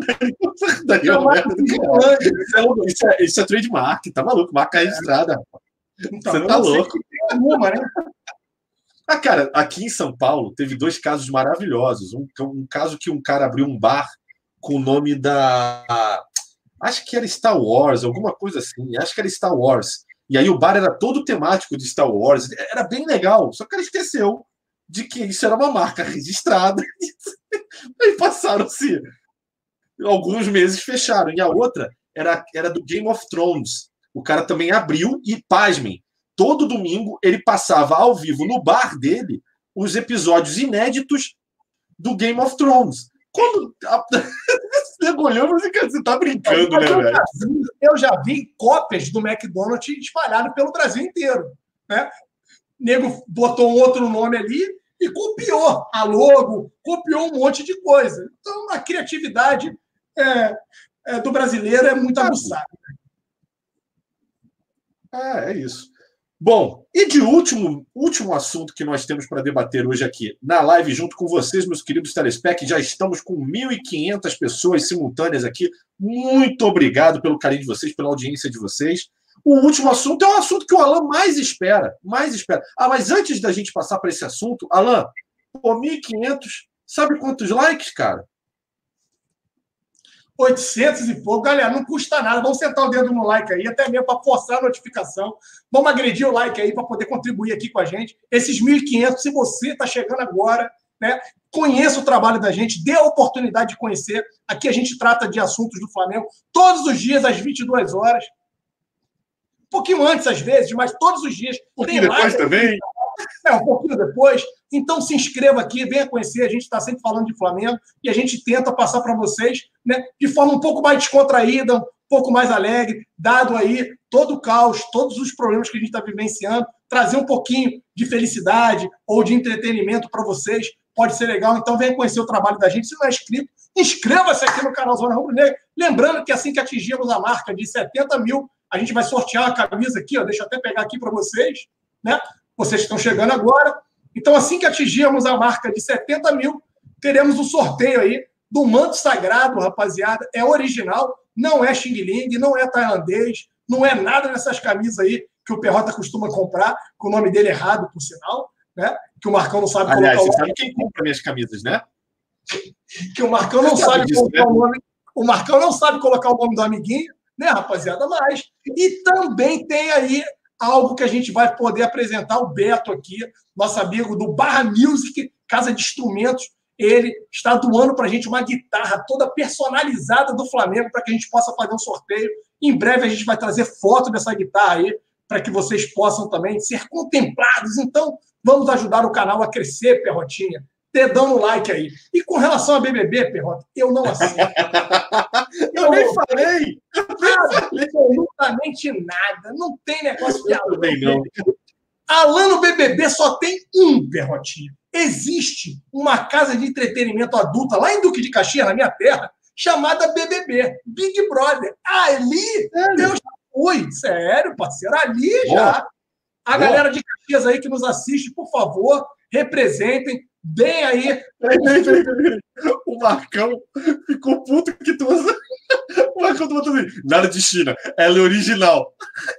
Daria uma merda do caralho. Isso é, isso, é, isso é trademark, tá maluco? Marca registrada. Então, você tá louco. Uma, né? Ah, cara, aqui em São Paulo teve dois casos maravilhosos. Um, um caso que um cara abriu um bar com o nome da. Acho que era Star Wars, alguma coisa assim. Acho que era Star Wars. E aí o bar era todo temático de Star Wars. Era bem legal. Só que ele esqueceu de que isso era uma marca registrada. Aí passaram-se alguns meses, fecharam. E a outra era, era do Game of Thrones. O cara também abriu e, pasmem, todo domingo ele passava ao vivo no bar dele os episódios inéditos do Game of Thrones. Quando a... você olhou e falou assim, você tá brincando, né, eu velho? Já vi, eu já vi cópias do McDonald's espalhadas pelo Brasil inteiro, né? O nego botou um outro nome ali e copiou a logo, copiou um monte de coisa. Então, a criatividade é, é, do brasileiro é muito aguçada. É, é isso. Bom, e de último, último assunto que nós temos para debater hoje aqui na live, junto com vocês, meus queridos Telespec, já estamos com mil e quinhentas pessoas simultâneas aqui. Muito obrigado pelo carinho de vocês, pela audiência de vocês. O último assunto é um assunto que o Alan mais espera, mais espera. Ah, mas antes da gente passar para esse assunto, Alan, pô, mil e quinhentos, sabe quantos likes, cara? oitocentos e pouco. Galera, não custa nada. Vamos sentar o dedo no like aí, até mesmo para forçar a notificação. Vamos agredir o like aí para poder contribuir aqui com a gente. Esses mil e quinhentos, se você está chegando agora, né, conheça o trabalho da gente, dê a oportunidade de conhecer. Aqui a gente trata de assuntos do Flamengo todos os dias, às vinte e duas horas. Um pouquinho antes, às vezes, mas todos os dias. Um pouquinho depois também. É, um pouquinho depois. Então, se inscreva aqui, venha conhecer. A gente está sempre falando de Flamengo e a gente tenta passar para vocês, né, de forma um pouco mais descontraída, um pouco mais alegre, dado aí todo o caos, todos os problemas que a gente está vivenciando, trazer um pouquinho de felicidade ou de entretenimento para vocês. Pode ser legal. Então, venha conhecer o trabalho da gente. Se não é inscrito, inscreva-se aqui no canal Zona Rubro Negra. Lembrando que assim que atingirmos a marca de setenta mil, a gente vai sortear uma camisa aqui, ó. Deixa eu até pegar aqui para vocês, né? Vocês estão chegando agora. Então, assim que atingirmos a marca de setenta mil, teremos um sorteio aí do manto sagrado, rapaziada. É original, não é xing-ling, não é tailandês, não é nada dessas camisas aí que o Perrota costuma comprar, com o nome dele errado, por sinal, né? Que o Marcão não sabe Aliás, colocar o você sabe quem compra minhas camisas, né? Que o Marcão não Você sabe, sabe disso, colocar né? o nome. O Marcão não sabe colocar o nome do amiguinho, né, rapaziada? Mas. E também tem aí algo que a gente vai poder apresentar, o Beto aqui, nosso amigo do Barra Music, Casa de Instrumentos. Ele está doando para a gente uma guitarra toda personalizada do Flamengo para que a gente possa fazer um sorteio. Em breve a gente vai trazer foto dessa guitarra aí para que vocês possam também ser contemplados. Então, vamos ajudar o canal a crescer, Perrotinha. Dedão no like aí. E com relação a B B B, Perrota, eu não aceito. eu, eu nem falei. Nada, absolutamente nada. Não tem negócio de Alan. Também não. Alan no B B B só tem um, Perrotinha. Existe uma casa de entretenimento adulta lá em Duque de Caxias, na minha terra, chamada B B B, Big Brother. Ali, sério? Eu já fui. Sério, parceiro, ali Boa. já. A Boa. galera de Caxias aí que nos assiste, por favor, representem. Bem aí. Peraí, peraí, peraí, peraí. O Marcão ficou puto que tu usa. O Marcão tu botou assim. Nada de China. Ela é original.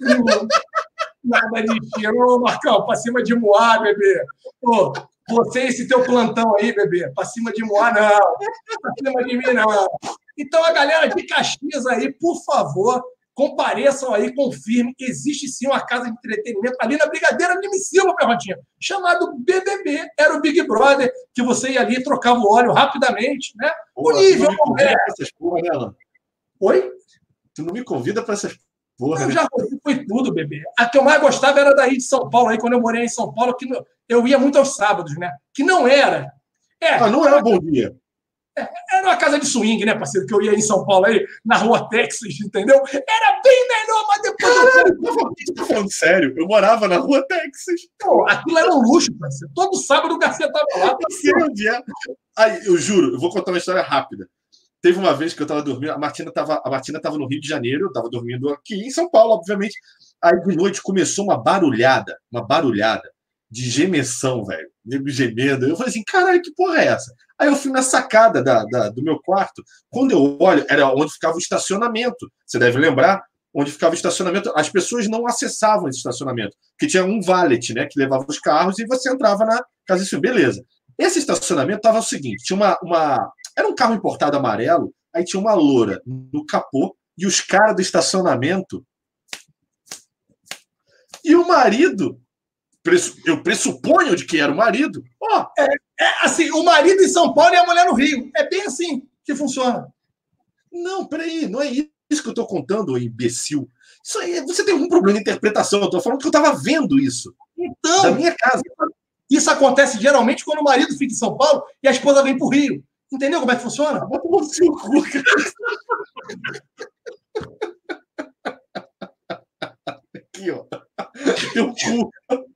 Nada de China. Ô, Marcão, pra cima de Moá, bebê. Ô, você e esse teu plantão aí, bebê. Pra cima de Moá, não. Pra cima de mim, não. Então, a galera de Caxias aí, por favor, compareçam aí, confirmem. Existe sim uma casa de entretenimento ali na Brigadeira de Missila, Perrotinha, chamado B B B. Era o Big Brother, que você ia ali e trocava o óleo rapidamente, né? Pô, o nível, tu não me convida pra essas porra, né, Alan? Oi? Tu não me convida para essas porra, Eu né? já foi tudo, bebê. A que eu mais gostava era daí de São Paulo, aí quando eu morei em São Paulo, que eu ia muito aos sábados, né? Que não era. É, ah, não era um bom dia. Era uma casa de swing, né, parceiro? Que eu ia em São Paulo, aí, na rua Texas, entendeu? Era bem melhor, mas depois... Caralho, eu tô falando sério. Eu morava na rua Texas. Pô, aquilo era um luxo, parceiro. Todo sábado o Garcia tava lá. Eu sei onde é. Aí, eu juro, eu vou contar uma história rápida. Teve uma vez que eu tava dormindo, a Martina tava, a Martina tava no Rio de Janeiro, eu tava dormindo aqui em São Paulo, obviamente. Aí, de noite, começou uma barulhada, uma barulhada de gemessão, velho. Nego gemendo. Eu falei assim, caralho, que porra é essa? Aí eu fui na sacada da, da, do meu quarto. Quando eu olho, era onde ficava o estacionamento. Você deve lembrar, onde ficava o estacionamento. As pessoas não acessavam esse estacionamento, porque tinha um valet, né, que levava os carros e você entrava na casa de beleza. Esse estacionamento estava o seguinte, tinha uma, uma... Era um carro importado amarelo, aí tinha uma loura no capô e os caras do estacionamento... E o marido eu pressuponho de que era o marido. Oh, é, é assim, o marido em São Paulo e a mulher no Rio. É bem assim que funciona. Não, peraí, não é isso que eu estou contando, imbecil. Isso aí, você tem algum problema de interpretação. Eu estou falando que eu estava vendo isso. Então, da minha casa. Isso acontece geralmente quando o marido fica em São Paulo e a esposa vem para o Rio. Entendeu como é que funciona? Aqui, ó. Teu cu.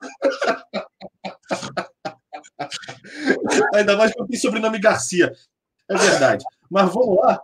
Ainda mais que eu tenho sobrenome Garcia. É verdade. Mas vamos lá.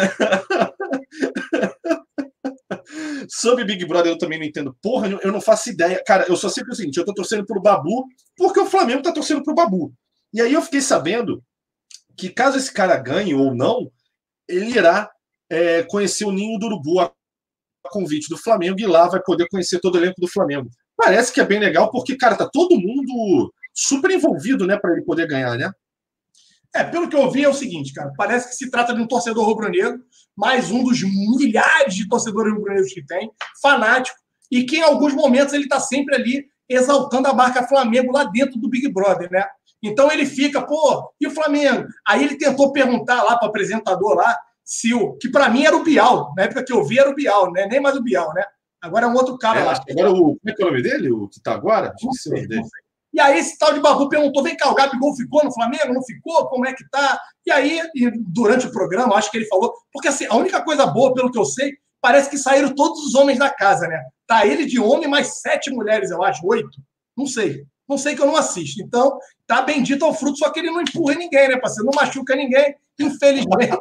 Sobre Big Brother, eu também não entendo porra, eu não faço ideia. Cara, eu só sei que é o seguinte, eu tô torcendo pro Babu porque o Flamengo tá torcendo pro Babu. E aí eu fiquei sabendo que caso esse cara ganhe ou não, ele irá é, conhecer o Ninho do Urubu a convite do Flamengo e lá vai poder conhecer todo o elenco do Flamengo. Parece que é bem legal porque, cara, tá todo mundo super envolvido, né, para ele poder ganhar, né? É, pelo que eu vi é o seguinte, cara, parece que se trata de um torcedor rubro-negro, mais um dos milhares de torcedores rubro-negros que tem, fanático, e que em alguns momentos ele tá sempre ali exaltando a marca Flamengo lá dentro do Big Brother, né? Então ele fica, pô, e o Flamengo? Aí ele tentou perguntar lá para o apresentador lá, se o, que para mim era o Bial, na época que eu vi era o Bial, né? Nem mais o Bial, né? Agora é um outro cara é, lá. Agora o, como é que é o nome dele? O que tá agora? Não sei, não sei. E aí esse tal de Babu perguntou, vem cá, o Gabigol ficou no Flamengo? Não ficou? Como é que tá? E aí, durante o programa, acho que ele falou, porque assim, a única coisa boa, pelo que eu sei, parece que saíram todos os homens da casa, né? Tá ele de homem, mais sete mulheres, eu acho, oito. Não sei. Não sei que eu não assisto. Então, tá bendito ao fruto, só que ele não empurra ninguém, né, parceiro? Não machuca ninguém, infelizmente.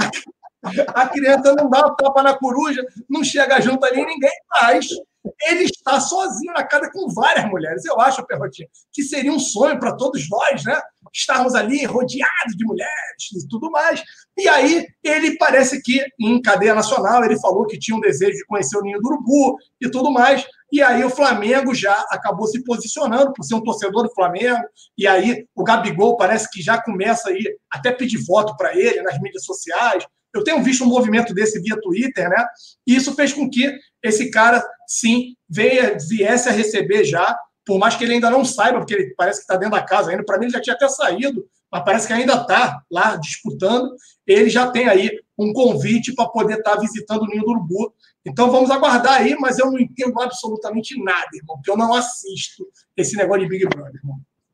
A criança não dá um tapa na coruja, não chega junto ali ninguém, mas ele está sozinho na casa com várias mulheres. Eu acho, Perrotinho, que seria um sonho para todos nós, né? Estarmos ali rodeados de mulheres e tudo mais. E aí, ele parece que, em cadeia nacional, ele falou que tinha um desejo de conhecer o Ninho do Urubu e tudo mais. E aí o Flamengo já acabou se posicionando por ser um torcedor do Flamengo. E aí o Gabigol parece que já começa aí até pedir voto para ele nas mídias sociais. Eu tenho visto um movimento desse via Twitter, né? E isso fez com que esse cara, sim, veia, viesse a receber já, por mais que ele ainda não saiba, porque ele parece que está dentro da casa ainda. Para mim, ele já tinha até saído, mas parece que ainda está lá disputando. Ele já tem aí um convite para poder estar tá visitando o Ninho do Urubu. Então, vamos aguardar aí, mas eu não entendo absolutamente nada, irmão, porque eu não assisto esse negócio de Big Brother, irmão.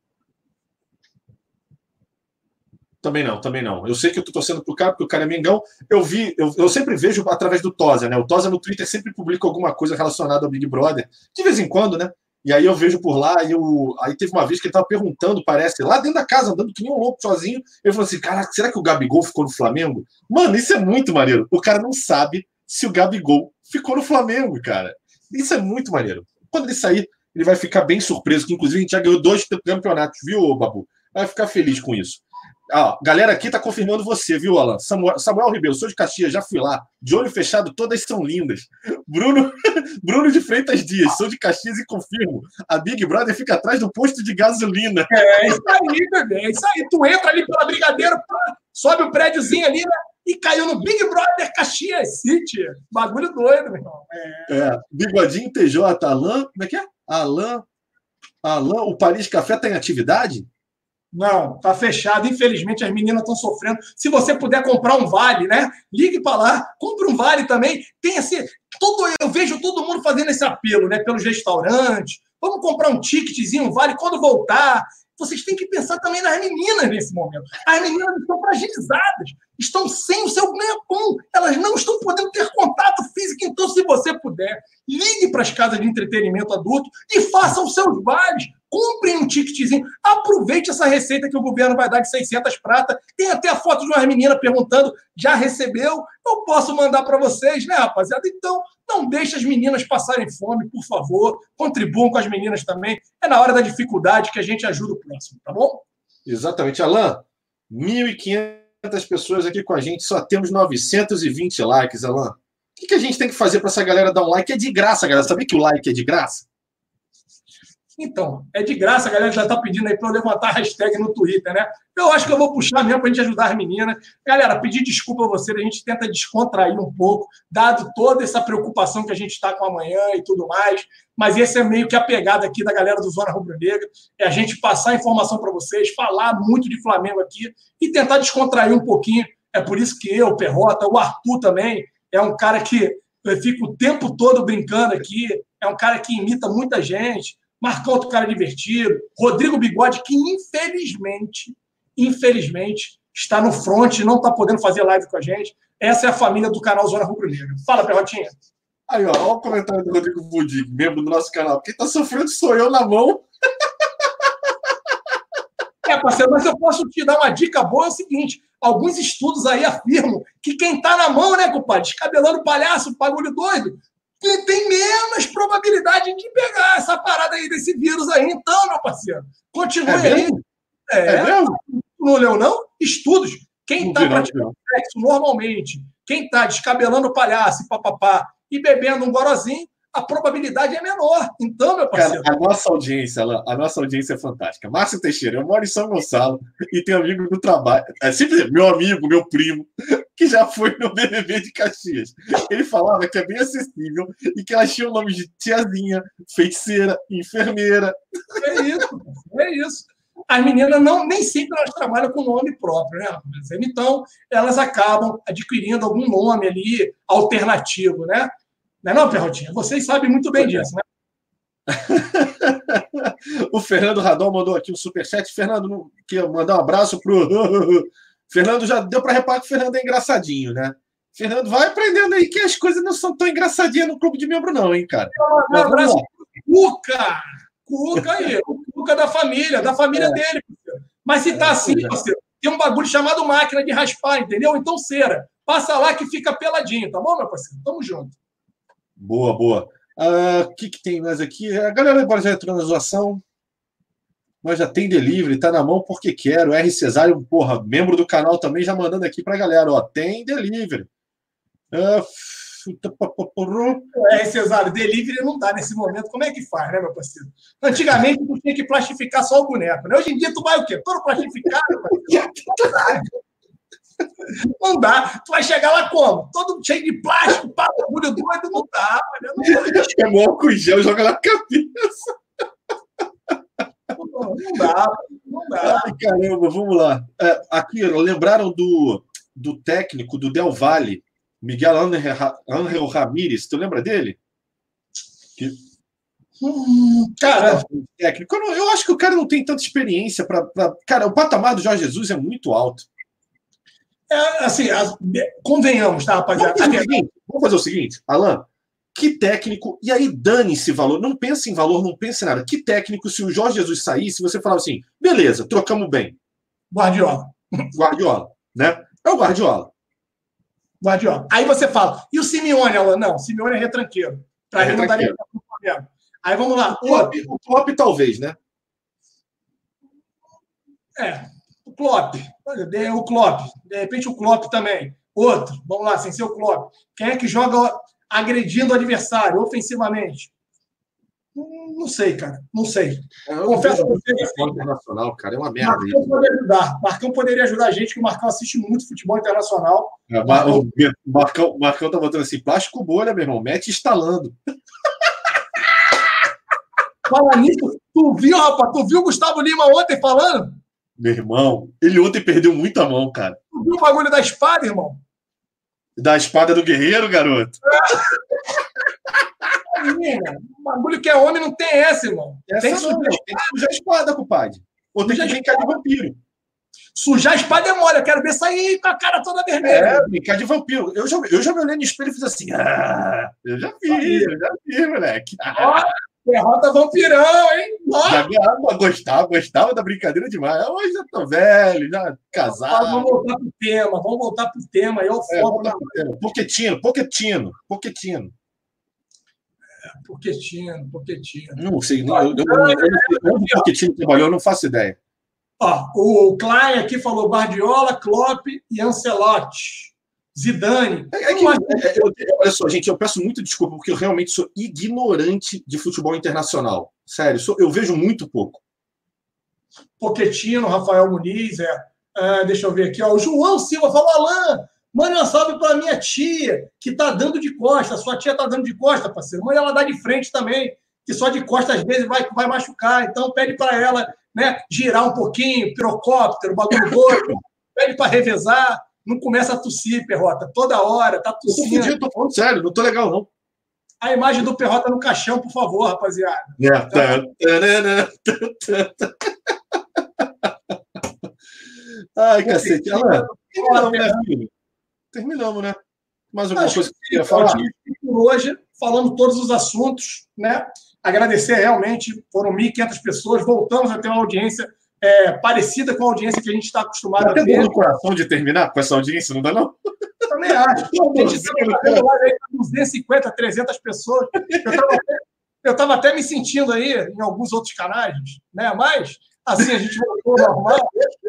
Também não, também não. Eu sei que eu tô torcendo pro cara, porque o cara é Mengão. Eu vi, eu, eu sempre vejo através do Tosa, né? O Tosa no Twitter sempre publica alguma coisa relacionada ao Big Brother, de vez em quando, né? E aí eu vejo por lá, e eu... aí teve uma vez que ele tava perguntando, parece, lá dentro da casa, andando que nem um louco sozinho. Ele falou assim: caraca, será que o Gabigol ficou no Flamengo? Mano, isso é muito maneiro. O cara não sabe se o Gabigol ficou no Flamengo, cara. Isso é muito maneiro. Quando ele sair, ele vai ficar bem surpreso, que inclusive a gente já ganhou dois campeonatos, viu, Babu? Vai ficar feliz com isso. Ah, galera aqui tá confirmando você, viu, Alan? Samuel, Samuel Ribeiro, sou de Caxias, já fui lá. De olho fechado, todas são lindas. Bruno, Bruno de Freitas Dias, sou de Caxias e confirmo. A Big Brother fica atrás do posto de gasolina. É, isso aí, bebê. É isso aí. Tu entra ali pela Brigadeiro, sobe o prédiozinho ali, né? E caiu no Big Brother Caxias City. Bagulho doido, meu irmão. É. é. Bigodinho T J, Alan. Como é que é? Alan. Alan, o Paris Café tá em atividade? Não, tá fechado. Infelizmente, as meninas estão sofrendo. Se você puder comprar um vale, né? Ligue para lá, compre um vale também. Tem esse. Todo, eu vejo todo mundo fazendo esse apelo, né? Pelos restaurantes. Vamos comprar um ticketzinho, um vale. Quando voltar, vocês têm que pensar também nas meninas nesse momento. As meninas estão fragilizadas, estão sem o seu ganha-pão. Elas não estão podendo ter contato físico. Então, se você puder, ligue para as casas de entretenimento adulto e faça os seus vales. Comprem um ticketzinho, aproveite essa receita que o governo vai dar de seiscentas prata. Tem até a foto de uma menina perguntando, já recebeu? Eu posso mandar para vocês, né, rapaziada? Então, não deixe as meninas passarem fome, por favor. Contribuam com as meninas também. É na hora da dificuldade que a gente ajuda o próximo, tá bom? Exatamente. Alan, mil e quinhentas pessoas aqui com a gente, só temos novecentos e vinte likes, Alan. O que a gente tem que fazer para essa galera dar um like? É de graça, galera. Sabia que o like é de graça? Então, é de graça, a galera já está pedindo aí para eu levantar a hashtag no Twitter, né? Eu acho que eu vou puxar mesmo para a gente ajudar as meninas. Galera, pedir desculpa a vocês, a gente tenta descontrair um pouco, dado toda essa preocupação que a gente está com amanhã e tudo mais. Mas esse é meio que a pegada aqui da galera do Zona Rubro-Negra, é a gente passar informação para vocês, falar muito de Flamengo aqui e tentar descontrair um pouquinho. É por isso que eu, Perrota, o Arthur também, é um cara que fica o tempo todo brincando aqui, é um cara que imita muita gente. Marcão, outro cara divertido. Rodrigo Bigode, que infelizmente, infelizmente, está no front, não está podendo fazer live com a gente. Essa é a família do canal Zona Rubro-Negra. Fala, Perrotinha. Aí, ó, olha o comentário do Rodrigo Budig, membro do nosso canal. Quem está sofrendo sou eu na mão. É, parceiro, mas eu posso te dar uma dica boa, é o seguinte, alguns estudos aí afirmam que quem está na mão, né, compadre, descabelando palhaço, bagulho doido, tem menos probabilidade de pegar essa parada aí desse vírus aí. Então, meu parceiro, continue é aí. É, é mesmo? Não leu, não? Estudos. Quem está praticando sexo normalmente, quem está descabelando palhaço, papapá, e bebendo um gorozinho, a probabilidade é menor. Então, meu parceiro... Cara, a nossa audiência, a nossa audiência é fantástica. Márcio Teixeira, eu moro em São Gonçalo e tenho amigo do trabalho. É sempre meu amigo, meu primo, que já foi no B B B de Caxias. Ele falava que é bem acessível e que elas tinham o nome de tiazinha, feiticeira, enfermeira. É isso, é isso. As meninas não, nem sempre elas trabalham com nome próprio, né? Então, elas acabam adquirindo algum nome ali alternativo, né? Não é não, Perrotinha? Vocês sabem muito bem disso, né? O Fernando Radon mandou aqui um superchat. Fernando, quer mandar um abraço pro... Fernando, já deu para reparar que o Fernando é engraçadinho, né? Fernando, vai aprendendo aí que as coisas não são tão engraçadinhas no clube de membro não, hein, cara? Um abraço pro Cuca! Cuca aí, o Cuca da família, da família é. dele. Parceiro. Mas se tá é, assim, é. parceiro, tem um bagulho chamado máquina de raspar, entendeu? Então, cera. Passa lá que fica peladinho, tá bom, meu parceiro? Tamo junto. Boa, boa. O uh, que, que tem mais aqui? A galera agora já entrou na zoação. Mas já tem delivery, tá na mão porque quero. R. Cesário, porra, membro do canal também, já mandando aqui pra galera, ó. Tem delivery. Uh, R. Cesário, delivery não dá nesse momento. Como é que faz, né, meu parceiro? Antigamente tu tinha que plastificar só o boneco, né? Hoje em dia tu vai o quê? Todo plastificado? Não dá. Tu vai chegar lá como? Todo cheio de plástico, pá, bagulho doido, não dá. É bom álcool em gel, joga na cabeça. Não, não dá, não dá. Ai, caramba, vamos lá. É, aqui, lembraram do, do técnico do Del Valle, Miguel Ángel Ramírez. Tu lembra dele? Que... Hum, cara, técnico. Eu, eu acho que o cara não tem tanta experiência para. Cara, o patamar do Jorge Jesus é muito alto. É, assim, as, convenhamos, tá, rapaziada? Vamos fazer, o seguinte, vamos fazer o seguinte, Alan, que técnico, e aí dane-se valor, não pense em valor, não pense em nada. Que técnico, se o Jorge Jesus saísse, você falava assim, beleza, trocamos bem. Guardiola. Guardiola, né? É o Guardiola. Guardiola. Aí você fala, e o Simeone, Alan? Não, o Simeone é retranqueiro. Pra é retranqueiro. Aí vamos lá. O Klopp, o Klopp talvez, né? É. O Klopp, o Klopp, de repente o Klopp também. Outro, vamos lá, sem ser o Klopp. Quem é que joga agredindo o adversário ofensivamente? Hum, não sei, cara, não sei. Eu Confesso a você. Futebol internacional, cara, é uma merda. Marcão isso. Poderia ajudar. Marcão poderia ajudar a gente, que o Marcão assiste muito futebol internacional. É, Marcão... O Marcão, Marcão tá botando assim, plástico bolha, meu irmão, mete instalando. Fala nisso, tu viu, rapaz? Tu viu o Gustavo Lima ontem falando? Meu irmão, ele ontem perdeu muita mão, cara. Tu viu o bagulho da espada, irmão? Da espada do guerreiro, garoto? Menina, o bagulho que é homem não tem essa, irmão. Essa tem que sujar a espada, compadre. Ou tem que brincar de vampiro. Sujar a espada é mole, eu quero ver sair com a cara toda vermelha. É, brincar de vampiro. Eu já, eu já me olhei no espelho e fiz assim, ah, eu já vi, eu já vi, moleque. Ah. Derrota vampirão, hein? Já, gostava, gostava da brincadeira demais. Hoje já tô velho, já casado. Vamos voltar pro tema, vamos voltar pro tema. Aí eu é, foco da... Pochettino, Pochettino, Pochettino. É, Pochettino, Pochettino. Não sei, não, eu, eu, eu, eu, eu não sei onde o Pochettino trabalhou, eu não faço ideia. Ó, o Klein aqui falou Guardiola, Klopp e Ancelotti. Zidane. É, é que, é, eu, olha só, gente, eu peço muito desculpa porque eu realmente sou ignorante de futebol internacional. Sério, eu vejo muito pouco. Pochettino, Rafael Muniz, é. Ah, deixa eu ver aqui, ó. O João Silva falou: Alain, manda um salve para minha tia, que tá dando de costa. Sua tia tá dando de costa, parceiro. Manda ela dar de frente também, que só de costa às vezes vai, vai machucar. Então pede para ela, né, girar um pouquinho, pirocóptero, bagulho doido. Pede para revezar. Não começa a tossir, Perrota. Toda hora, tá tossindo. Eu tô fudido, tô falando sério, não tô legal, não. A imagem do Perrota no caixão, por favor, rapaziada. É, tá. Ai, cacete. Alain, terminamos, né, filho? Terminamos, né? Mais alguma Acho coisa que você queria falar? Por hoje, falando todos os assuntos, né? Agradecer realmente, foram mil e quinhentas pessoas, voltamos a ter uma audiência é, parecida com a audiência que a gente está acostumado a ter. Dá no coração de terminar com essa audiência, não dá, não? Eu também acho. A gente está fazendo live com duzentas e cinquenta, trezentas pessoas. Eu estava até, até me sentindo aí em alguns outros canais, né? Mas, assim, a gente voltou ao normal.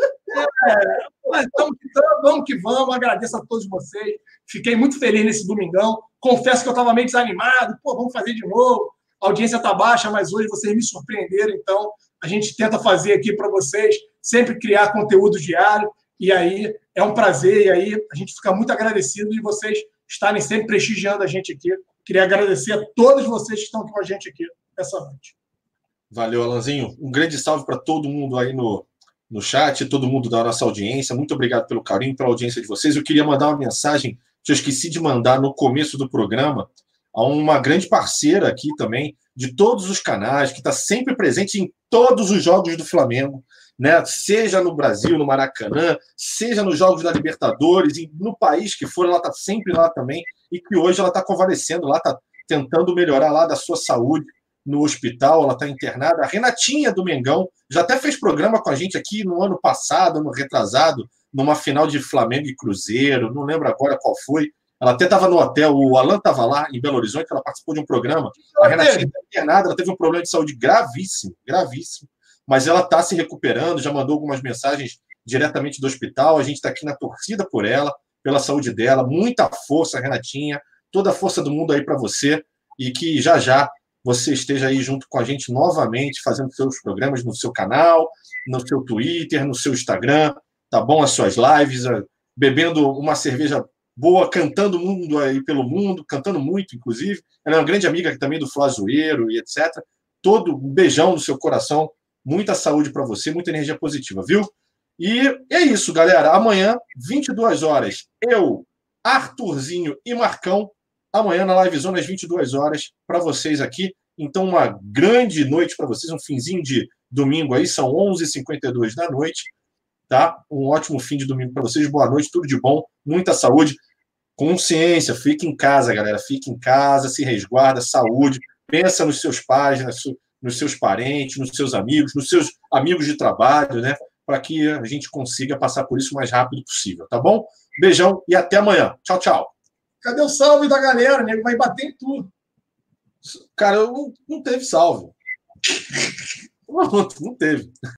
É, mas vamos que, vamos que vamos, agradeço a todos vocês. Fiquei muito feliz nesse domingão. Confesso que eu estava meio desanimado. Pô, vamos fazer de novo. A audiência está baixa, mas hoje vocês me surpreenderam. Então, a gente tenta fazer aqui para vocês, sempre criar conteúdo diário. E aí, é um prazer. E aí, a gente fica muito agradecido de vocês estarem sempre prestigiando a gente aqui. Queria agradecer a todos vocês que estão com a gente aqui essa noite. Valeu, Alanzinho. Um grande salve para todo mundo aí no, no chat, todo mundo da nossa audiência. Muito obrigado pelo carinho, pela audiência de vocês. Eu queria mandar uma mensagem que eu esqueci de mandar no começo do programa a uma grande parceira aqui também, de todos os canais, que está sempre presente em todos os jogos do Flamengo, né? Seja no Brasil, no Maracanã, seja nos jogos da Libertadores, no país que for, ela está sempre lá também, e que hoje ela está convalescendo lá, está tentando melhorar lá da sua saúde no hospital, ela está internada. A Renatinha do Mengão já até fez programa com a gente aqui no ano passado, no retrasado, numa final de Flamengo e Cruzeiro, não lembro agora qual foi. Ela até estava no hotel, o Alan estava lá em Belo Horizonte, ela participou de um programa. A Renatinha está internada, ela teve um problema de saúde gravíssimo, gravíssimo, mas ela está se recuperando, já mandou algumas mensagens diretamente do hospital. A gente está aqui na torcida por ela, pela saúde dela. Muita força, Renatinha, toda a força do mundo aí para você, e que já já você esteja aí junto com a gente novamente, fazendo seus programas no seu canal, no seu Twitter, no seu Instagram, tá bom? As suas lives, bebendo uma cerveja boa, cantando o mundo aí pelo mundo, cantando muito, inclusive. Ela é uma grande amiga também do Flazoeiro e etcétera. Todo um beijão no seu coração, muita saúde para você, muita energia positiva, viu? E é isso, galera. Amanhã, vinte e duas horas, eu, Arthurzinho e Marcão, amanhã na livezona às vinte e duas horas, para vocês aqui. Então, uma grande noite para vocês, um finzinho de domingo aí, são onze e cinquenta e dois da noite, tá? Um ótimo fim de domingo para vocês, boa noite, tudo de bom, muita saúde, consciência, fique em casa, galera, fique em casa, se resguarda, saúde, pensa nos seus pais, nos seus parentes, nos seus amigos, nos seus amigos de trabalho, né? Para que a gente consiga passar por isso o mais rápido possível, tá bom? Beijão e até amanhã. Tchau, tchau. Cadê o salve da galera, nego? Vai bater em tudo. Cara, não, não teve salve. Não, não teve.